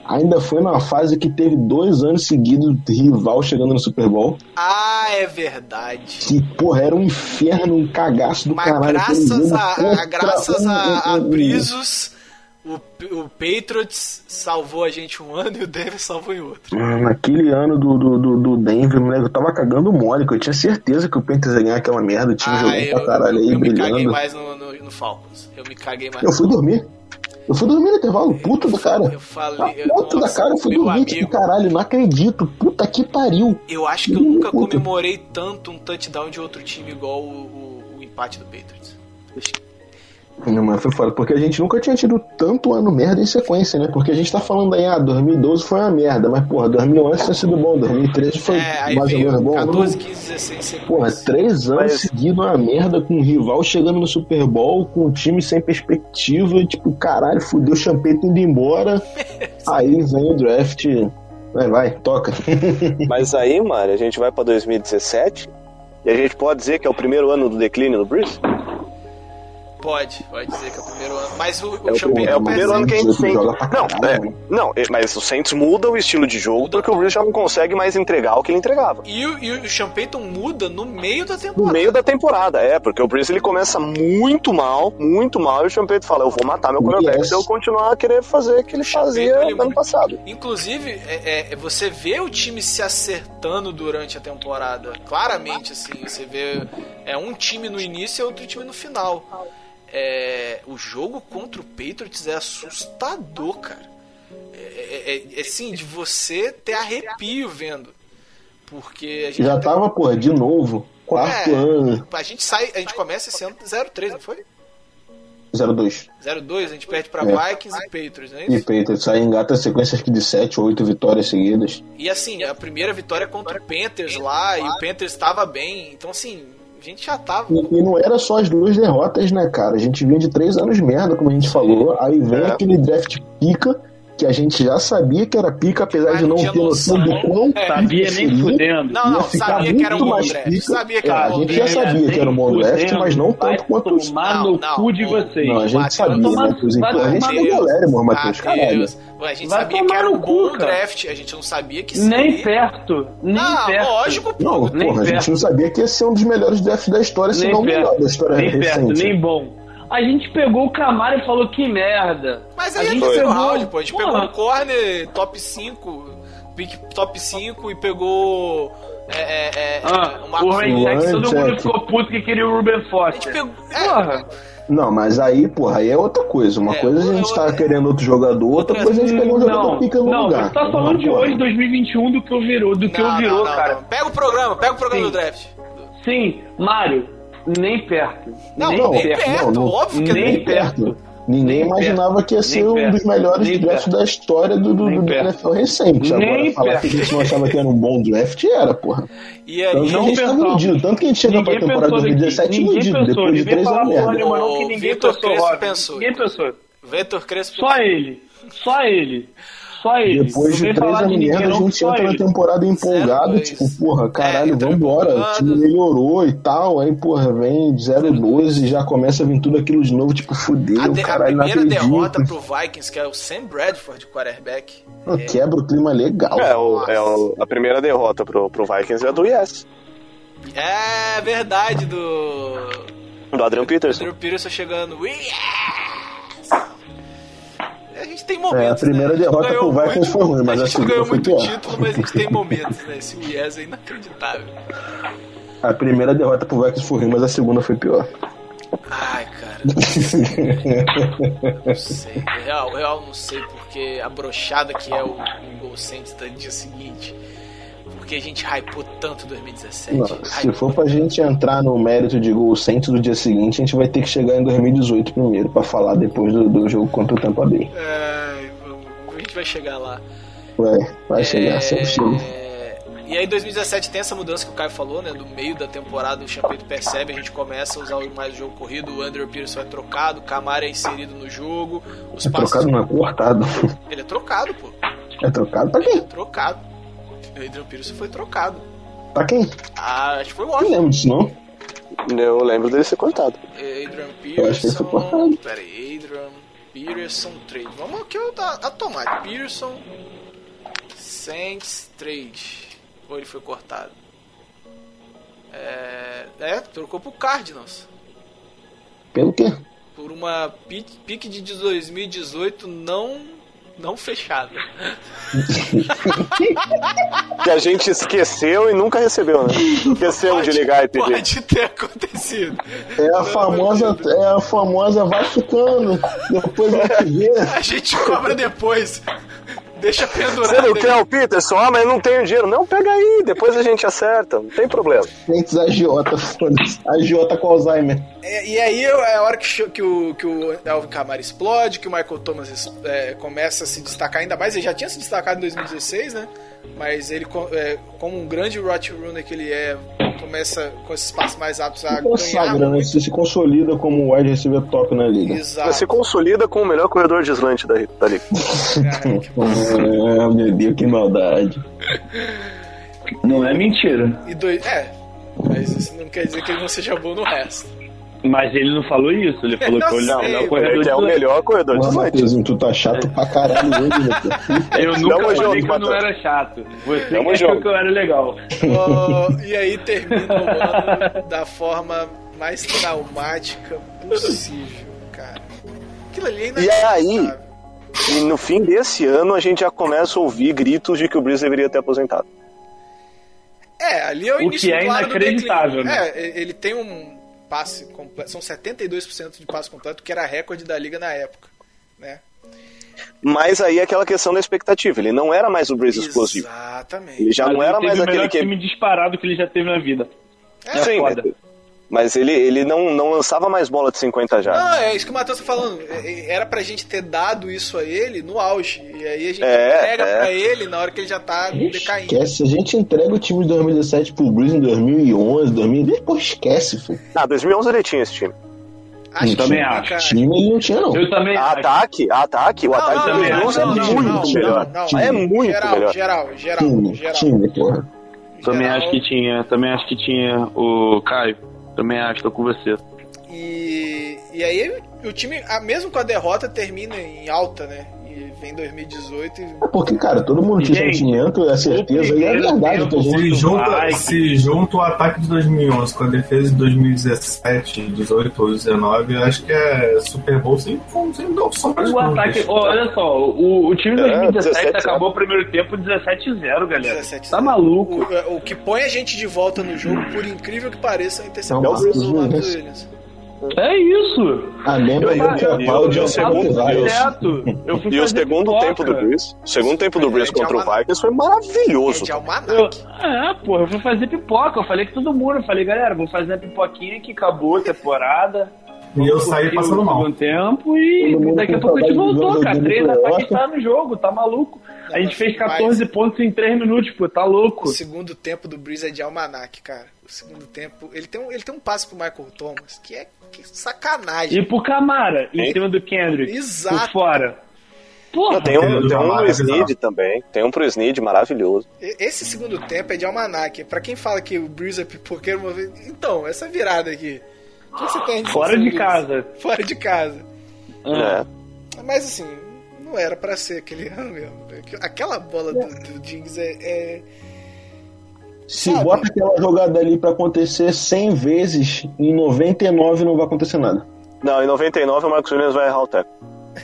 ainda foi numa fase que teve dois anos seguidos de rival chegando no Super Bowl. Ah, é verdade. Que, porra, era um inferno, um cagaço do Mas caralho. graças a, a, Contra graças um- a, a um- um- Brisos, o, o Patriots salvou a gente um ano e o Denver salvou em outro. Ah, Naquele ano do, do, do, do Denver, moleque, eu tava cagando mole, que eu tinha certeza que o Panthers ia ganhar aquela merda, o time Ah, jogando eu, pra caralho eu, aí, eu me caguei brilhando. mais no, no, no Falcons. Eu me caguei mais. Eu fui dormir. Eu fui dormir no intervalo, puto da cara. Eu falei. eu- Puto da nossa, cara, eu fui meu dormir, tipo, amigo, caralho, não acredito, puta que pariu. eu acho que eu Filho nunca da puta. comemorei tanto um touchdown de outro time igual o, o, o empate do Patriots. Acho que- Não, mas foi foda, porque a gente nunca tinha tido tanto ano merda em sequência, né? Porque a gente tá falando aí, ah, dois mil e doze foi uma merda, mas porra, dois mil e onze tinha sido bom, dois mil e treze foi É, aí mais ou veio menos bom. catorze, Não- quinze, dezesseis sequência. Porra, três anos Mas- seguidos uma merda com um rival chegando no Super Bowl, com um time sem perspectiva, e, tipo, caralho, fudeu o Champeito indo embora. Aí vem o draft. Vai, vai, toca. Mas aí, Mário, a gente vai pra dois mil e dezessete e a gente pode dizer que é o primeiro ano do declínio do Breeze? Pode, pode dizer que é o primeiro ano. Mas o, o É o, Sean Payton é o primeiro parece- ano que a gente sente. Joga pra Não, caralho, é, não, é, mas o Saints muda o estilo de jogo Muda porque o Breeze já não consegue mais entregar o que ele entregava. E o, e o Sean Payton muda no meio da No temporada. meio da temporada, é, porque o Breeze ele começa muito mal, muito mal, e o Sean Payton fala, eu vou matar meu quarterback Yes. se eu continuar a querer fazer o que ele fazia Payton, ele- ano passado. Inclusive, é, é, você vê o time se acertando durante a temporada. Claramente, assim, você vê é um time no início e outro time no final. É, o jogo contra o Patriots é assustador, cara. É, é, é, é assim, de você ter arrepio vendo. Porque a gente Já tem- tava, porra, de novo. Quarto É, ano. a gente sai, a gente começa esse ano zero três, não foi? zero dois. zero dois, a gente perde pra É. Vikings e Patriots, não é E isso? Peter sai engata sequências de sete ou oito vitórias seguidas. E assim, a primeira vitória é contra o Panthers lá, e o Panthers estava bem. Então assim, a gente já tava. E, e não era só as duas derrotas, né, cara? A gente vinha de três anos merda, como a gente falou. Aí vem É. aquele draft pica, que a gente já sabia que era pica, apesar Mas de não não tinha ter noção do noção. quão É. Sabia nem seria. fudendo. Não, não, Ia ficar sabia que era um muito bom mais draft. pica. Sabia que É, era um a bom gente draft. já sabia que era um bom draft, mas não Vai tanto quanto os. tomar Não, no não, cu de o- vocês. Não, a gente Mateus, sabia, tomar- né? Os vai a gente tomar não no galera, irmão, Matheus, caralho. Mateus, a gente Vai sabia que tomar era um no bom cu, cara. draft, a gente não sabia que Nem seria. perto. Nem Não, perto. lógico, pô. Não, Nem porra, a gente perto. não sabia que ia ser um dos melhores drafts da história, se Nem não o melhor perto. da história Nem perto, recente. nem bom. A gente pegou o Camaro e falou que merda. Mas a aí é gente terceiro pegou- round, pô. A gente Porra. pegou um corner top cinco, pick top cinco e pegou. É, é, é, Ah, um o Marcos running Lawrence. back, todo Jack. mundo ficou puto que queria o Ruben A gente Foster. pegou. É, Porra. Não, mas aí, porra, aí é outra coisa. Uma É, coisa a gente eu- tá querendo outro jogador, outra coisa a gente pegou um jogador Não, pica no não, lugar. você tá falando de Porra. hoje, dois mil e vinte e um, do que eu virou, do que não, eu virou, não, não, cara. não. Pega o programa, pega o programa Sim. do draft. Sim, Mário, nem perto. Não, nem não, nem perto. perto. Não, não, óbvio que nem nem perto. perto. Ninguém Nem imaginava perto. que ia ser Nem um perto. dos melhores Nem drafts perto. da história do, do, Nem do perto. N F L recente. Agora, Nem falar perto. que a gente não achava que era um bom draft, era, porra. E aí, Tanto que a Não gente tava pensamos. iludido. Tanto que a gente chegou pra Ninguém temporada pensou dois mil e dezessete daqui. Ninguém iludido, pensou. depois de Ninguém três falava anos porra merda. nenhuma, não, O que ninguém Vitor pensou, Crespo Robin. pensou. Ninguém pensou. Vitor Crespo. Só ele. Só ele. Só ele. Depois Não de vem três falar de anos ninguém, merda, a não, gente só entra na ele. temporada empolgado, zero tipo, dois. porra, caralho, É, entrou vambora. O empolgado. time melhorou e tal. Aí, porra, vem zero doze e já começa a vir tudo aquilo de novo, tipo, fudeu, A, de- a caralho, não primeira acredito. derrota pro Vikings, que é o Sam Bradford, quarterback. Pô, quebra o clima legal. É, o, é o- a primeira derrota pro, pro Vikings é a do Yes, É verdade, do. do Adrian Peterson. Drew Peterson chegando. Yes! A gente tem momentos. É, a primeira né? A gente derrota ganhou pro Vikings muito- foi ruim, mas a a gente segunda ganhou foi muito pior. título, mas a gente tem momentos, né? Esse Yes é inacreditável. A primeira derrota pro Vikings foi ruim, mas a segunda foi pior. Ai, cara. Não sei. Real, real não sei porque a brochada que é o, o Gol Saints do dia seguinte. Porque a gente hypou tanto dois mil e dezessete. Não, se for pra gente entrar no mérito de Gol Saints do dia seguinte, a gente vai ter que chegar em dois mil e dezoito primeiro, pra falar depois do, do jogo contra o Tampa Bay. Ai, vamos, a gente vai chegar lá. Vai, vai chegar, sempre chega. É... E aí, dois mil e dezessete tem essa mudança que o Caio falou, né? Do meio da temporada, o Sean Payton percebe, a gente começa a usar mais o jogo corrido, o Andrew Pearson é trocado, o Camara é inserido no jogo. Os É passes... trocado, não é cortado. Ele é trocado, pô. É trocado pra Ele é quem? trocado. O Andrew Pearson foi trocado. Pra quem? Ah, acho que foi o Não Washington. lembro disso, não. Eu lembro dele ser cortado. Adrian Eu achei que foi Pearson. cortado. Pera aí, Adrian. Peterson trade. Vamos aqui a tomate. Peterson Saints trade. Ou ele foi cortado? É, é trocou pro Cardinals. Pelo quê? Por uma pique de dois mil e dezoito não, não fechada. Que a gente esqueceu e nunca recebeu, né? Esqueceu pode, de ligar e pedir. Pode ter acontecido. É a famosa, é a famosa vai ficando. Depois a gente vê. A gente cobra depois. Deixa pendurado. Você não quer o Peterson? Ah, mas eu não tenho dinheiro. Não, pega aí, depois a gente acerta. Não tem problema. Saints agiota, foda-se. Agiota com Alzheimer. É, e aí é a hora que, que, o, que o Alvin Kamara explode, que o Michael Thomas é, começa a se destacar ainda mais. Ele já tinha se destacado em dois mil e dezesseis, né? Mas ele, é, como um grande route runner que ele é, começa com esses passos mais altos a ganhar. Sagra, né? Você se consolida como wide receiver top na liga. Exato. Você se consolida como o melhor corredor de slant da, da liga. Cara, que Ah, meu Deus, que maldade. Não é mentira. E dois, é, mas isso não quer dizer que ele não seja bom no resto. Mas ele não falou isso, ele falou Eu que ele sei, é o melhor ele corredor Ele é o de melhor corredor de Porra, slant. Matheusinho, tu tá chato pra caralho hoje, né? Eu Tamo nunca falei junto, que eu não Matheus. era chato. Você Tamo que achou junto. que eu era legal. Oh, e aí termina o ano da forma mais traumática possível, cara. Aquilo ali ainda E é aí, inacreditável. e no fim desse ano, a gente já começa a ouvir gritos de que o Brees deveria ter aposentado. É, ali é o, O início que é claro do inacreditável, declínio. né? É, ele tem um passe completo, são setenta e dois por cento de passe completo, que era recorde da liga na época, né? Mas aí é aquela questão da expectativa. Ele não era mais o Brees explosivo. Exatamente. Ele já Mas não ele era teve mais o aquele melhor que... time disparado que ele já teve na vida. É, Sim, foda. mas, mas ele, ele não, não lançava mais bola de cinquenta já. Não, é isso que o Matheus tá falando. Era pra gente ter dado isso a ele no auge. E aí a gente É, entrega é. pra ele na hora que ele já tá decaindo. Esquece, a gente entrega o time de dois mil e dezessete pro Brees em dois mil e onze, dois mil e vinte, pô, esquece, filho. Ah, dois mil e onze ele tinha esse time. Acho que também sim, acho. cara. Time ele não tinha, não. Eu também acho. Ataque, ataque, o Não, ataque não, do também dois mil e onze acho. é Não, muito não, melhor. não, não. É muito geral, melhor. Geral, geral, Time, geral. time, porra. Também Geral. acho que tinha, também acho que tinha o Caio. Também acho, tô com você. E, e aí o time, ah, mesmo com a derrota, termina em alta, né? E vem dois mil e dezoito e... Porque, cara, todo mundo tinha Gente, sentimento, é certeza, e é primeiro verdade que a tempo gente... Se junta, Vai. se junta o ataque de dois mil e onze com a defesa de dois mil e dezessete, dezoito ou dezenove, eu acho que é Super Bowl sem, sem dar sombra de O ataque, dúvidas. ó, olha só, o, o time de É, dois mil e dezessete dezessete acabou o primeiro tempo dezessete a zero, galera. dezessete Tá maluco? O, o que põe a gente de volta no jogo, por incrível que pareça, é a Não, interceptação mas- do Marcos Williams. É isso. Ah, lembra Eu- aí que eu- é pau de eu- Eu segundo tava Deus. direto. Eu fui E o fazer segundo pipoca. tempo do Brees, o segundo tempo do Brees É de contra o almanac. Vikings foi É maravilhoso. de Eu, almanac. é, porra, eu fui fazer pipoca. Eu falei que todo mundo. Eu falei, galera, vou fazer a pipoquinha que acabou a temporada. E eu Vamos saí curtir passando o mal. segundo tempo e Todo mundo daqui a com pouco a gente saudade de voltou, ver cara. o Três jogo do ataques playoff. tá no jogo, tá maluco. A gente mas- fez catorze mas- pontos em três minutos, pô, tá louco. O segundo tempo do Breeze é de almanac, cara. O segundo tempo... Ele tem um, ele tem um passe pro Michael Thomas, que é que sacanagem. E pro Camara, em Hein? cima do Kendrick. Exato. Por fora. Porra, Não, tem um, Tem tem um uma pro maravilhosa. Snead também. Tem um pro Snead maravilhoso. E- Esse segundo tempo é de almanac. Pra quem fala que o Breeze é pipoqueiro, uma vez... então, essa virada aqui. O que você tem a dizer fora sobre de isso? casa. Fora de casa. Ah. É. Mas assim, não era pra ser aquele ano mesmo. Aquela bola do, do Diggs é, é... Se Sabe? bota aquela jogada ali pra acontecer cem vezes, em noventa e nove não vai acontecer nada. Não, em noventa e nove o Marcos Williams vai errar o teco.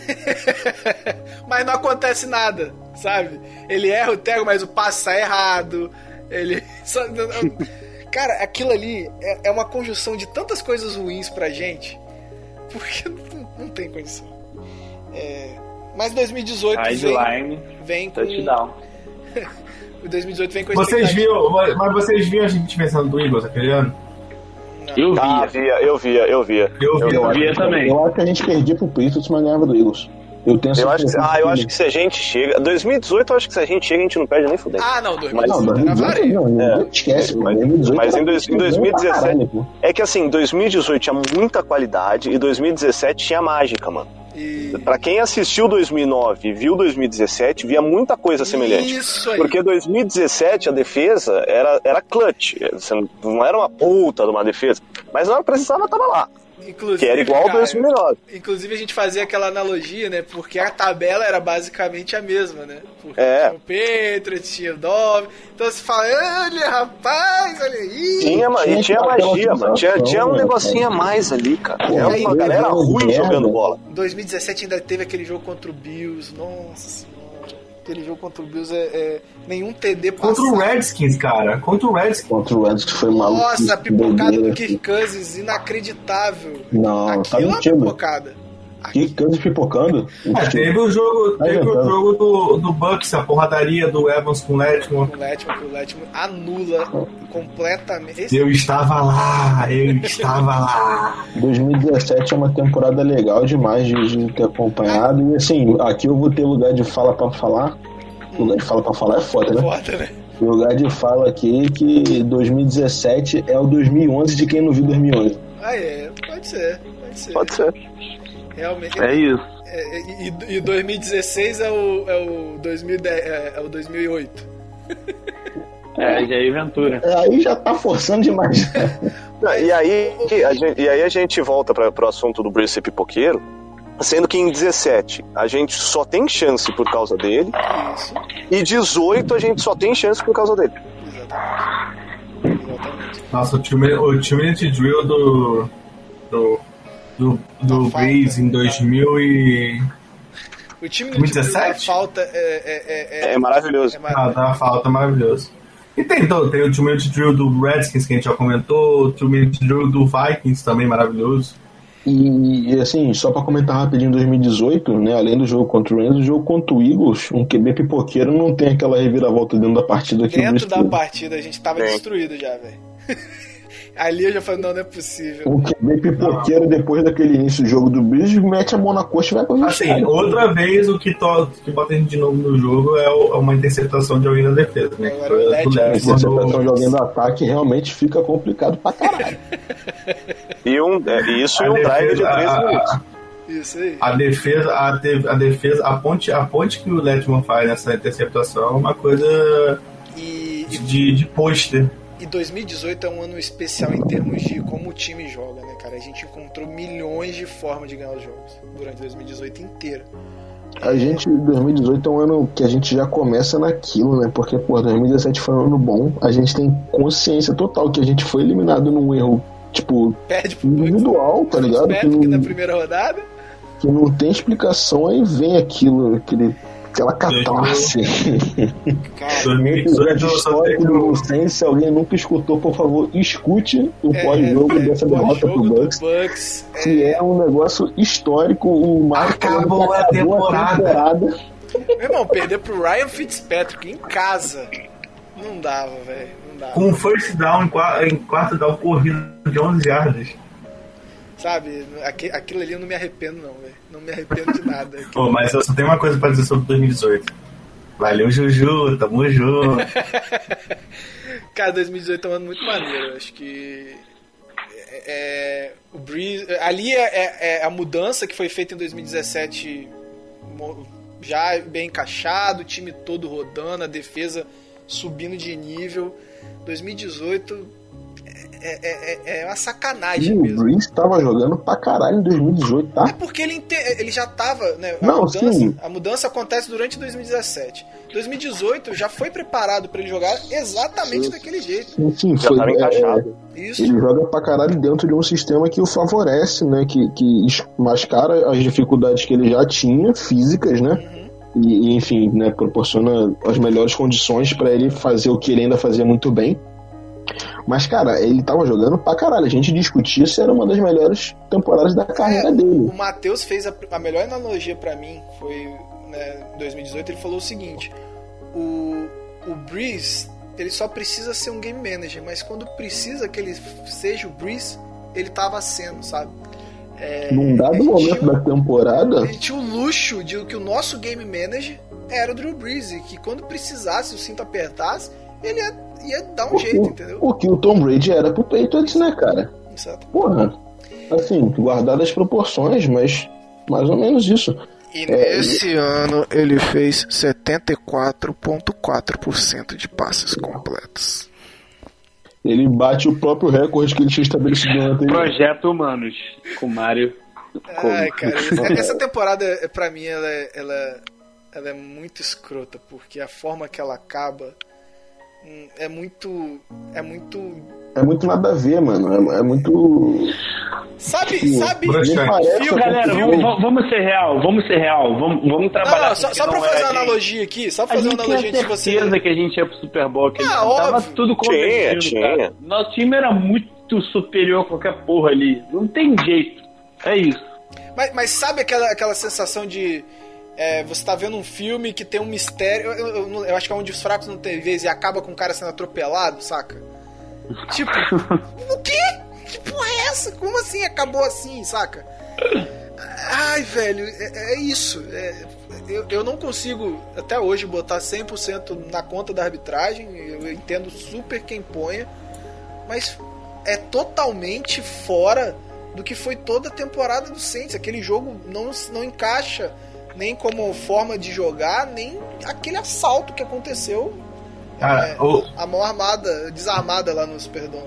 Mas não acontece nada, sabe? Ele erra o tego, mas o passe sai errado. Ele. só- Cara, aquilo ali é, é uma conjunção de tantas coisas ruins pra gente. Porque não, não tem condição. É, mas dois mil e dezoito vem, Sideline, vem com. touchdown. O dois mil e dezoito vem com Vocês expectativa. viram, mas vocês viram a gente vencendo do Eagles aquele ano? Eu vi. Ah, via, eu via, eu via. Eu vi, Eu eu via também. Eu acho que a gente perdia pro Patriots, mas ganhava do Eagles. Eu tenho Eu acho que, certeza ah, eu acho que se a gente chega. dois mil e dezoito, eu acho que se a gente chega, a gente não perde nem fudendo. Ah, não, dois mil e Mas- Não, dezoito era dois mil e dezoito vareio. não, É. não esquece. Mas- dois mil e dezoito mas era em dois- em bom dois mil e dezessete pra caralho, pô. É que assim, dois mil e dezoito tinha muita qualidade e dois mil e dezessete tinha mágica, mano. E... Pra quem assistiu dois mil e nove e viu dois mil e dezessete, via muita coisa semelhante. Isso aí. Porque dois mil e dezessete a defesa era, era clutch. Você não- não era uma puta de uma defesa. Mas na hora que precisava, tava lá. Inclusive, que era igual ao dois mil e nove. Inclusive a gente fazia aquela analogia, né? Porque a tabela era basicamente a mesma, né? Porque é. tinha o Patriots, tinha o Dove. Então você fala, olha, rapaz, olha aí. Tinha, tinha, e tinha magia, mano. Tinha, tinha um negocinho a mais ali, cara. Era uma aí, galera ruim jogando bola. Em dois mil e dezessete ainda teve aquele jogo contra o Bills. Nossa senhora. Aquele jogo contra o Bills é, é nenhum T D passado. Contra o Redskins, cara. Contra o Redskins. Contra o Redskins foi maluco. Nossa, a pipocada do Kirk Cousins, inacreditável. Não, aquilo tá é uma pipocada. Kirk Cousins pipocando? É, teve o jogo, teve é, o jogo do, do Bucks, a porradaria do Evans com o Letman. Com o Letman, que o Letman anula completamente. Esse... Eu estava lá, eu estava lá. dois mil e dezessete é uma temporada legal demais de, de ter acompanhado. E assim, aqui eu vou ter lugar de fala pra falar. Hum. Lugar de fala pra falar é foda, né? Foda, né? Lugar de fala aqui que dois mil e dezessete é o dois mil e onze de quem não viu dois mil e onze. Ah, é, pode ser, pode ser. Pode ser. Realmente. É isso. É, e, e dois mil e dezesseis é o, é o, dois mil e dez, é, é o dois mil e oito. É, Jair Ventura. É, aí já tá forçando demais. Não, e, aí, a gente, e aí a gente volta para pro assunto do Brees ser pipoqueiro, sendo que em dezessete a gente só tem chance por causa dele. Isso. E dezoito a gente só tem chance por causa dele. Exatamente. Exatamente. Nossa, o two-minute drill do... do... do, do Brees em dois mil e... O time dois mil e dezessete? Da falta é, é, é, é maravilhoso. É maravilhoso. Ah, da falta é maravilhoso. E tem, então, tem o two-minute drill do Redskins que a gente já comentou, o two-minute drill do Vikings também maravilhoso. E, assim, só pra comentar rapidinho, em dois mil e dezoito, né, além do jogo contra o Rams, o jogo contra o Eagles, um Q B pipoqueiro não tem aquela reviravolta dentro da partida que dentro da partida a gente tava é. destruído já, velho. Ali eu já falei, não, não é possível. O Q B pipoqueiro, depois daquele início do jogo do Brees, mete a mão na coxa e vai pra vestiário. Assim, outra vez o que, to, que bota a gente de novo no jogo é uma interceptação de alguém na defesa, né? Agora, o Led, a interceptação de alguém no ataque realmente fica complicado pra caralho. E um, é, isso e um drive de três minutos. Isso aí. A defesa, a, de, a defesa, a ponte, a ponte que o Letman faz nessa interceptação é uma coisa e, de, de pôster. E dois mil e dezoito é um ano especial em termos de como o time joga, né, cara? A gente encontrou milhões de formas de ganhar os jogos durante dois mil e dezoito inteiro. A gente, dois mil e dezoito é um ano que a gente já começa naquilo, né? Porque, pô, dois mil e dezessete foi um ano bom. A gente tem consciência total que a gente foi eliminado num erro, tipo, individual, tá ligado? Que, não, que na primeira rodada. Que não tem explicação, aí vem aquilo, aquele... aquela catarse. dois mil e dezoito histórico do Lucen, se alguém nunca escutou, por favor, escute o é, pós-jogo é, dessa derrota pro Bucks, Bucks que é... é um negócio histórico. O Marcos acabou, acabou a temporada. a temporada. Meu irmão, perder pro Ryan Fitzpatrick em casa não dava, velho. Com um first down em quarto down corrido de onze yardas. Sabe, aquilo ali eu não me arrependo não, velho. Não me arrependo de nada. Pô, mas eu só tenho uma coisa pra dizer sobre dois mil e dezoito. Valeu, Juju, tamo junto. Cara, dois mil e dezoito é um ano muito maneiro. Acho que é, é, o Brees, ali é, é, é a mudança que foi feita em dois mil e dezessete, já bem encaixado, o time todo rodando, a defesa subindo de nível. dois mil e dezoito É, é, é uma sacanagem e mesmo. O Brees tava jogando pra caralho em dois mil e dezoito, tá? É porque ele, ele já tava, né? A, Não, mudança, sim. a mudança acontece durante dois mil e dezessete. dois mil e dezoito já foi preparado pra ele jogar exatamente sim. daquele jeito. Sim, sim, já foi tava encaixado. É, Isso. Ele joga pra caralho dentro de um sistema que o favorece, né? Que, que mascara as dificuldades que ele já tinha, físicas, né? Uhum. E, enfim, né? Proporciona as melhores condições pra ele fazer o que ele ainda fazia muito bem. Mas, cara, ele tava jogando pra caralho. A gente discutia se era uma das melhores temporadas da carreira é, dele. O Matheus fez a, a melhor analogia pra mim, foi né, em dois mil e dezoito, ele falou o seguinte: o, o Brees, ele só precisa ser um game manager, mas quando precisa que ele seja o Brees, ele tava sendo, sabe? É, Num dado momento tinha, da temporada, ele tinha o luxo de que o nosso game manager era o Drew Brees, e que quando precisasse, o cinto apertasse, ele ia, ia dar um o, jeito, entendeu? O que o Tom Brady era pro Patriots, né, cara? Exato. Porra, assim, guardadas as proporções, mas mais ou menos isso. E é, nesse ele... ano ele fez setenta e quatro vírgula quatro por cento de passes completos. Ele bate o próprio recorde que ele tinha estabelecido na anterior. Projeto Humanos, com Mario. Ai, cara, essa- essa temporada, pra mim, ela é, ela, ela é muito escrota, porque a forma que ela acaba hum, é muito. É muito. É muito nada a ver, mano. É, é muito. Sabe, Tipo, sabe? broxante. Parece Filme- Galera, filme- vamos, vamos ser real, vamos ser real, vamos, vamos Não, trabalhar. não, só, com só que pra não fazer era uma a gente. analogia aqui, só pra A fazer uma gente tinha analogia de você. certeza que a gente ia pro Super Bowl, que Ah, tava óbvio. tudo convencido, Tinha, cara. tinha. Nosso time era muito superior a qualquer porra ali. Não tem jeito. É isso. Mas, mas sabe aquela, aquela sensação de. É, você tá vendo um filme que tem um mistério. Eu, eu- eu- eu acho que é onde os fracos não tem vez e acaba com o cara sendo atropelado, saca? Tipo, o quê? Que porra é essa? Como assim acabou assim, saca? Ai, velho, é, é isso. É, eu, eu não consigo até hoje botar cem por cento na conta da arbitragem. Eu entendo super quem ponha, mas é totalmente fora do que foi toda a temporada do Saints. Aquele jogo não, não encaixa nem como forma de jogar, nem aquele assalto que aconteceu. Cara, é, o, a mão armada, desarmada lá no Superdome.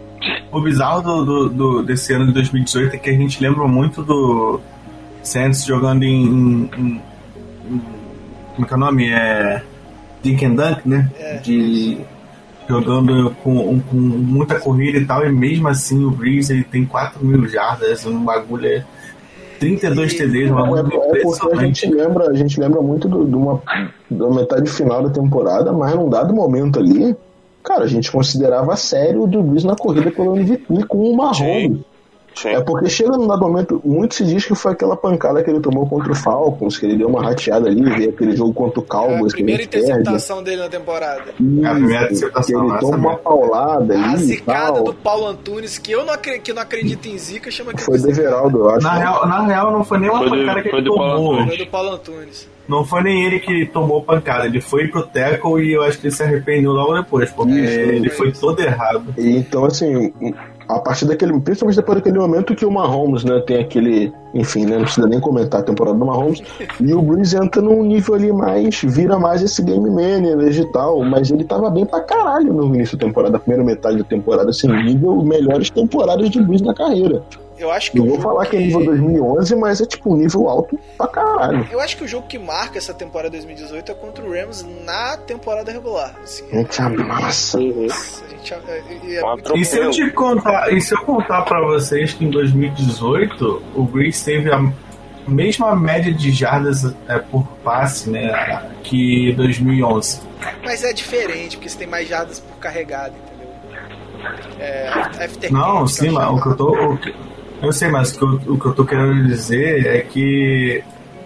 o bizarro do, do, do- desse ano de dois mil e dezoito é que a gente lembra muito do Saints jogando em, em- em- em- como é que é o nome? É Dink and Dunk, né? É. De, jogando com, com muita corrida e tal, e mesmo assim o Breeze ele tem quatro mil jardas, um bagulho é trinta e dois T Ds, uma É, coisa é porque a impressionante. gente lembra, a gente lembra muito do- de uma, da metade final da temporada, mas num dado momento ali, cara, a gente considerava sério o Drew Brees na corrida pelo M V P com o Mahomes. Sim. É porque chega num dado momento, muito se diz que foi aquela pancada que ele tomou contra o Falcons, que ele deu uma rateada ali, veio aquele jogo contra o A Cowboys que primeira ele perde. interceptação dele na temporada. Isso, É a primeira que interceptação, ele essa toma uma mesmo. paulada A ali e zicada tal. do Paulo Antunes, que eu não, acre- que não acredito em zica, chama que Foi do Everaldo, eu acho. Na real, na real, não foi nem uma Foi do- pancada que foi ele do Paulo tomou. Antunes. Foi do Paulo Antunes. Não foi nem ele que tomou pancada, ele foi pro tackle e eu acho que ele se arrependeu logo depois, porque Isso, ele foi foi todo errado. E então, assim, a partir daquele, principalmente depois daquele momento que o Mahomes, né, tem aquele, enfim, né, não precisa nem comentar a temporada do Mahomes, e o Breeze entra num nível ali mais, vira mais esse game manager e tal, mas ele tava bem pra caralho no início da temporada, na primeira metade da temporada, assim, nível melhores temporadas de Breeze na carreira. Eu acho que Não o vou jogo falar que é nível dois mil e onze, mas é tipo um nível alto pra caralho. Eu acho que o jogo que marca essa temporada dois mil e dezoito é contra o Rams na temporada regular. Assim, A gente amassa. a gente, é, é, é Um muito- E se eu te contar, e se eu contar pra vocês que em dois mil e dezoito o Breeze teve a mesma média de jardas é, por passe, né, que dois mil e onze. Mas é diferente, porque você tem mais jardas por carregada, entendeu? É, after Não, catch, sim, eu mas acho o que eu tô. o que- eu sei, mas o que eu, o que eu tô querendo dizer é que.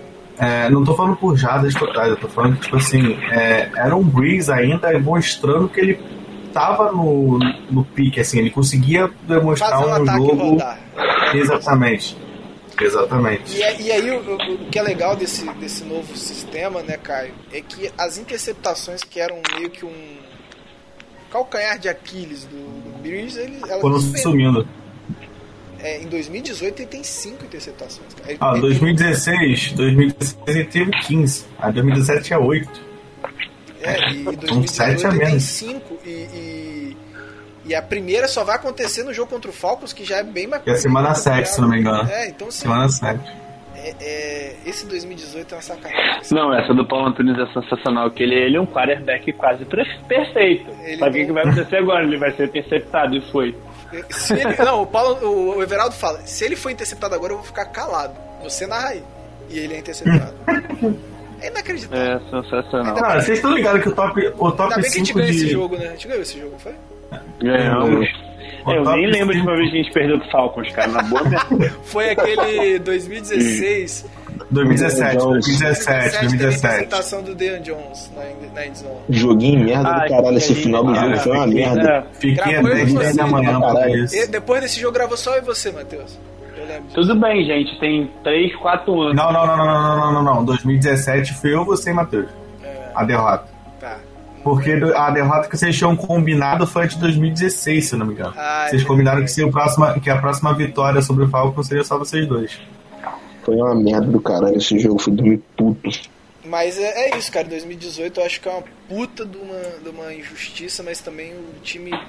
É, não tô falando por jardas totais, eu tô falando que, tipo assim, é, era um Breeze ainda mostrando que ele tava no, no pique, assim, ele conseguia demonstrar fazer um um ataque e jogo. rodar. Exatamente. Exatamente. E, é- e aí, o, o- o que é legal desse, desse novo sistema, né, Caio, é que as interceptações que eram meio que um calcanhar de Aquiles do, do Breeze, ele, elas Foram sumiram. sumindo. É, em dois mil e dezoito ele tem cinco interceptações. Cara. Ele- Ah, ele dois mil e tem- dezesseis, dois mil e dezesseis ele teve quinze. A dois mil e dezessete tinha oito. É, e em dois Um mil e sete dezoito a ele tem menos. cinco. E, e, e a primeira só vai acontecer no jogo contra o Falcons, que já é bem mais. Que é semana mais sete, se não me engano. É, então assim, Semana sete. é, é, esse dois mil e dezoito é uma sacanagem. Não, essa do Paulo Antunes é sensacional, que ele, ele é um quarterback quase pre- perfeito. Ele Sabe o que, não- que vai acontecer agora? Ele vai ser interceptado e foi. Se ele, não, o, Paulo, o, o Everaldo fala: se ele for interceptado agora, eu vou ficar calado. Você narra aí. E ele é interceptado. É inacreditável. É sensacional. Cara, vocês estão ligados que o top, o Ainda top bem que a gente cinco ganhou esse de. jogo, né? A gente ganhou esse jogo, foi? Ganhamos. O Eu top nem lembro de cinco uma vez que a gente perdeu pro Falcons, cara, na boa mesmo. Foi aquele dois mil e dezesseis. dois mil e dezessete, dois mil e dezessete, dois mil e teve a dezessete. apresentação do Deion Jones na, na endzone. Joguinho merda Ah, do caralho, esse que final do gente- jogo foi uma ah, merda. é. Fiquei Gravou até eu e as dez da você. manhã pra Caralho. isso. E depois desse jogo gravou só eu e você, Matheus. Eu lembro disso. Tudo bem, gente, tem três, quatro anos. Não, não, não, não, não, não, não, não. dois mil e dezessete foi eu, você e Matheus. A derrota. Tá. Porque do- a derrota que vocês tinham combinado foi a de dois mil e dezesseis, se eu não me engano. Ah, Vocês é combinaram que, verdade. se o próxima, que a próxima vitória sobre o Falcons seria só vocês dois. Foi uma merda do caralho esse jogo, foi dormir puto. Mas é, é isso, cara. dois mil e dezoito eu acho que é uma puta de uma, de uma injustiça, mas também o time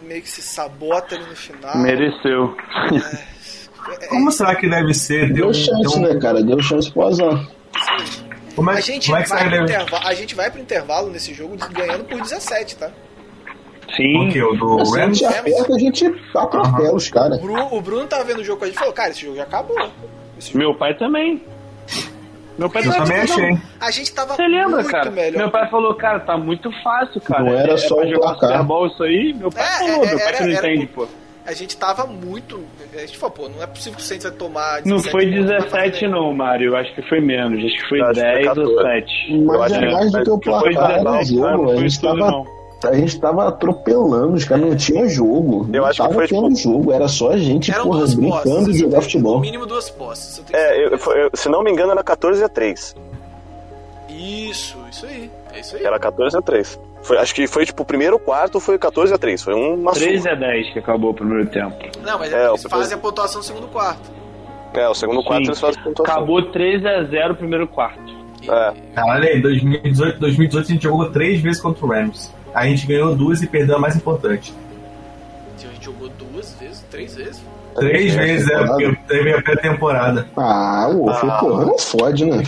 meio que se sabota ali no final. Mereceu. É, Como será que deve ser? Deu, Deu chance, deu... né, cara? Deu chance pro azar. Como é, a, gente como é que vai será que pro deve... intervalo, a gente vai pro intervalo nesse jogo ganhando por dezessete, tá? Sim. O que? O do Se a Rams? gente aperta, a gente atropela Uhum. os caras. O Bruno, o Bruno tava vendo o jogo com a gente e falou, cara, esse jogo já acabou. Esse jogo... Meu pai também. Meu pai Eu tava também tipo, achei. A gente tava Você lembra, muito cara? melhor. Meu pai falou, cara, tá muito fácil, cara. Não era é, só é pra o jogar placar. Super Bowl isso aí? Meu pai É, falou, é, meu pai era- que não era- entende, pô. A gente tava muito... A gente falou, pô, não é possível que o Saints vai tomar Não dezessete foi pontos, não vai fazer dezessete nenhum. não, Mário. Acho que foi menos. Acho que foi Eu acho que foi dez ou quatorze. sete. Mas acho é que- mais do mas que o foi placar dezessete, do não jogo. foi A gente isso tudo, tava, não. a gente tava atropelando, os caras não tinham jogo. Eu não acho que tava foi, tendo tipo, jogo, era só a gente, Eram porra, duas brincando posses. de jogar No futebol. mínimo duas posses. Você tem que- É, eu, foi- eu- se não me engano, era quatorze a três. Isso, isso aí. É isso aí. Era quatorze a três. Foi, acho que foi tipo o primeiro quarto foi quatorze a três. Foi uma treze surra. a dez que acabou o primeiro tempo. Não, mas É, eles o- fazem a pontuação no segundo quarto. É, o segundo quarto Sim. eles fazem pontuação. Acabou treze a zero o primeiro quarto. É. Caralho, em dois mil e dezoito, dois mil e dezoito a gente jogou três vezes contra o Rams. A gente ganhou duas e perdeu a mais importante. A gente jogou duas vezes, três vezes. Três É, vezes, é, temporada. porque teve a pré-temporada. Ah, o Wolf, Ah. porra, não fode, né?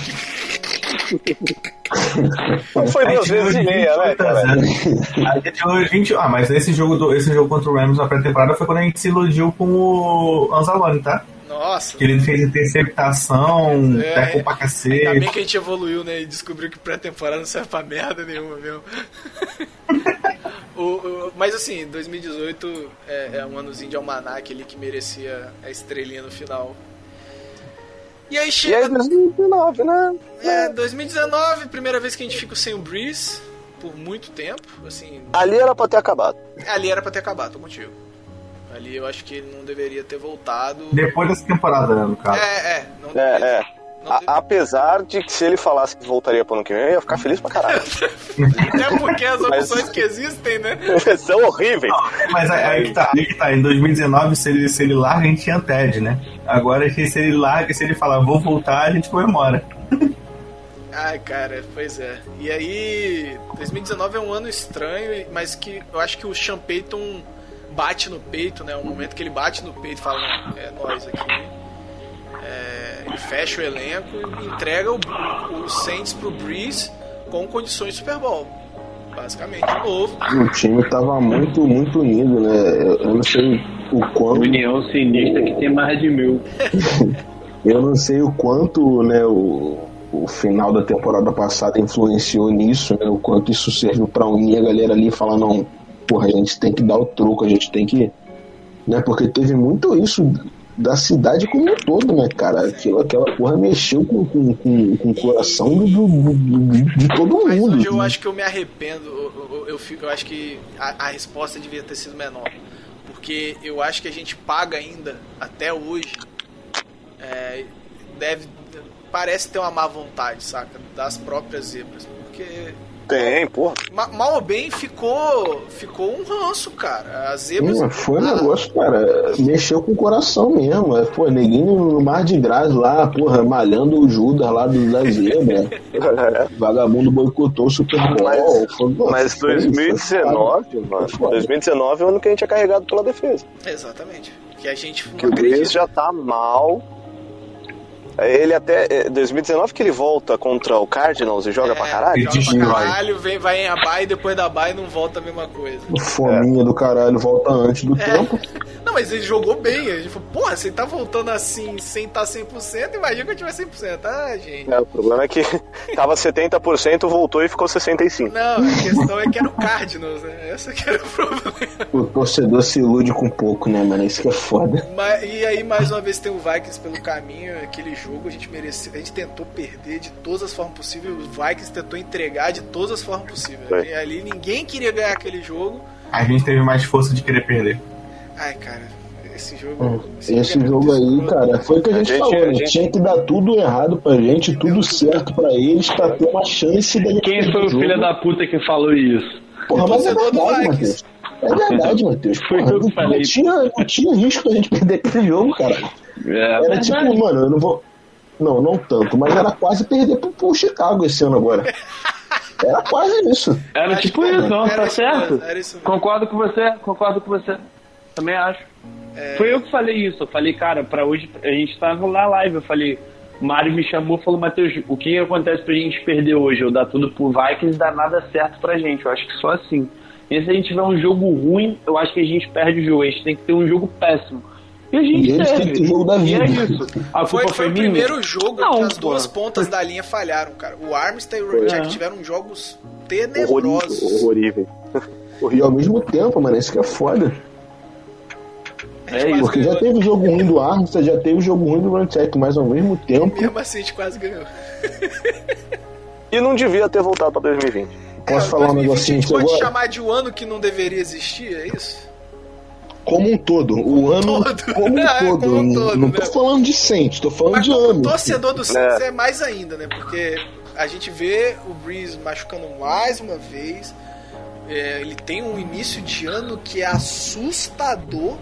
Não foi A duas gente ganhou vezes e de meia, né, vinte e oito a cara? zero. A gente ganhou vinte Ah, mas esse jogo, do, esse jogo contra o Rams na pré-temporada foi quando a gente se iludiu com o Anzalone, tá? Nossa. Que ele fez interceptação, É, tecou pra Ainda bem cacete. que a gente evoluiu, né? E descobriu que pré-temporada não serve pra merda nenhuma, meu. o, o- mas assim, dois mil e dezoito é, é um anozinho de almanac ali que merecia a estrelinha no final. E aí E chega. aí, dois mil e dezenove, né? É, dois mil e dezenove, primeira vez que a gente fica sem o Breeze por muito tempo. Assim, Ali era pra ter acabado. ali era pra ter acabado, tô contigo. Ali eu acho que ele não deveria ter voltado. Depois dessa temporada, né, no caso. É, é. Não É, deveria- é. não A- deve- apesar de que se ele falasse que voltaria pro ano que vem, eu ia ficar feliz pra caralho. Até porque as Mas- opções que existem, né? São horríveis. Mas aí, aí que tá, aí que tá. Em dois mil e dezenove, se ele, se ele larga, a gente tinha Ted, né? Agora, se ele larga, se ele falar vou voltar, a gente comemora. Ai, cara, pois é. E aí, dois mil e dezenove é um ano estranho, mas que eu acho que o Sean Payton bate no peito, né? Um momento que ele bate no peito e fala, não, é nós aqui. É, ele fecha o elenco e entrega o, o Saints pro Breeze com condições de Super Bowl. Basicamente, de novo. O time tava muito, muito unido, né? Eu, eu não sei o quanto. União sinistra que tem mais de mil. Eu não sei o quanto, né, o, o final da temporada passada influenciou nisso, né? O quanto isso serviu pra unir a galera ali e falar, não, porra, a gente tem que dar o troco, a gente tem que. Né? Porque teve muito isso da cidade como um todo, né, cara? Aquilo, aquela porra mexeu com, com, com, com o coração do, do, do- de todo Mas mundo. hoje eu né? acho que eu me arrependo. Eu, eu, eu fico, eu acho que a, a resposta devia ter sido menor. Porque eu acho que a gente paga ainda, até hoje, é, deve, parece ter uma má vontade, saca? Das próprias zebras. Porque, Tem, porra. ma- mal ou bem, ficou, ficou um ranço, cara. As zebras... Hum, foi um Ah, negócio, cara, mexeu com o coração mesmo. É, pô, neguinho no Mar de Graz lá, porra, malhando o Judas lá do, da zebra. Vagabundo boicotou o Super Bowl. Mas- Foi- pô, Mas foi- dois mil e dezenove, foi mano. foda. dois mil e dezenove é o ano que a gente é carregado pela defesa. Exatamente. Que a gente Que não o acredita. Breeze já tá mal. Ele até. é, dois mil e dezenove que ele volta contra o Cardinals e joga É, pra caralho. Joga pra Destrói. caralho, vem, vai em Abai e depois da Abai não volta a mesma coisa. Fominha do caralho volta antes do É. tempo. Não, mas ele jogou bem. A gente falou, porra, você tá voltando assim sem estar cem por cento, imagina que eu tiver cem por cento. Ah, gente. É, o problema é que tava setenta por cento, voltou e ficou sessenta e cinco por cento. Não, a questão é que era o Cardinals, né? Esse que era o problema. O torcedor se ilude com pouco, né, mano? Isso que é foda. Mas, e aí, mais uma vez, tem o Vikings pelo caminho. Aquele jogo a gente mereceu. A gente tentou perder de todas as formas possíveis. O Vikings tentou entregar de todas as formas possíveis. Foi. E ali ninguém queria ganhar aquele jogo. A gente teve mais força de querer perder. Ai, cara, esse jogo. Hum, esse Esse é jogo muito aí, escroto. cara, foi o que a gente, A gente- falou, a né? gente- Tinha que dar tudo errado pra gente, tudo certo pra eles, pra ter uma chance da gente Quem perder foi o jogo. filho da puta que falou isso? Porra, mas é torcedor do verdade, Vikings. Matheus. É verdade, Matheus. Foi Porra, eu que não, falei. não tinha, não tinha risco da gente perder aquele jogo, cara. É, Era tipo, mano, eu não vou. Não, não tanto, mas era quase perder pro, pro Chicago esse ano agora. Era quase isso. Era Acho tipo que isso, não, era tá isso certo? mesmo, era isso mesmo. Concordo com você, concordo com você. Também acho. É. Foi eu que falei isso. Eu falei, cara, pra hoje, a gente tava lá live. Eu falei, o Mário me chamou e falou, Matheus, o que acontece pra gente perder hoje? Eu dar tudo pro Vikings, dá nada certo pra gente. Eu acho que só assim. E se a gente tiver um jogo ruim, eu acho que a gente perde o jogo. A gente tem que ter um jogo péssimo. E a gente E eles teve. têm que ter o jogo da E vida. é isso. A Foi, culpa foi o minha? primeiro jogo Não, que as pô. duas pontas da linha falharam, cara. O Armstead e o Rorschach É. tiveram jogos Horrorível, tenebrosos. horrorível. E ao mesmo tempo, mano, isso que é foda. É isso. Porque já teve jogo ruim do Armstead, já teve jogo ruim do Runcheck, mas ao mesmo tempo. Mesmo assim a gente quase ganhou. E não devia ter voltado pra dois mil e vinte. Posso É, falar um dois mil e vinte negocinho a gente que eu pode gosto? chamar de um ano que não deveria existir, é isso? Como um todo. O ano todo. como um É, todo. como um todo, não tô mesmo. falando de Saints, tô falando Mas de como ano. torcedor do Saints É. é mais ainda, né? Porque a gente vê o Breeze machucando mais uma vez. É, ele tem um início de ano que é assustador.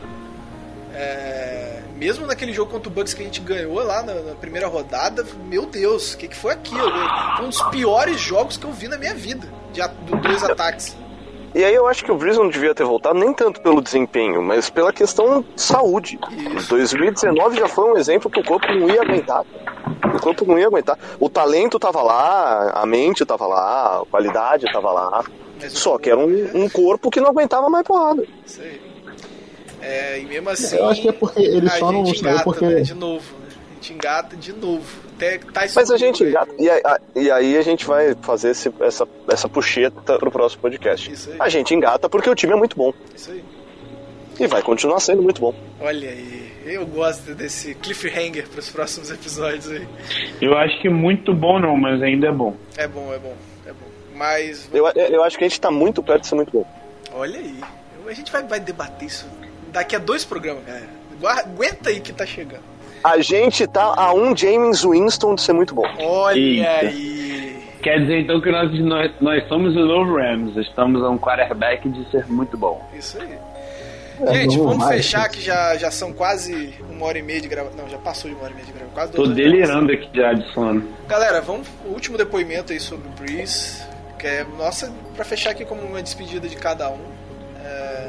É, mesmo naquele jogo contra o Bucks que a gente ganhou lá na, na primeira rodada, meu Deus, o que, que foi aquilo? Foi um dos piores jogos que eu vi na minha vida, de a- do dois ataques. E aí eu acho que o Breeze não devia ter voltado nem tanto pelo desempenho, mas pela questão de saúde. Isso. dois mil e dezenove já foi um exemplo que o corpo não ia aguentar. O corpo não ia aguentar. O talento tava lá, a mente tava lá, a qualidade tava lá. Mas o Só que era um, um corpo que não aguentava mais porrada. Isso aí. É, e mesmo assim. Eu acho que é porque ele a só não gente saiu engata, porque- né, de novo. Né? A gente engata de novo. Até tá Mas a escuro gente aí. engata. E, a- e aí a gente vai fazer esse- essa, essa puxeta pro próximo podcast. Isso aí. A gente engata porque o time é muito bom. Isso aí. E vai continuar sendo muito bom. Olha aí. Eu gosto desse cliffhanger pros próximos episódios aí. Eu acho que muito bom não, mas ainda é bom. É bom, é bom, é bom. Mas. Eu, eu acho que a gente tá muito perto de ser muito bom. Olha aí. A gente vai, vai debater isso daqui a dois programas, galera. Guarda- Aguenta aí que tá chegando. A gente tá a um James Winston de ser muito bom. Olha Eita. aí. Quer dizer então que nós, nós, nós somos o novo Rams, estamos a um quarterback de ser muito bom. Isso aí. É, Gente, não vamos mais, fechar gente. que já, já são quase uma hora e meia de gravação. Não, já passou de uma hora e meia de gravação. Quase Tô duas horas de delirando aqui já de sono. gravação. Galera, vamos o último depoimento aí sobre o Breeze. Que é, nossa, pra fechar aqui como uma despedida de cada um. É,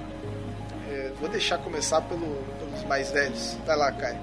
é, vou deixar começar pelo, pelos mais velhos. Vai lá, Caio.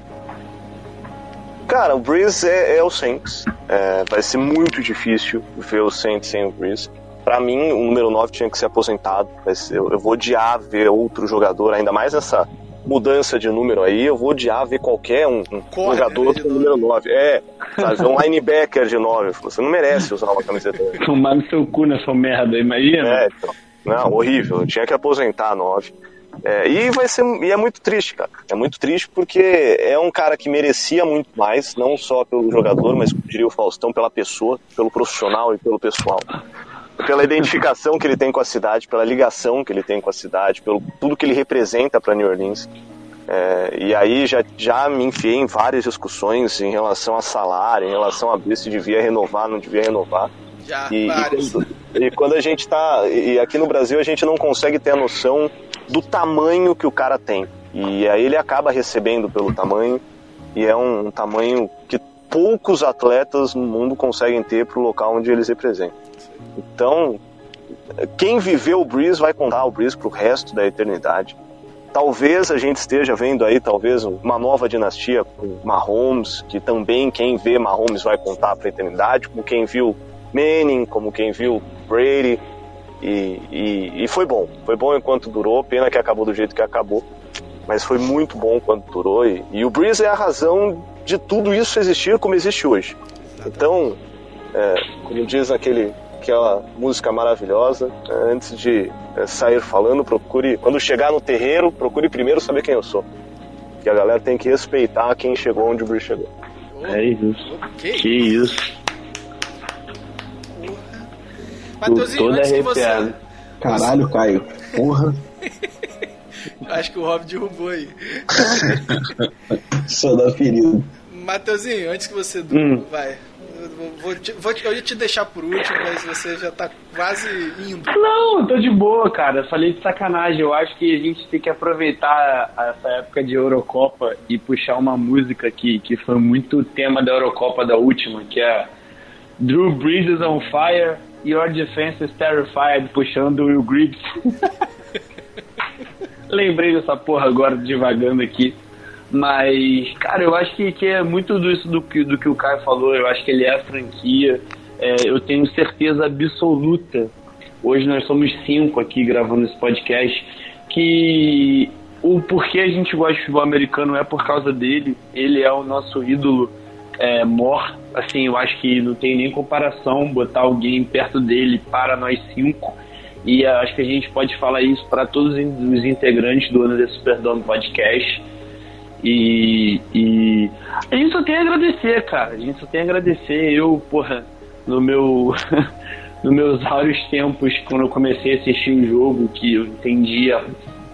Cara, o Breeze é, é o Saints. É, vai ser muito difícil ver o Saints sem o Breeze. Pra mim, o número nove tinha que ser aposentado. Vai ser- eu, eu vou odiar ver outro jogador, ainda mais essa mudança de número aí. Eu vou odiar ver qualquer um, um Corner, jogador né, de com o número nove. É, sabe, um linebacker de nove. Você não merece usar uma camiseta. Tomar no seu cu nessa merda, imagina? É, então, não, horrível. Eu tinha que aposentar a nove. É, e vai ser, e é muito triste, cara. É muito triste porque é um cara que merecia muito mais, não só pelo jogador, mas, como diria o Faustão, pela pessoa, pelo profissional e pelo pessoal. Pela identificação que ele tem com a cidade, pela ligação que ele tem com a cidade, pelo tudo que ele representa para New Orleans. É, e aí já, já me enfiei em várias discussões em relação a salário, em relação a ver se devia renovar, não devia renovar. Já, E, vários. e, quando, e quando a gente tá. E aqui no Brasil a gente não consegue ter a noção do tamanho que o cara tem. E aí ele acaba recebendo pelo tamanho, e é um, um tamanho que poucos atletas no mundo conseguem ter pro local onde eles representam. Então, quem viveu o Breeze vai contar o Breeze pro resto da eternidade. Talvez a gente esteja vendo aí, talvez, uma nova dinastia com Mahomes, que também quem vê Mahomes vai contar pra eternidade, como quem viu Manning, como quem viu Brady, e, e, e foi bom, foi bom enquanto durou, pena que acabou do jeito que acabou, mas foi muito bom enquanto durou, e, e o Breeze é a razão de tudo isso existir como existe hoje. Então, é, como diz aquele, aquela música maravilhosa, é, antes de é, sair falando, procure, quando chegar no terreiro, procure primeiro saber quem eu sou, que a galera tem que respeitar quem chegou onde o Breeze chegou. É isso. Que Que isso. Matheusinho, Todo antes que você. arrepiado. Caralho, Caio. Porra. Acho que o Rob derrubou aí. Só dá ferido. Matheusinho, antes que você Hum. vai. Eu, vou, vou te, vou te- eu ia te deixar por último, mas você já tá quase indo. Não, eu tô de boa, cara. Eu falei de sacanagem. Eu acho que a gente tem que aproveitar essa época de Eurocopa e puxar uma música que, que foi muito tema da Eurocopa da última, que é Drew Brees is on fire, your defense is terrified, puxando o Will Griggs. Lembrei dessa porra agora, devagando aqui. Mas, cara, eu acho que, que é muito disso do que, do que o Caio falou. Eu acho que ele é a franquia. É, eu tenho certeza absoluta, hoje nós somos cinco aqui gravando esse podcast, que o porquê a gente gosta de futebol americano é por causa dele. Ele é o nosso ídolo é, mor. Assim, eu acho que não tem nem comparação botar alguém perto dele para nós cinco. E acho que a gente pode falar isso para todos os integrantes do Ano de Superdome Podcast. E, e a gente só tem a agradecer, cara. A gente só tem a agradecer. Eu, porra, no meu, nos meus áureos tempos, quando eu comecei a assistir o jogo, que eu entendia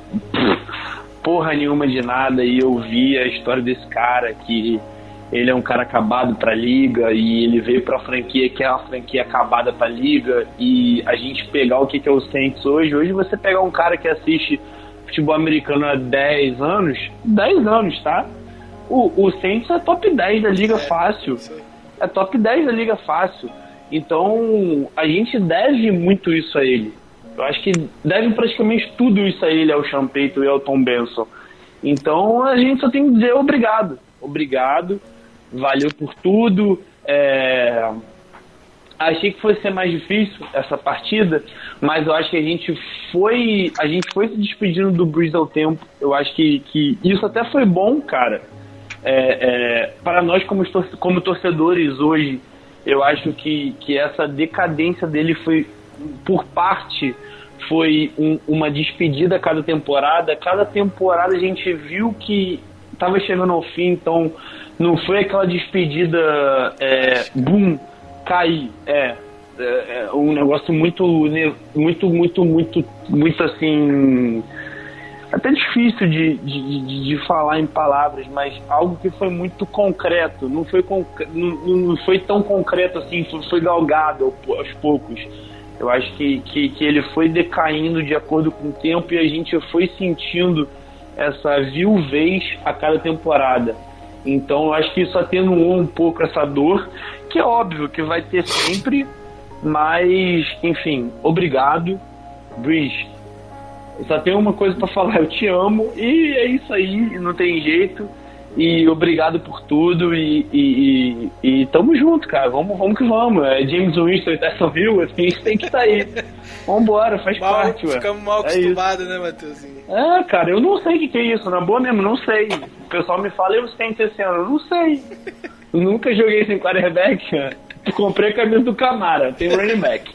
porra nenhuma de nada, e eu vi a história desse cara, que ele é um cara acabado pra liga, e ele veio pra franquia que é uma franquia acabada pra liga, e a gente pegar o que é o Saints hoje, hoje você pegar um cara que assiste futebol americano há dez anos, dez anos, tá? O, o Saints é top dez da liga fácil, é top dez da liga fácil, então a gente deve muito isso a ele. Eu acho que deve praticamente tudo isso a ele, ao Sean Payton e ao Tom Benson. Então a gente só tem que dizer obrigado, obrigado. Valeu por tudo. É... Achei que fosse ser mais difícil essa partida, mas eu acho que a gente foi a gente foi se despedindo do Brees ao tempo. Eu acho que, que isso até foi bom, cara. É, é, para nós como, como torcedores hoje, eu acho que, que essa decadência dele foi, por parte, foi um, uma despedida a cada temporada. Cada temporada a gente viu que estava chegando ao fim, então não foi aquela despedida, é, boom, cair, é, é, é um negócio muito, muito, muito, muito, muito assim, até difícil de, de, de falar em palavras, mas algo que foi muito concreto, não foi, concre- não, não foi tão concreto assim, foi galgado aos poucos. Eu acho que, que, que ele foi decaindo de acordo com o tempo, e a gente foi sentindo essa viuvez a cada temporada. Então eu acho que isso atenuou um pouco essa dor, que é óbvio que vai ter sempre, mas, enfim, obrigado, Brees. Eu só tenho uma coisa pra falar, eu te amo, e é isso aí, não tem jeito, e obrigado por tudo, e, e, e, e tamo junto, cara, vamos, vamos que vamos. É James Winston e Tyson Hill, assim, a gente tem que estar aí. Vambora, faz mal, parte, ué. Ficamos mal é acostumados, né, Matheusinho? É, cara, eu não sei o que, que é isso, na boa mesmo, não sei. O pessoal me fala, eu Saints esse ano, eu não sei. Eu nunca joguei sem quarterback, cara. Comprei a camisa do Camara, tem running back.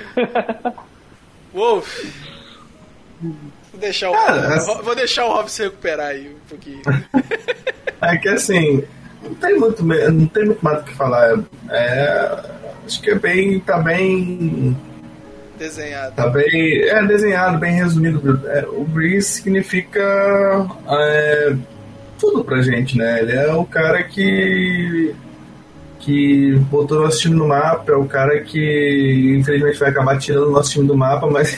Wolf, vou deixar o, Cara, Rob, vou deixar o Rob se recuperar aí um pouquinho. É que assim, não tem muito, não tem muito mais o que falar. É, acho que é bem, tá bem Desenhado. Tá bem, é desenhado, bem resumido. É, o Brees significa é, tudo pra gente, né? Ele é o cara que que botou nosso time no mapa, é o cara que infelizmente vai acabar tirando o nosso time do mapa, mas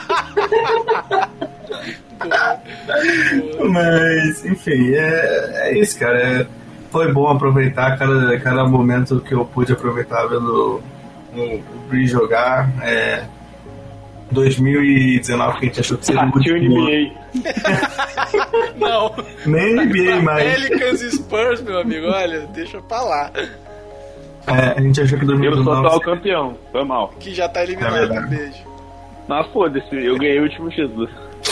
mas enfim, é, é isso, cara. É, foi bom aproveitar cada, cada momento que eu pude aproveitar vendo o, o Brees jogar. É, dois mil e dezenove, que a gente achou que seria muito N B A. Não. Nem N B A mais. Pelicans e Spurs, meu amigo, olha, deixa pra lá. É, a gente achou que dois mil e dezenove... Eu sou atual campeão, foi mal. Que já tá eliminado, é um beijo. Mas foda-se, eu ganhei o último título.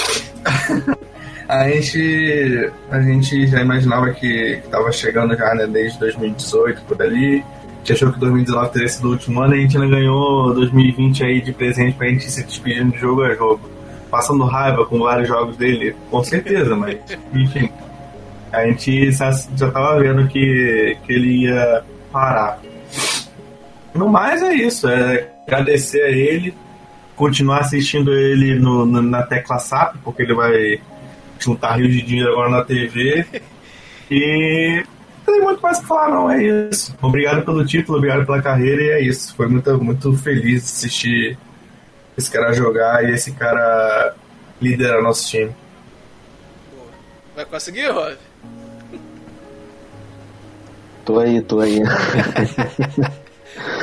A gente, a gente já imaginava que, que tava chegando já, né, desde dois mil e dezoito, por ali. A gente achou que dois mil e dezenove teria sido o último ano, e a gente ainda ganhou dois mil e vinte aí de presente pra gente se despedindo de jogo a jogo. Passando raiva com vários jogos dele, com certeza, mas enfim. A gente já, já tava vendo que, que ele ia parar. No mais é isso, é agradecer a ele, continuar assistindo ele no, no, na tecla S A P, porque ele vai juntar rios de dinheiro agora na T V. E não tem muito mais o que falar, não, é isso. Obrigado pelo título, obrigado pela carreira, e é isso. Foi muito, muito feliz de assistir esse cara jogar e esse cara liderar nosso time. Vai conseguir, Rob? Tô aí, tô aí. Vai rolar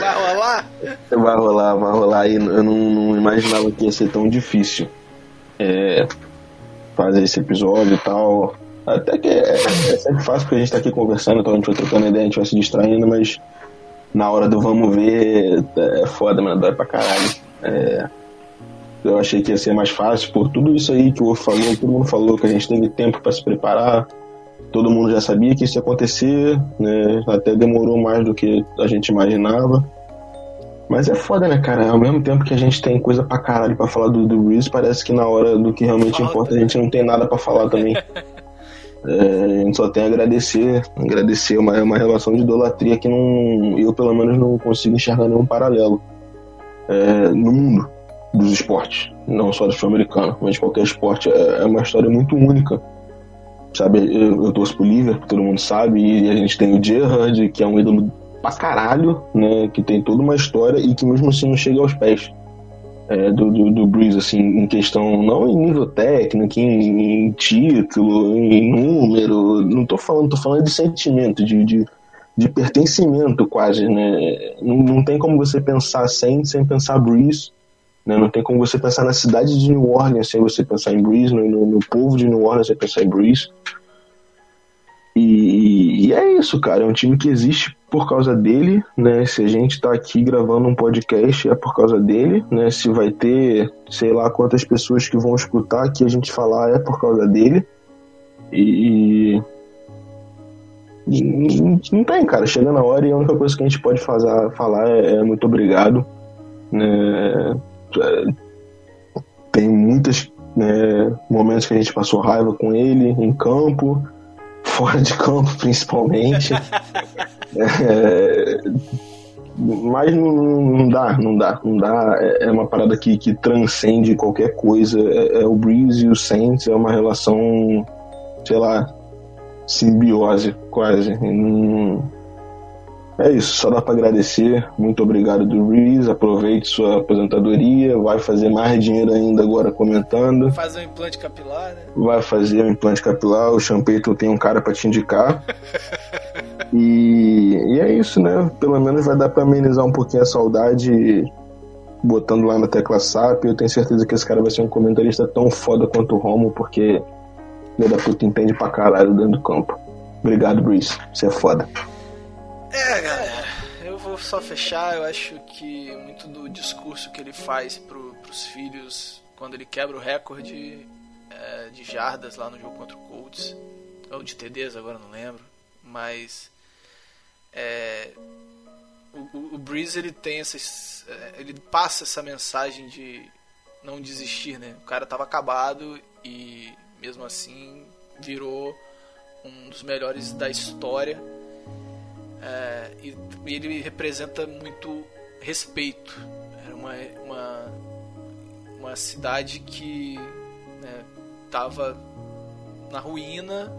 rolar? Vai rolar, vai rolar. E eu não, não imaginava que ia ser tão difícil é, fazer esse episódio e tal. Até que é, é sempre fácil porque a gente tá aqui conversando, então a gente vai trocando ideia, a gente vai se distraindo, mas na hora do vamos ver é foda, mano, dói pra caralho. É, eu achei que ia ser mais fácil por tudo isso aí que o Wolf falou, todo mundo falou que a gente teve tempo pra se preparar, todo mundo já sabia que isso ia acontecer, né? Até demorou mais do que a gente imaginava. Mas é foda, né, cara? Ao mesmo tempo que a gente tem coisa pra caralho pra falar do, do Breeze, parece que na hora do que realmente Falta. importa a gente não tem nada pra falar também. É, a gente só tem a agradecer, agradecer uma, uma relação de idolatria que não, eu pelo menos não consigo enxergar nenhum paralelo é, no mundo dos esportes, não só do futebol americano, mas de qualquer esporte. É, é uma história muito única, sabe? Eu, eu torço pro Liverpool, todo mundo sabe, e a gente tem o Gerrard, que é um ídolo pra caralho, né, que tem toda uma história e que mesmo assim não chega aos pés É, do, do, do Breeze, assim, em questão, não em nível técnico, em, em título, em número, não tô falando, tô falando de sentimento, de, de, de pertencimento quase, né? Não, não tem como você pensar sem, sem pensar Breeze, né? Não tem como você pensar na cidade de New Orleans sem você pensar em Breeze, no, no, no povo de New Orleans sem pensar em Breeze. E, e é isso, cara, é um time que existe por causa dele, né? Se a gente tá aqui gravando um podcast é por causa dele, né? Se vai ter, sei lá quantas pessoas que vão escutar aqui a gente falar é por causa dele. E, e não tem, cara, chega na hora e a única coisa que a gente pode fazer, falar é, é muito obrigado, né? Tem muitos né, momentos que a gente passou raiva com ele em campo, fora de campo principalmente. é, mas não, não dá, não dá, não dá. É uma parada que, que transcende qualquer coisa. É, é o Breeze e o Saints, é uma relação, sei lá, simbiose quase. Não, é isso, só dá pra agradecer. Muito obrigado do Breeze, aproveite sua aposentadoria, vai fazer mais dinheiro ainda agora comentando. Vai fazer um implante capilar, né? Vai fazer um implante capilar, o Sean Payton tem um cara pra te indicar. e, e é isso, né? Pelo menos vai dar pra amenizar um pouquinho a saudade botando lá na tecla S A P. Eu tenho certeza que esse cara vai ser um comentarista tão foda quanto o Romo, porque filho da puta entende pra caralho dentro do campo. Obrigado, Breeze, você é foda. É, galera, eu vou só fechar. Eu acho que muito do discurso que ele faz pro, pros filhos quando ele quebra o recorde é, de jardas lá no jogo contra o Colts, ou de T Ds, agora não lembro, mas é, o, o Breeze ele tem essas, ele passa essa mensagem de não desistir, né? O cara tava acabado e mesmo assim virou um dos melhores da história. É, e, e ele representa muito respeito. Era uma, uma, uma cidade que estava, né, na ruína,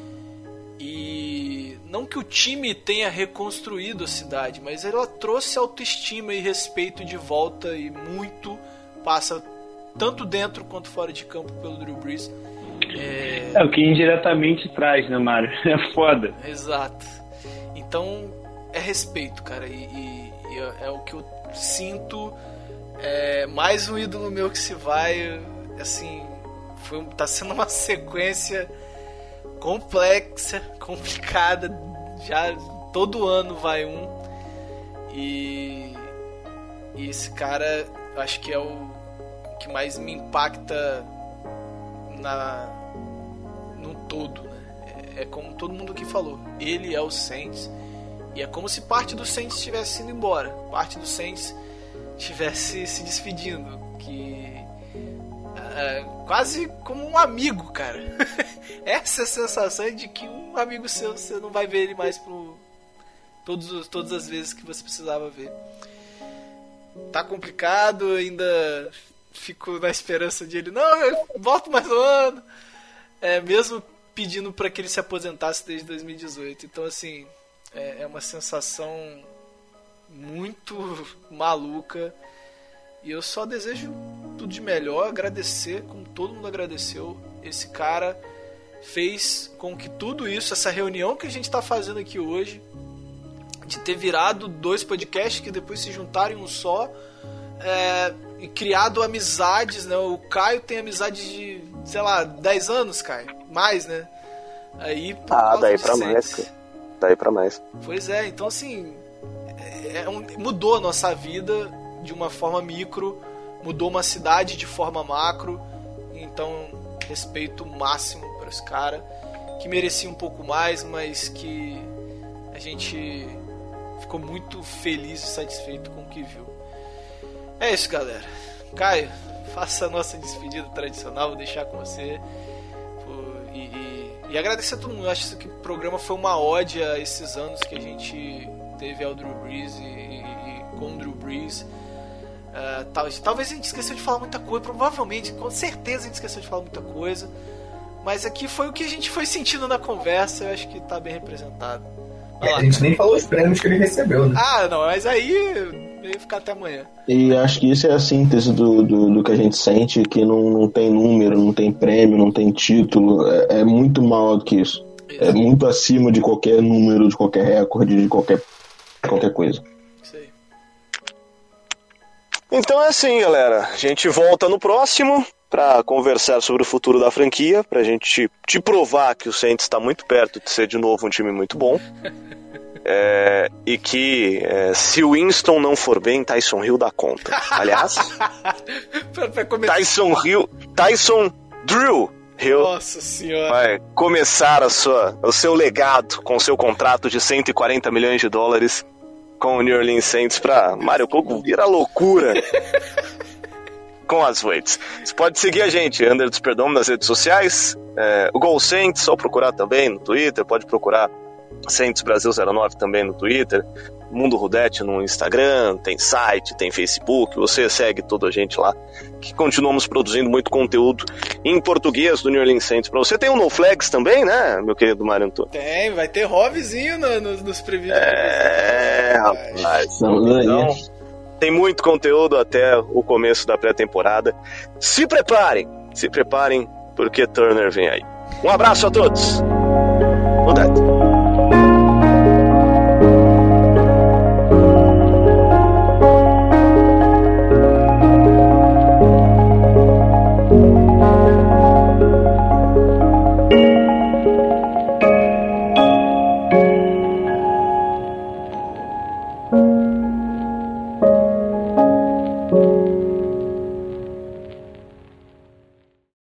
e não que o time tenha reconstruído a cidade, mas ela trouxe autoestima e respeito de volta, e muito passa tanto dentro quanto fora de campo pelo Drew Brees. É, é o que indiretamente traz, né, Mário? É foda. Exato. Então, é respeito, cara, e, e, e é, é o que eu sinto. É, mais um ídolo meu que se vai, assim, foi, tá sendo uma sequência complexa, complicada, já todo ano vai um, e, e esse cara, acho que é o que mais me impacta na, no todo, né? É, é como todo mundo aqui falou, ele é o Saints. E é como se parte do Saints estivesse indo embora, parte do Saints estivesse se despedindo, que é, quase como um amigo, cara. Essa é a sensação de que um amigo seu, você não vai ver ele mais por todos, todas as vezes que você precisava ver. Tá complicado, ainda fico na esperança de ele, não, eu volto mais um ano, é, mesmo pedindo para que ele se aposentasse desde dois mil e dezoito. Então, assim, é uma sensação muito maluca, e eu só desejo tudo de melhor, agradecer, como todo mundo agradeceu. Esse cara fez com que tudo isso, essa reunião que a gente está fazendo aqui hoje, de ter virado dois podcasts que depois se juntaram em um só, é, e criado amizades, né? O Caio tem amizade de, sei lá, dez anos, Caio, mais, né? Aí, por ah, causa daí de pra Saints. mais, cara. Daí pra mais. Pois é, então assim, é um, mudou a nossa vida de uma forma micro, mudou uma cidade de forma macro, então respeito máximo para os caras, que merecia um pouco mais, mas que a gente ficou muito feliz e satisfeito com o que viu. É isso, galera. Caio, faça a nossa despedida tradicional, vou deixar com você. E, e, e agradecer a todo mundo. Acho que o programa foi uma ode a esses anos que a gente teve ao Drew Brees e, e, e com o Drew Brees. Uh, talvez, talvez a gente esqueceu de falar muita coisa, provavelmente, com certeza a gente esqueceu de falar muita coisa. Mas aqui foi o que a gente foi sentindo na conversa, eu acho que tá bem representado. É, a gente nem falou os prêmios que ele recebeu, né? Ah, não, mas aí eu ia ficar até amanhã. E acho que isso é a síntese do, do, do que a gente sente, que não, não tem número, não tem prêmio, não tem título. É, é muito maior do que isso. isso. É muito acima de qualquer número, de qualquer recorde, de qualquer, qualquer coisa. Isso aí. Então é assim, galera. A gente volta no próximo para conversar sobre o futuro da franquia, pra gente te, te provar que o Saints está muito perto de ser de novo um time muito bom. É, e que é, se o Winston não for bem, Tyson Hill dá conta. Aliás, pra, pra começar... Tyson Hill, Tyson Drew Hill Nossa senhora. vai começar a sua, o seu legado com o seu contrato de cento e quarenta milhões de dólares com o New Orleans Saints pra Mario Coco virar loucura com as Waits. Você pode seguir a gente, Under the Superdome, nas redes sociais, é, o Gol Saints, só procurar também no Twitter, pode procurar Saints Brasil zero nove também no Twitter, Mundo Rudete no Instagram, tem site, tem Facebook, você segue toda a gente lá, que continuamos produzindo muito conteúdo em português do New Orleans Saints pra você. Tem o No Flags também, né, meu querido Mário Antônio? Tem, vai ter Rovezinho no, no, nos previews. É, rapaz, então, tem muito conteúdo até o começo da pré-temporada. Se preparem, se preparem, porque Turner vem aí. Um abraço a todos!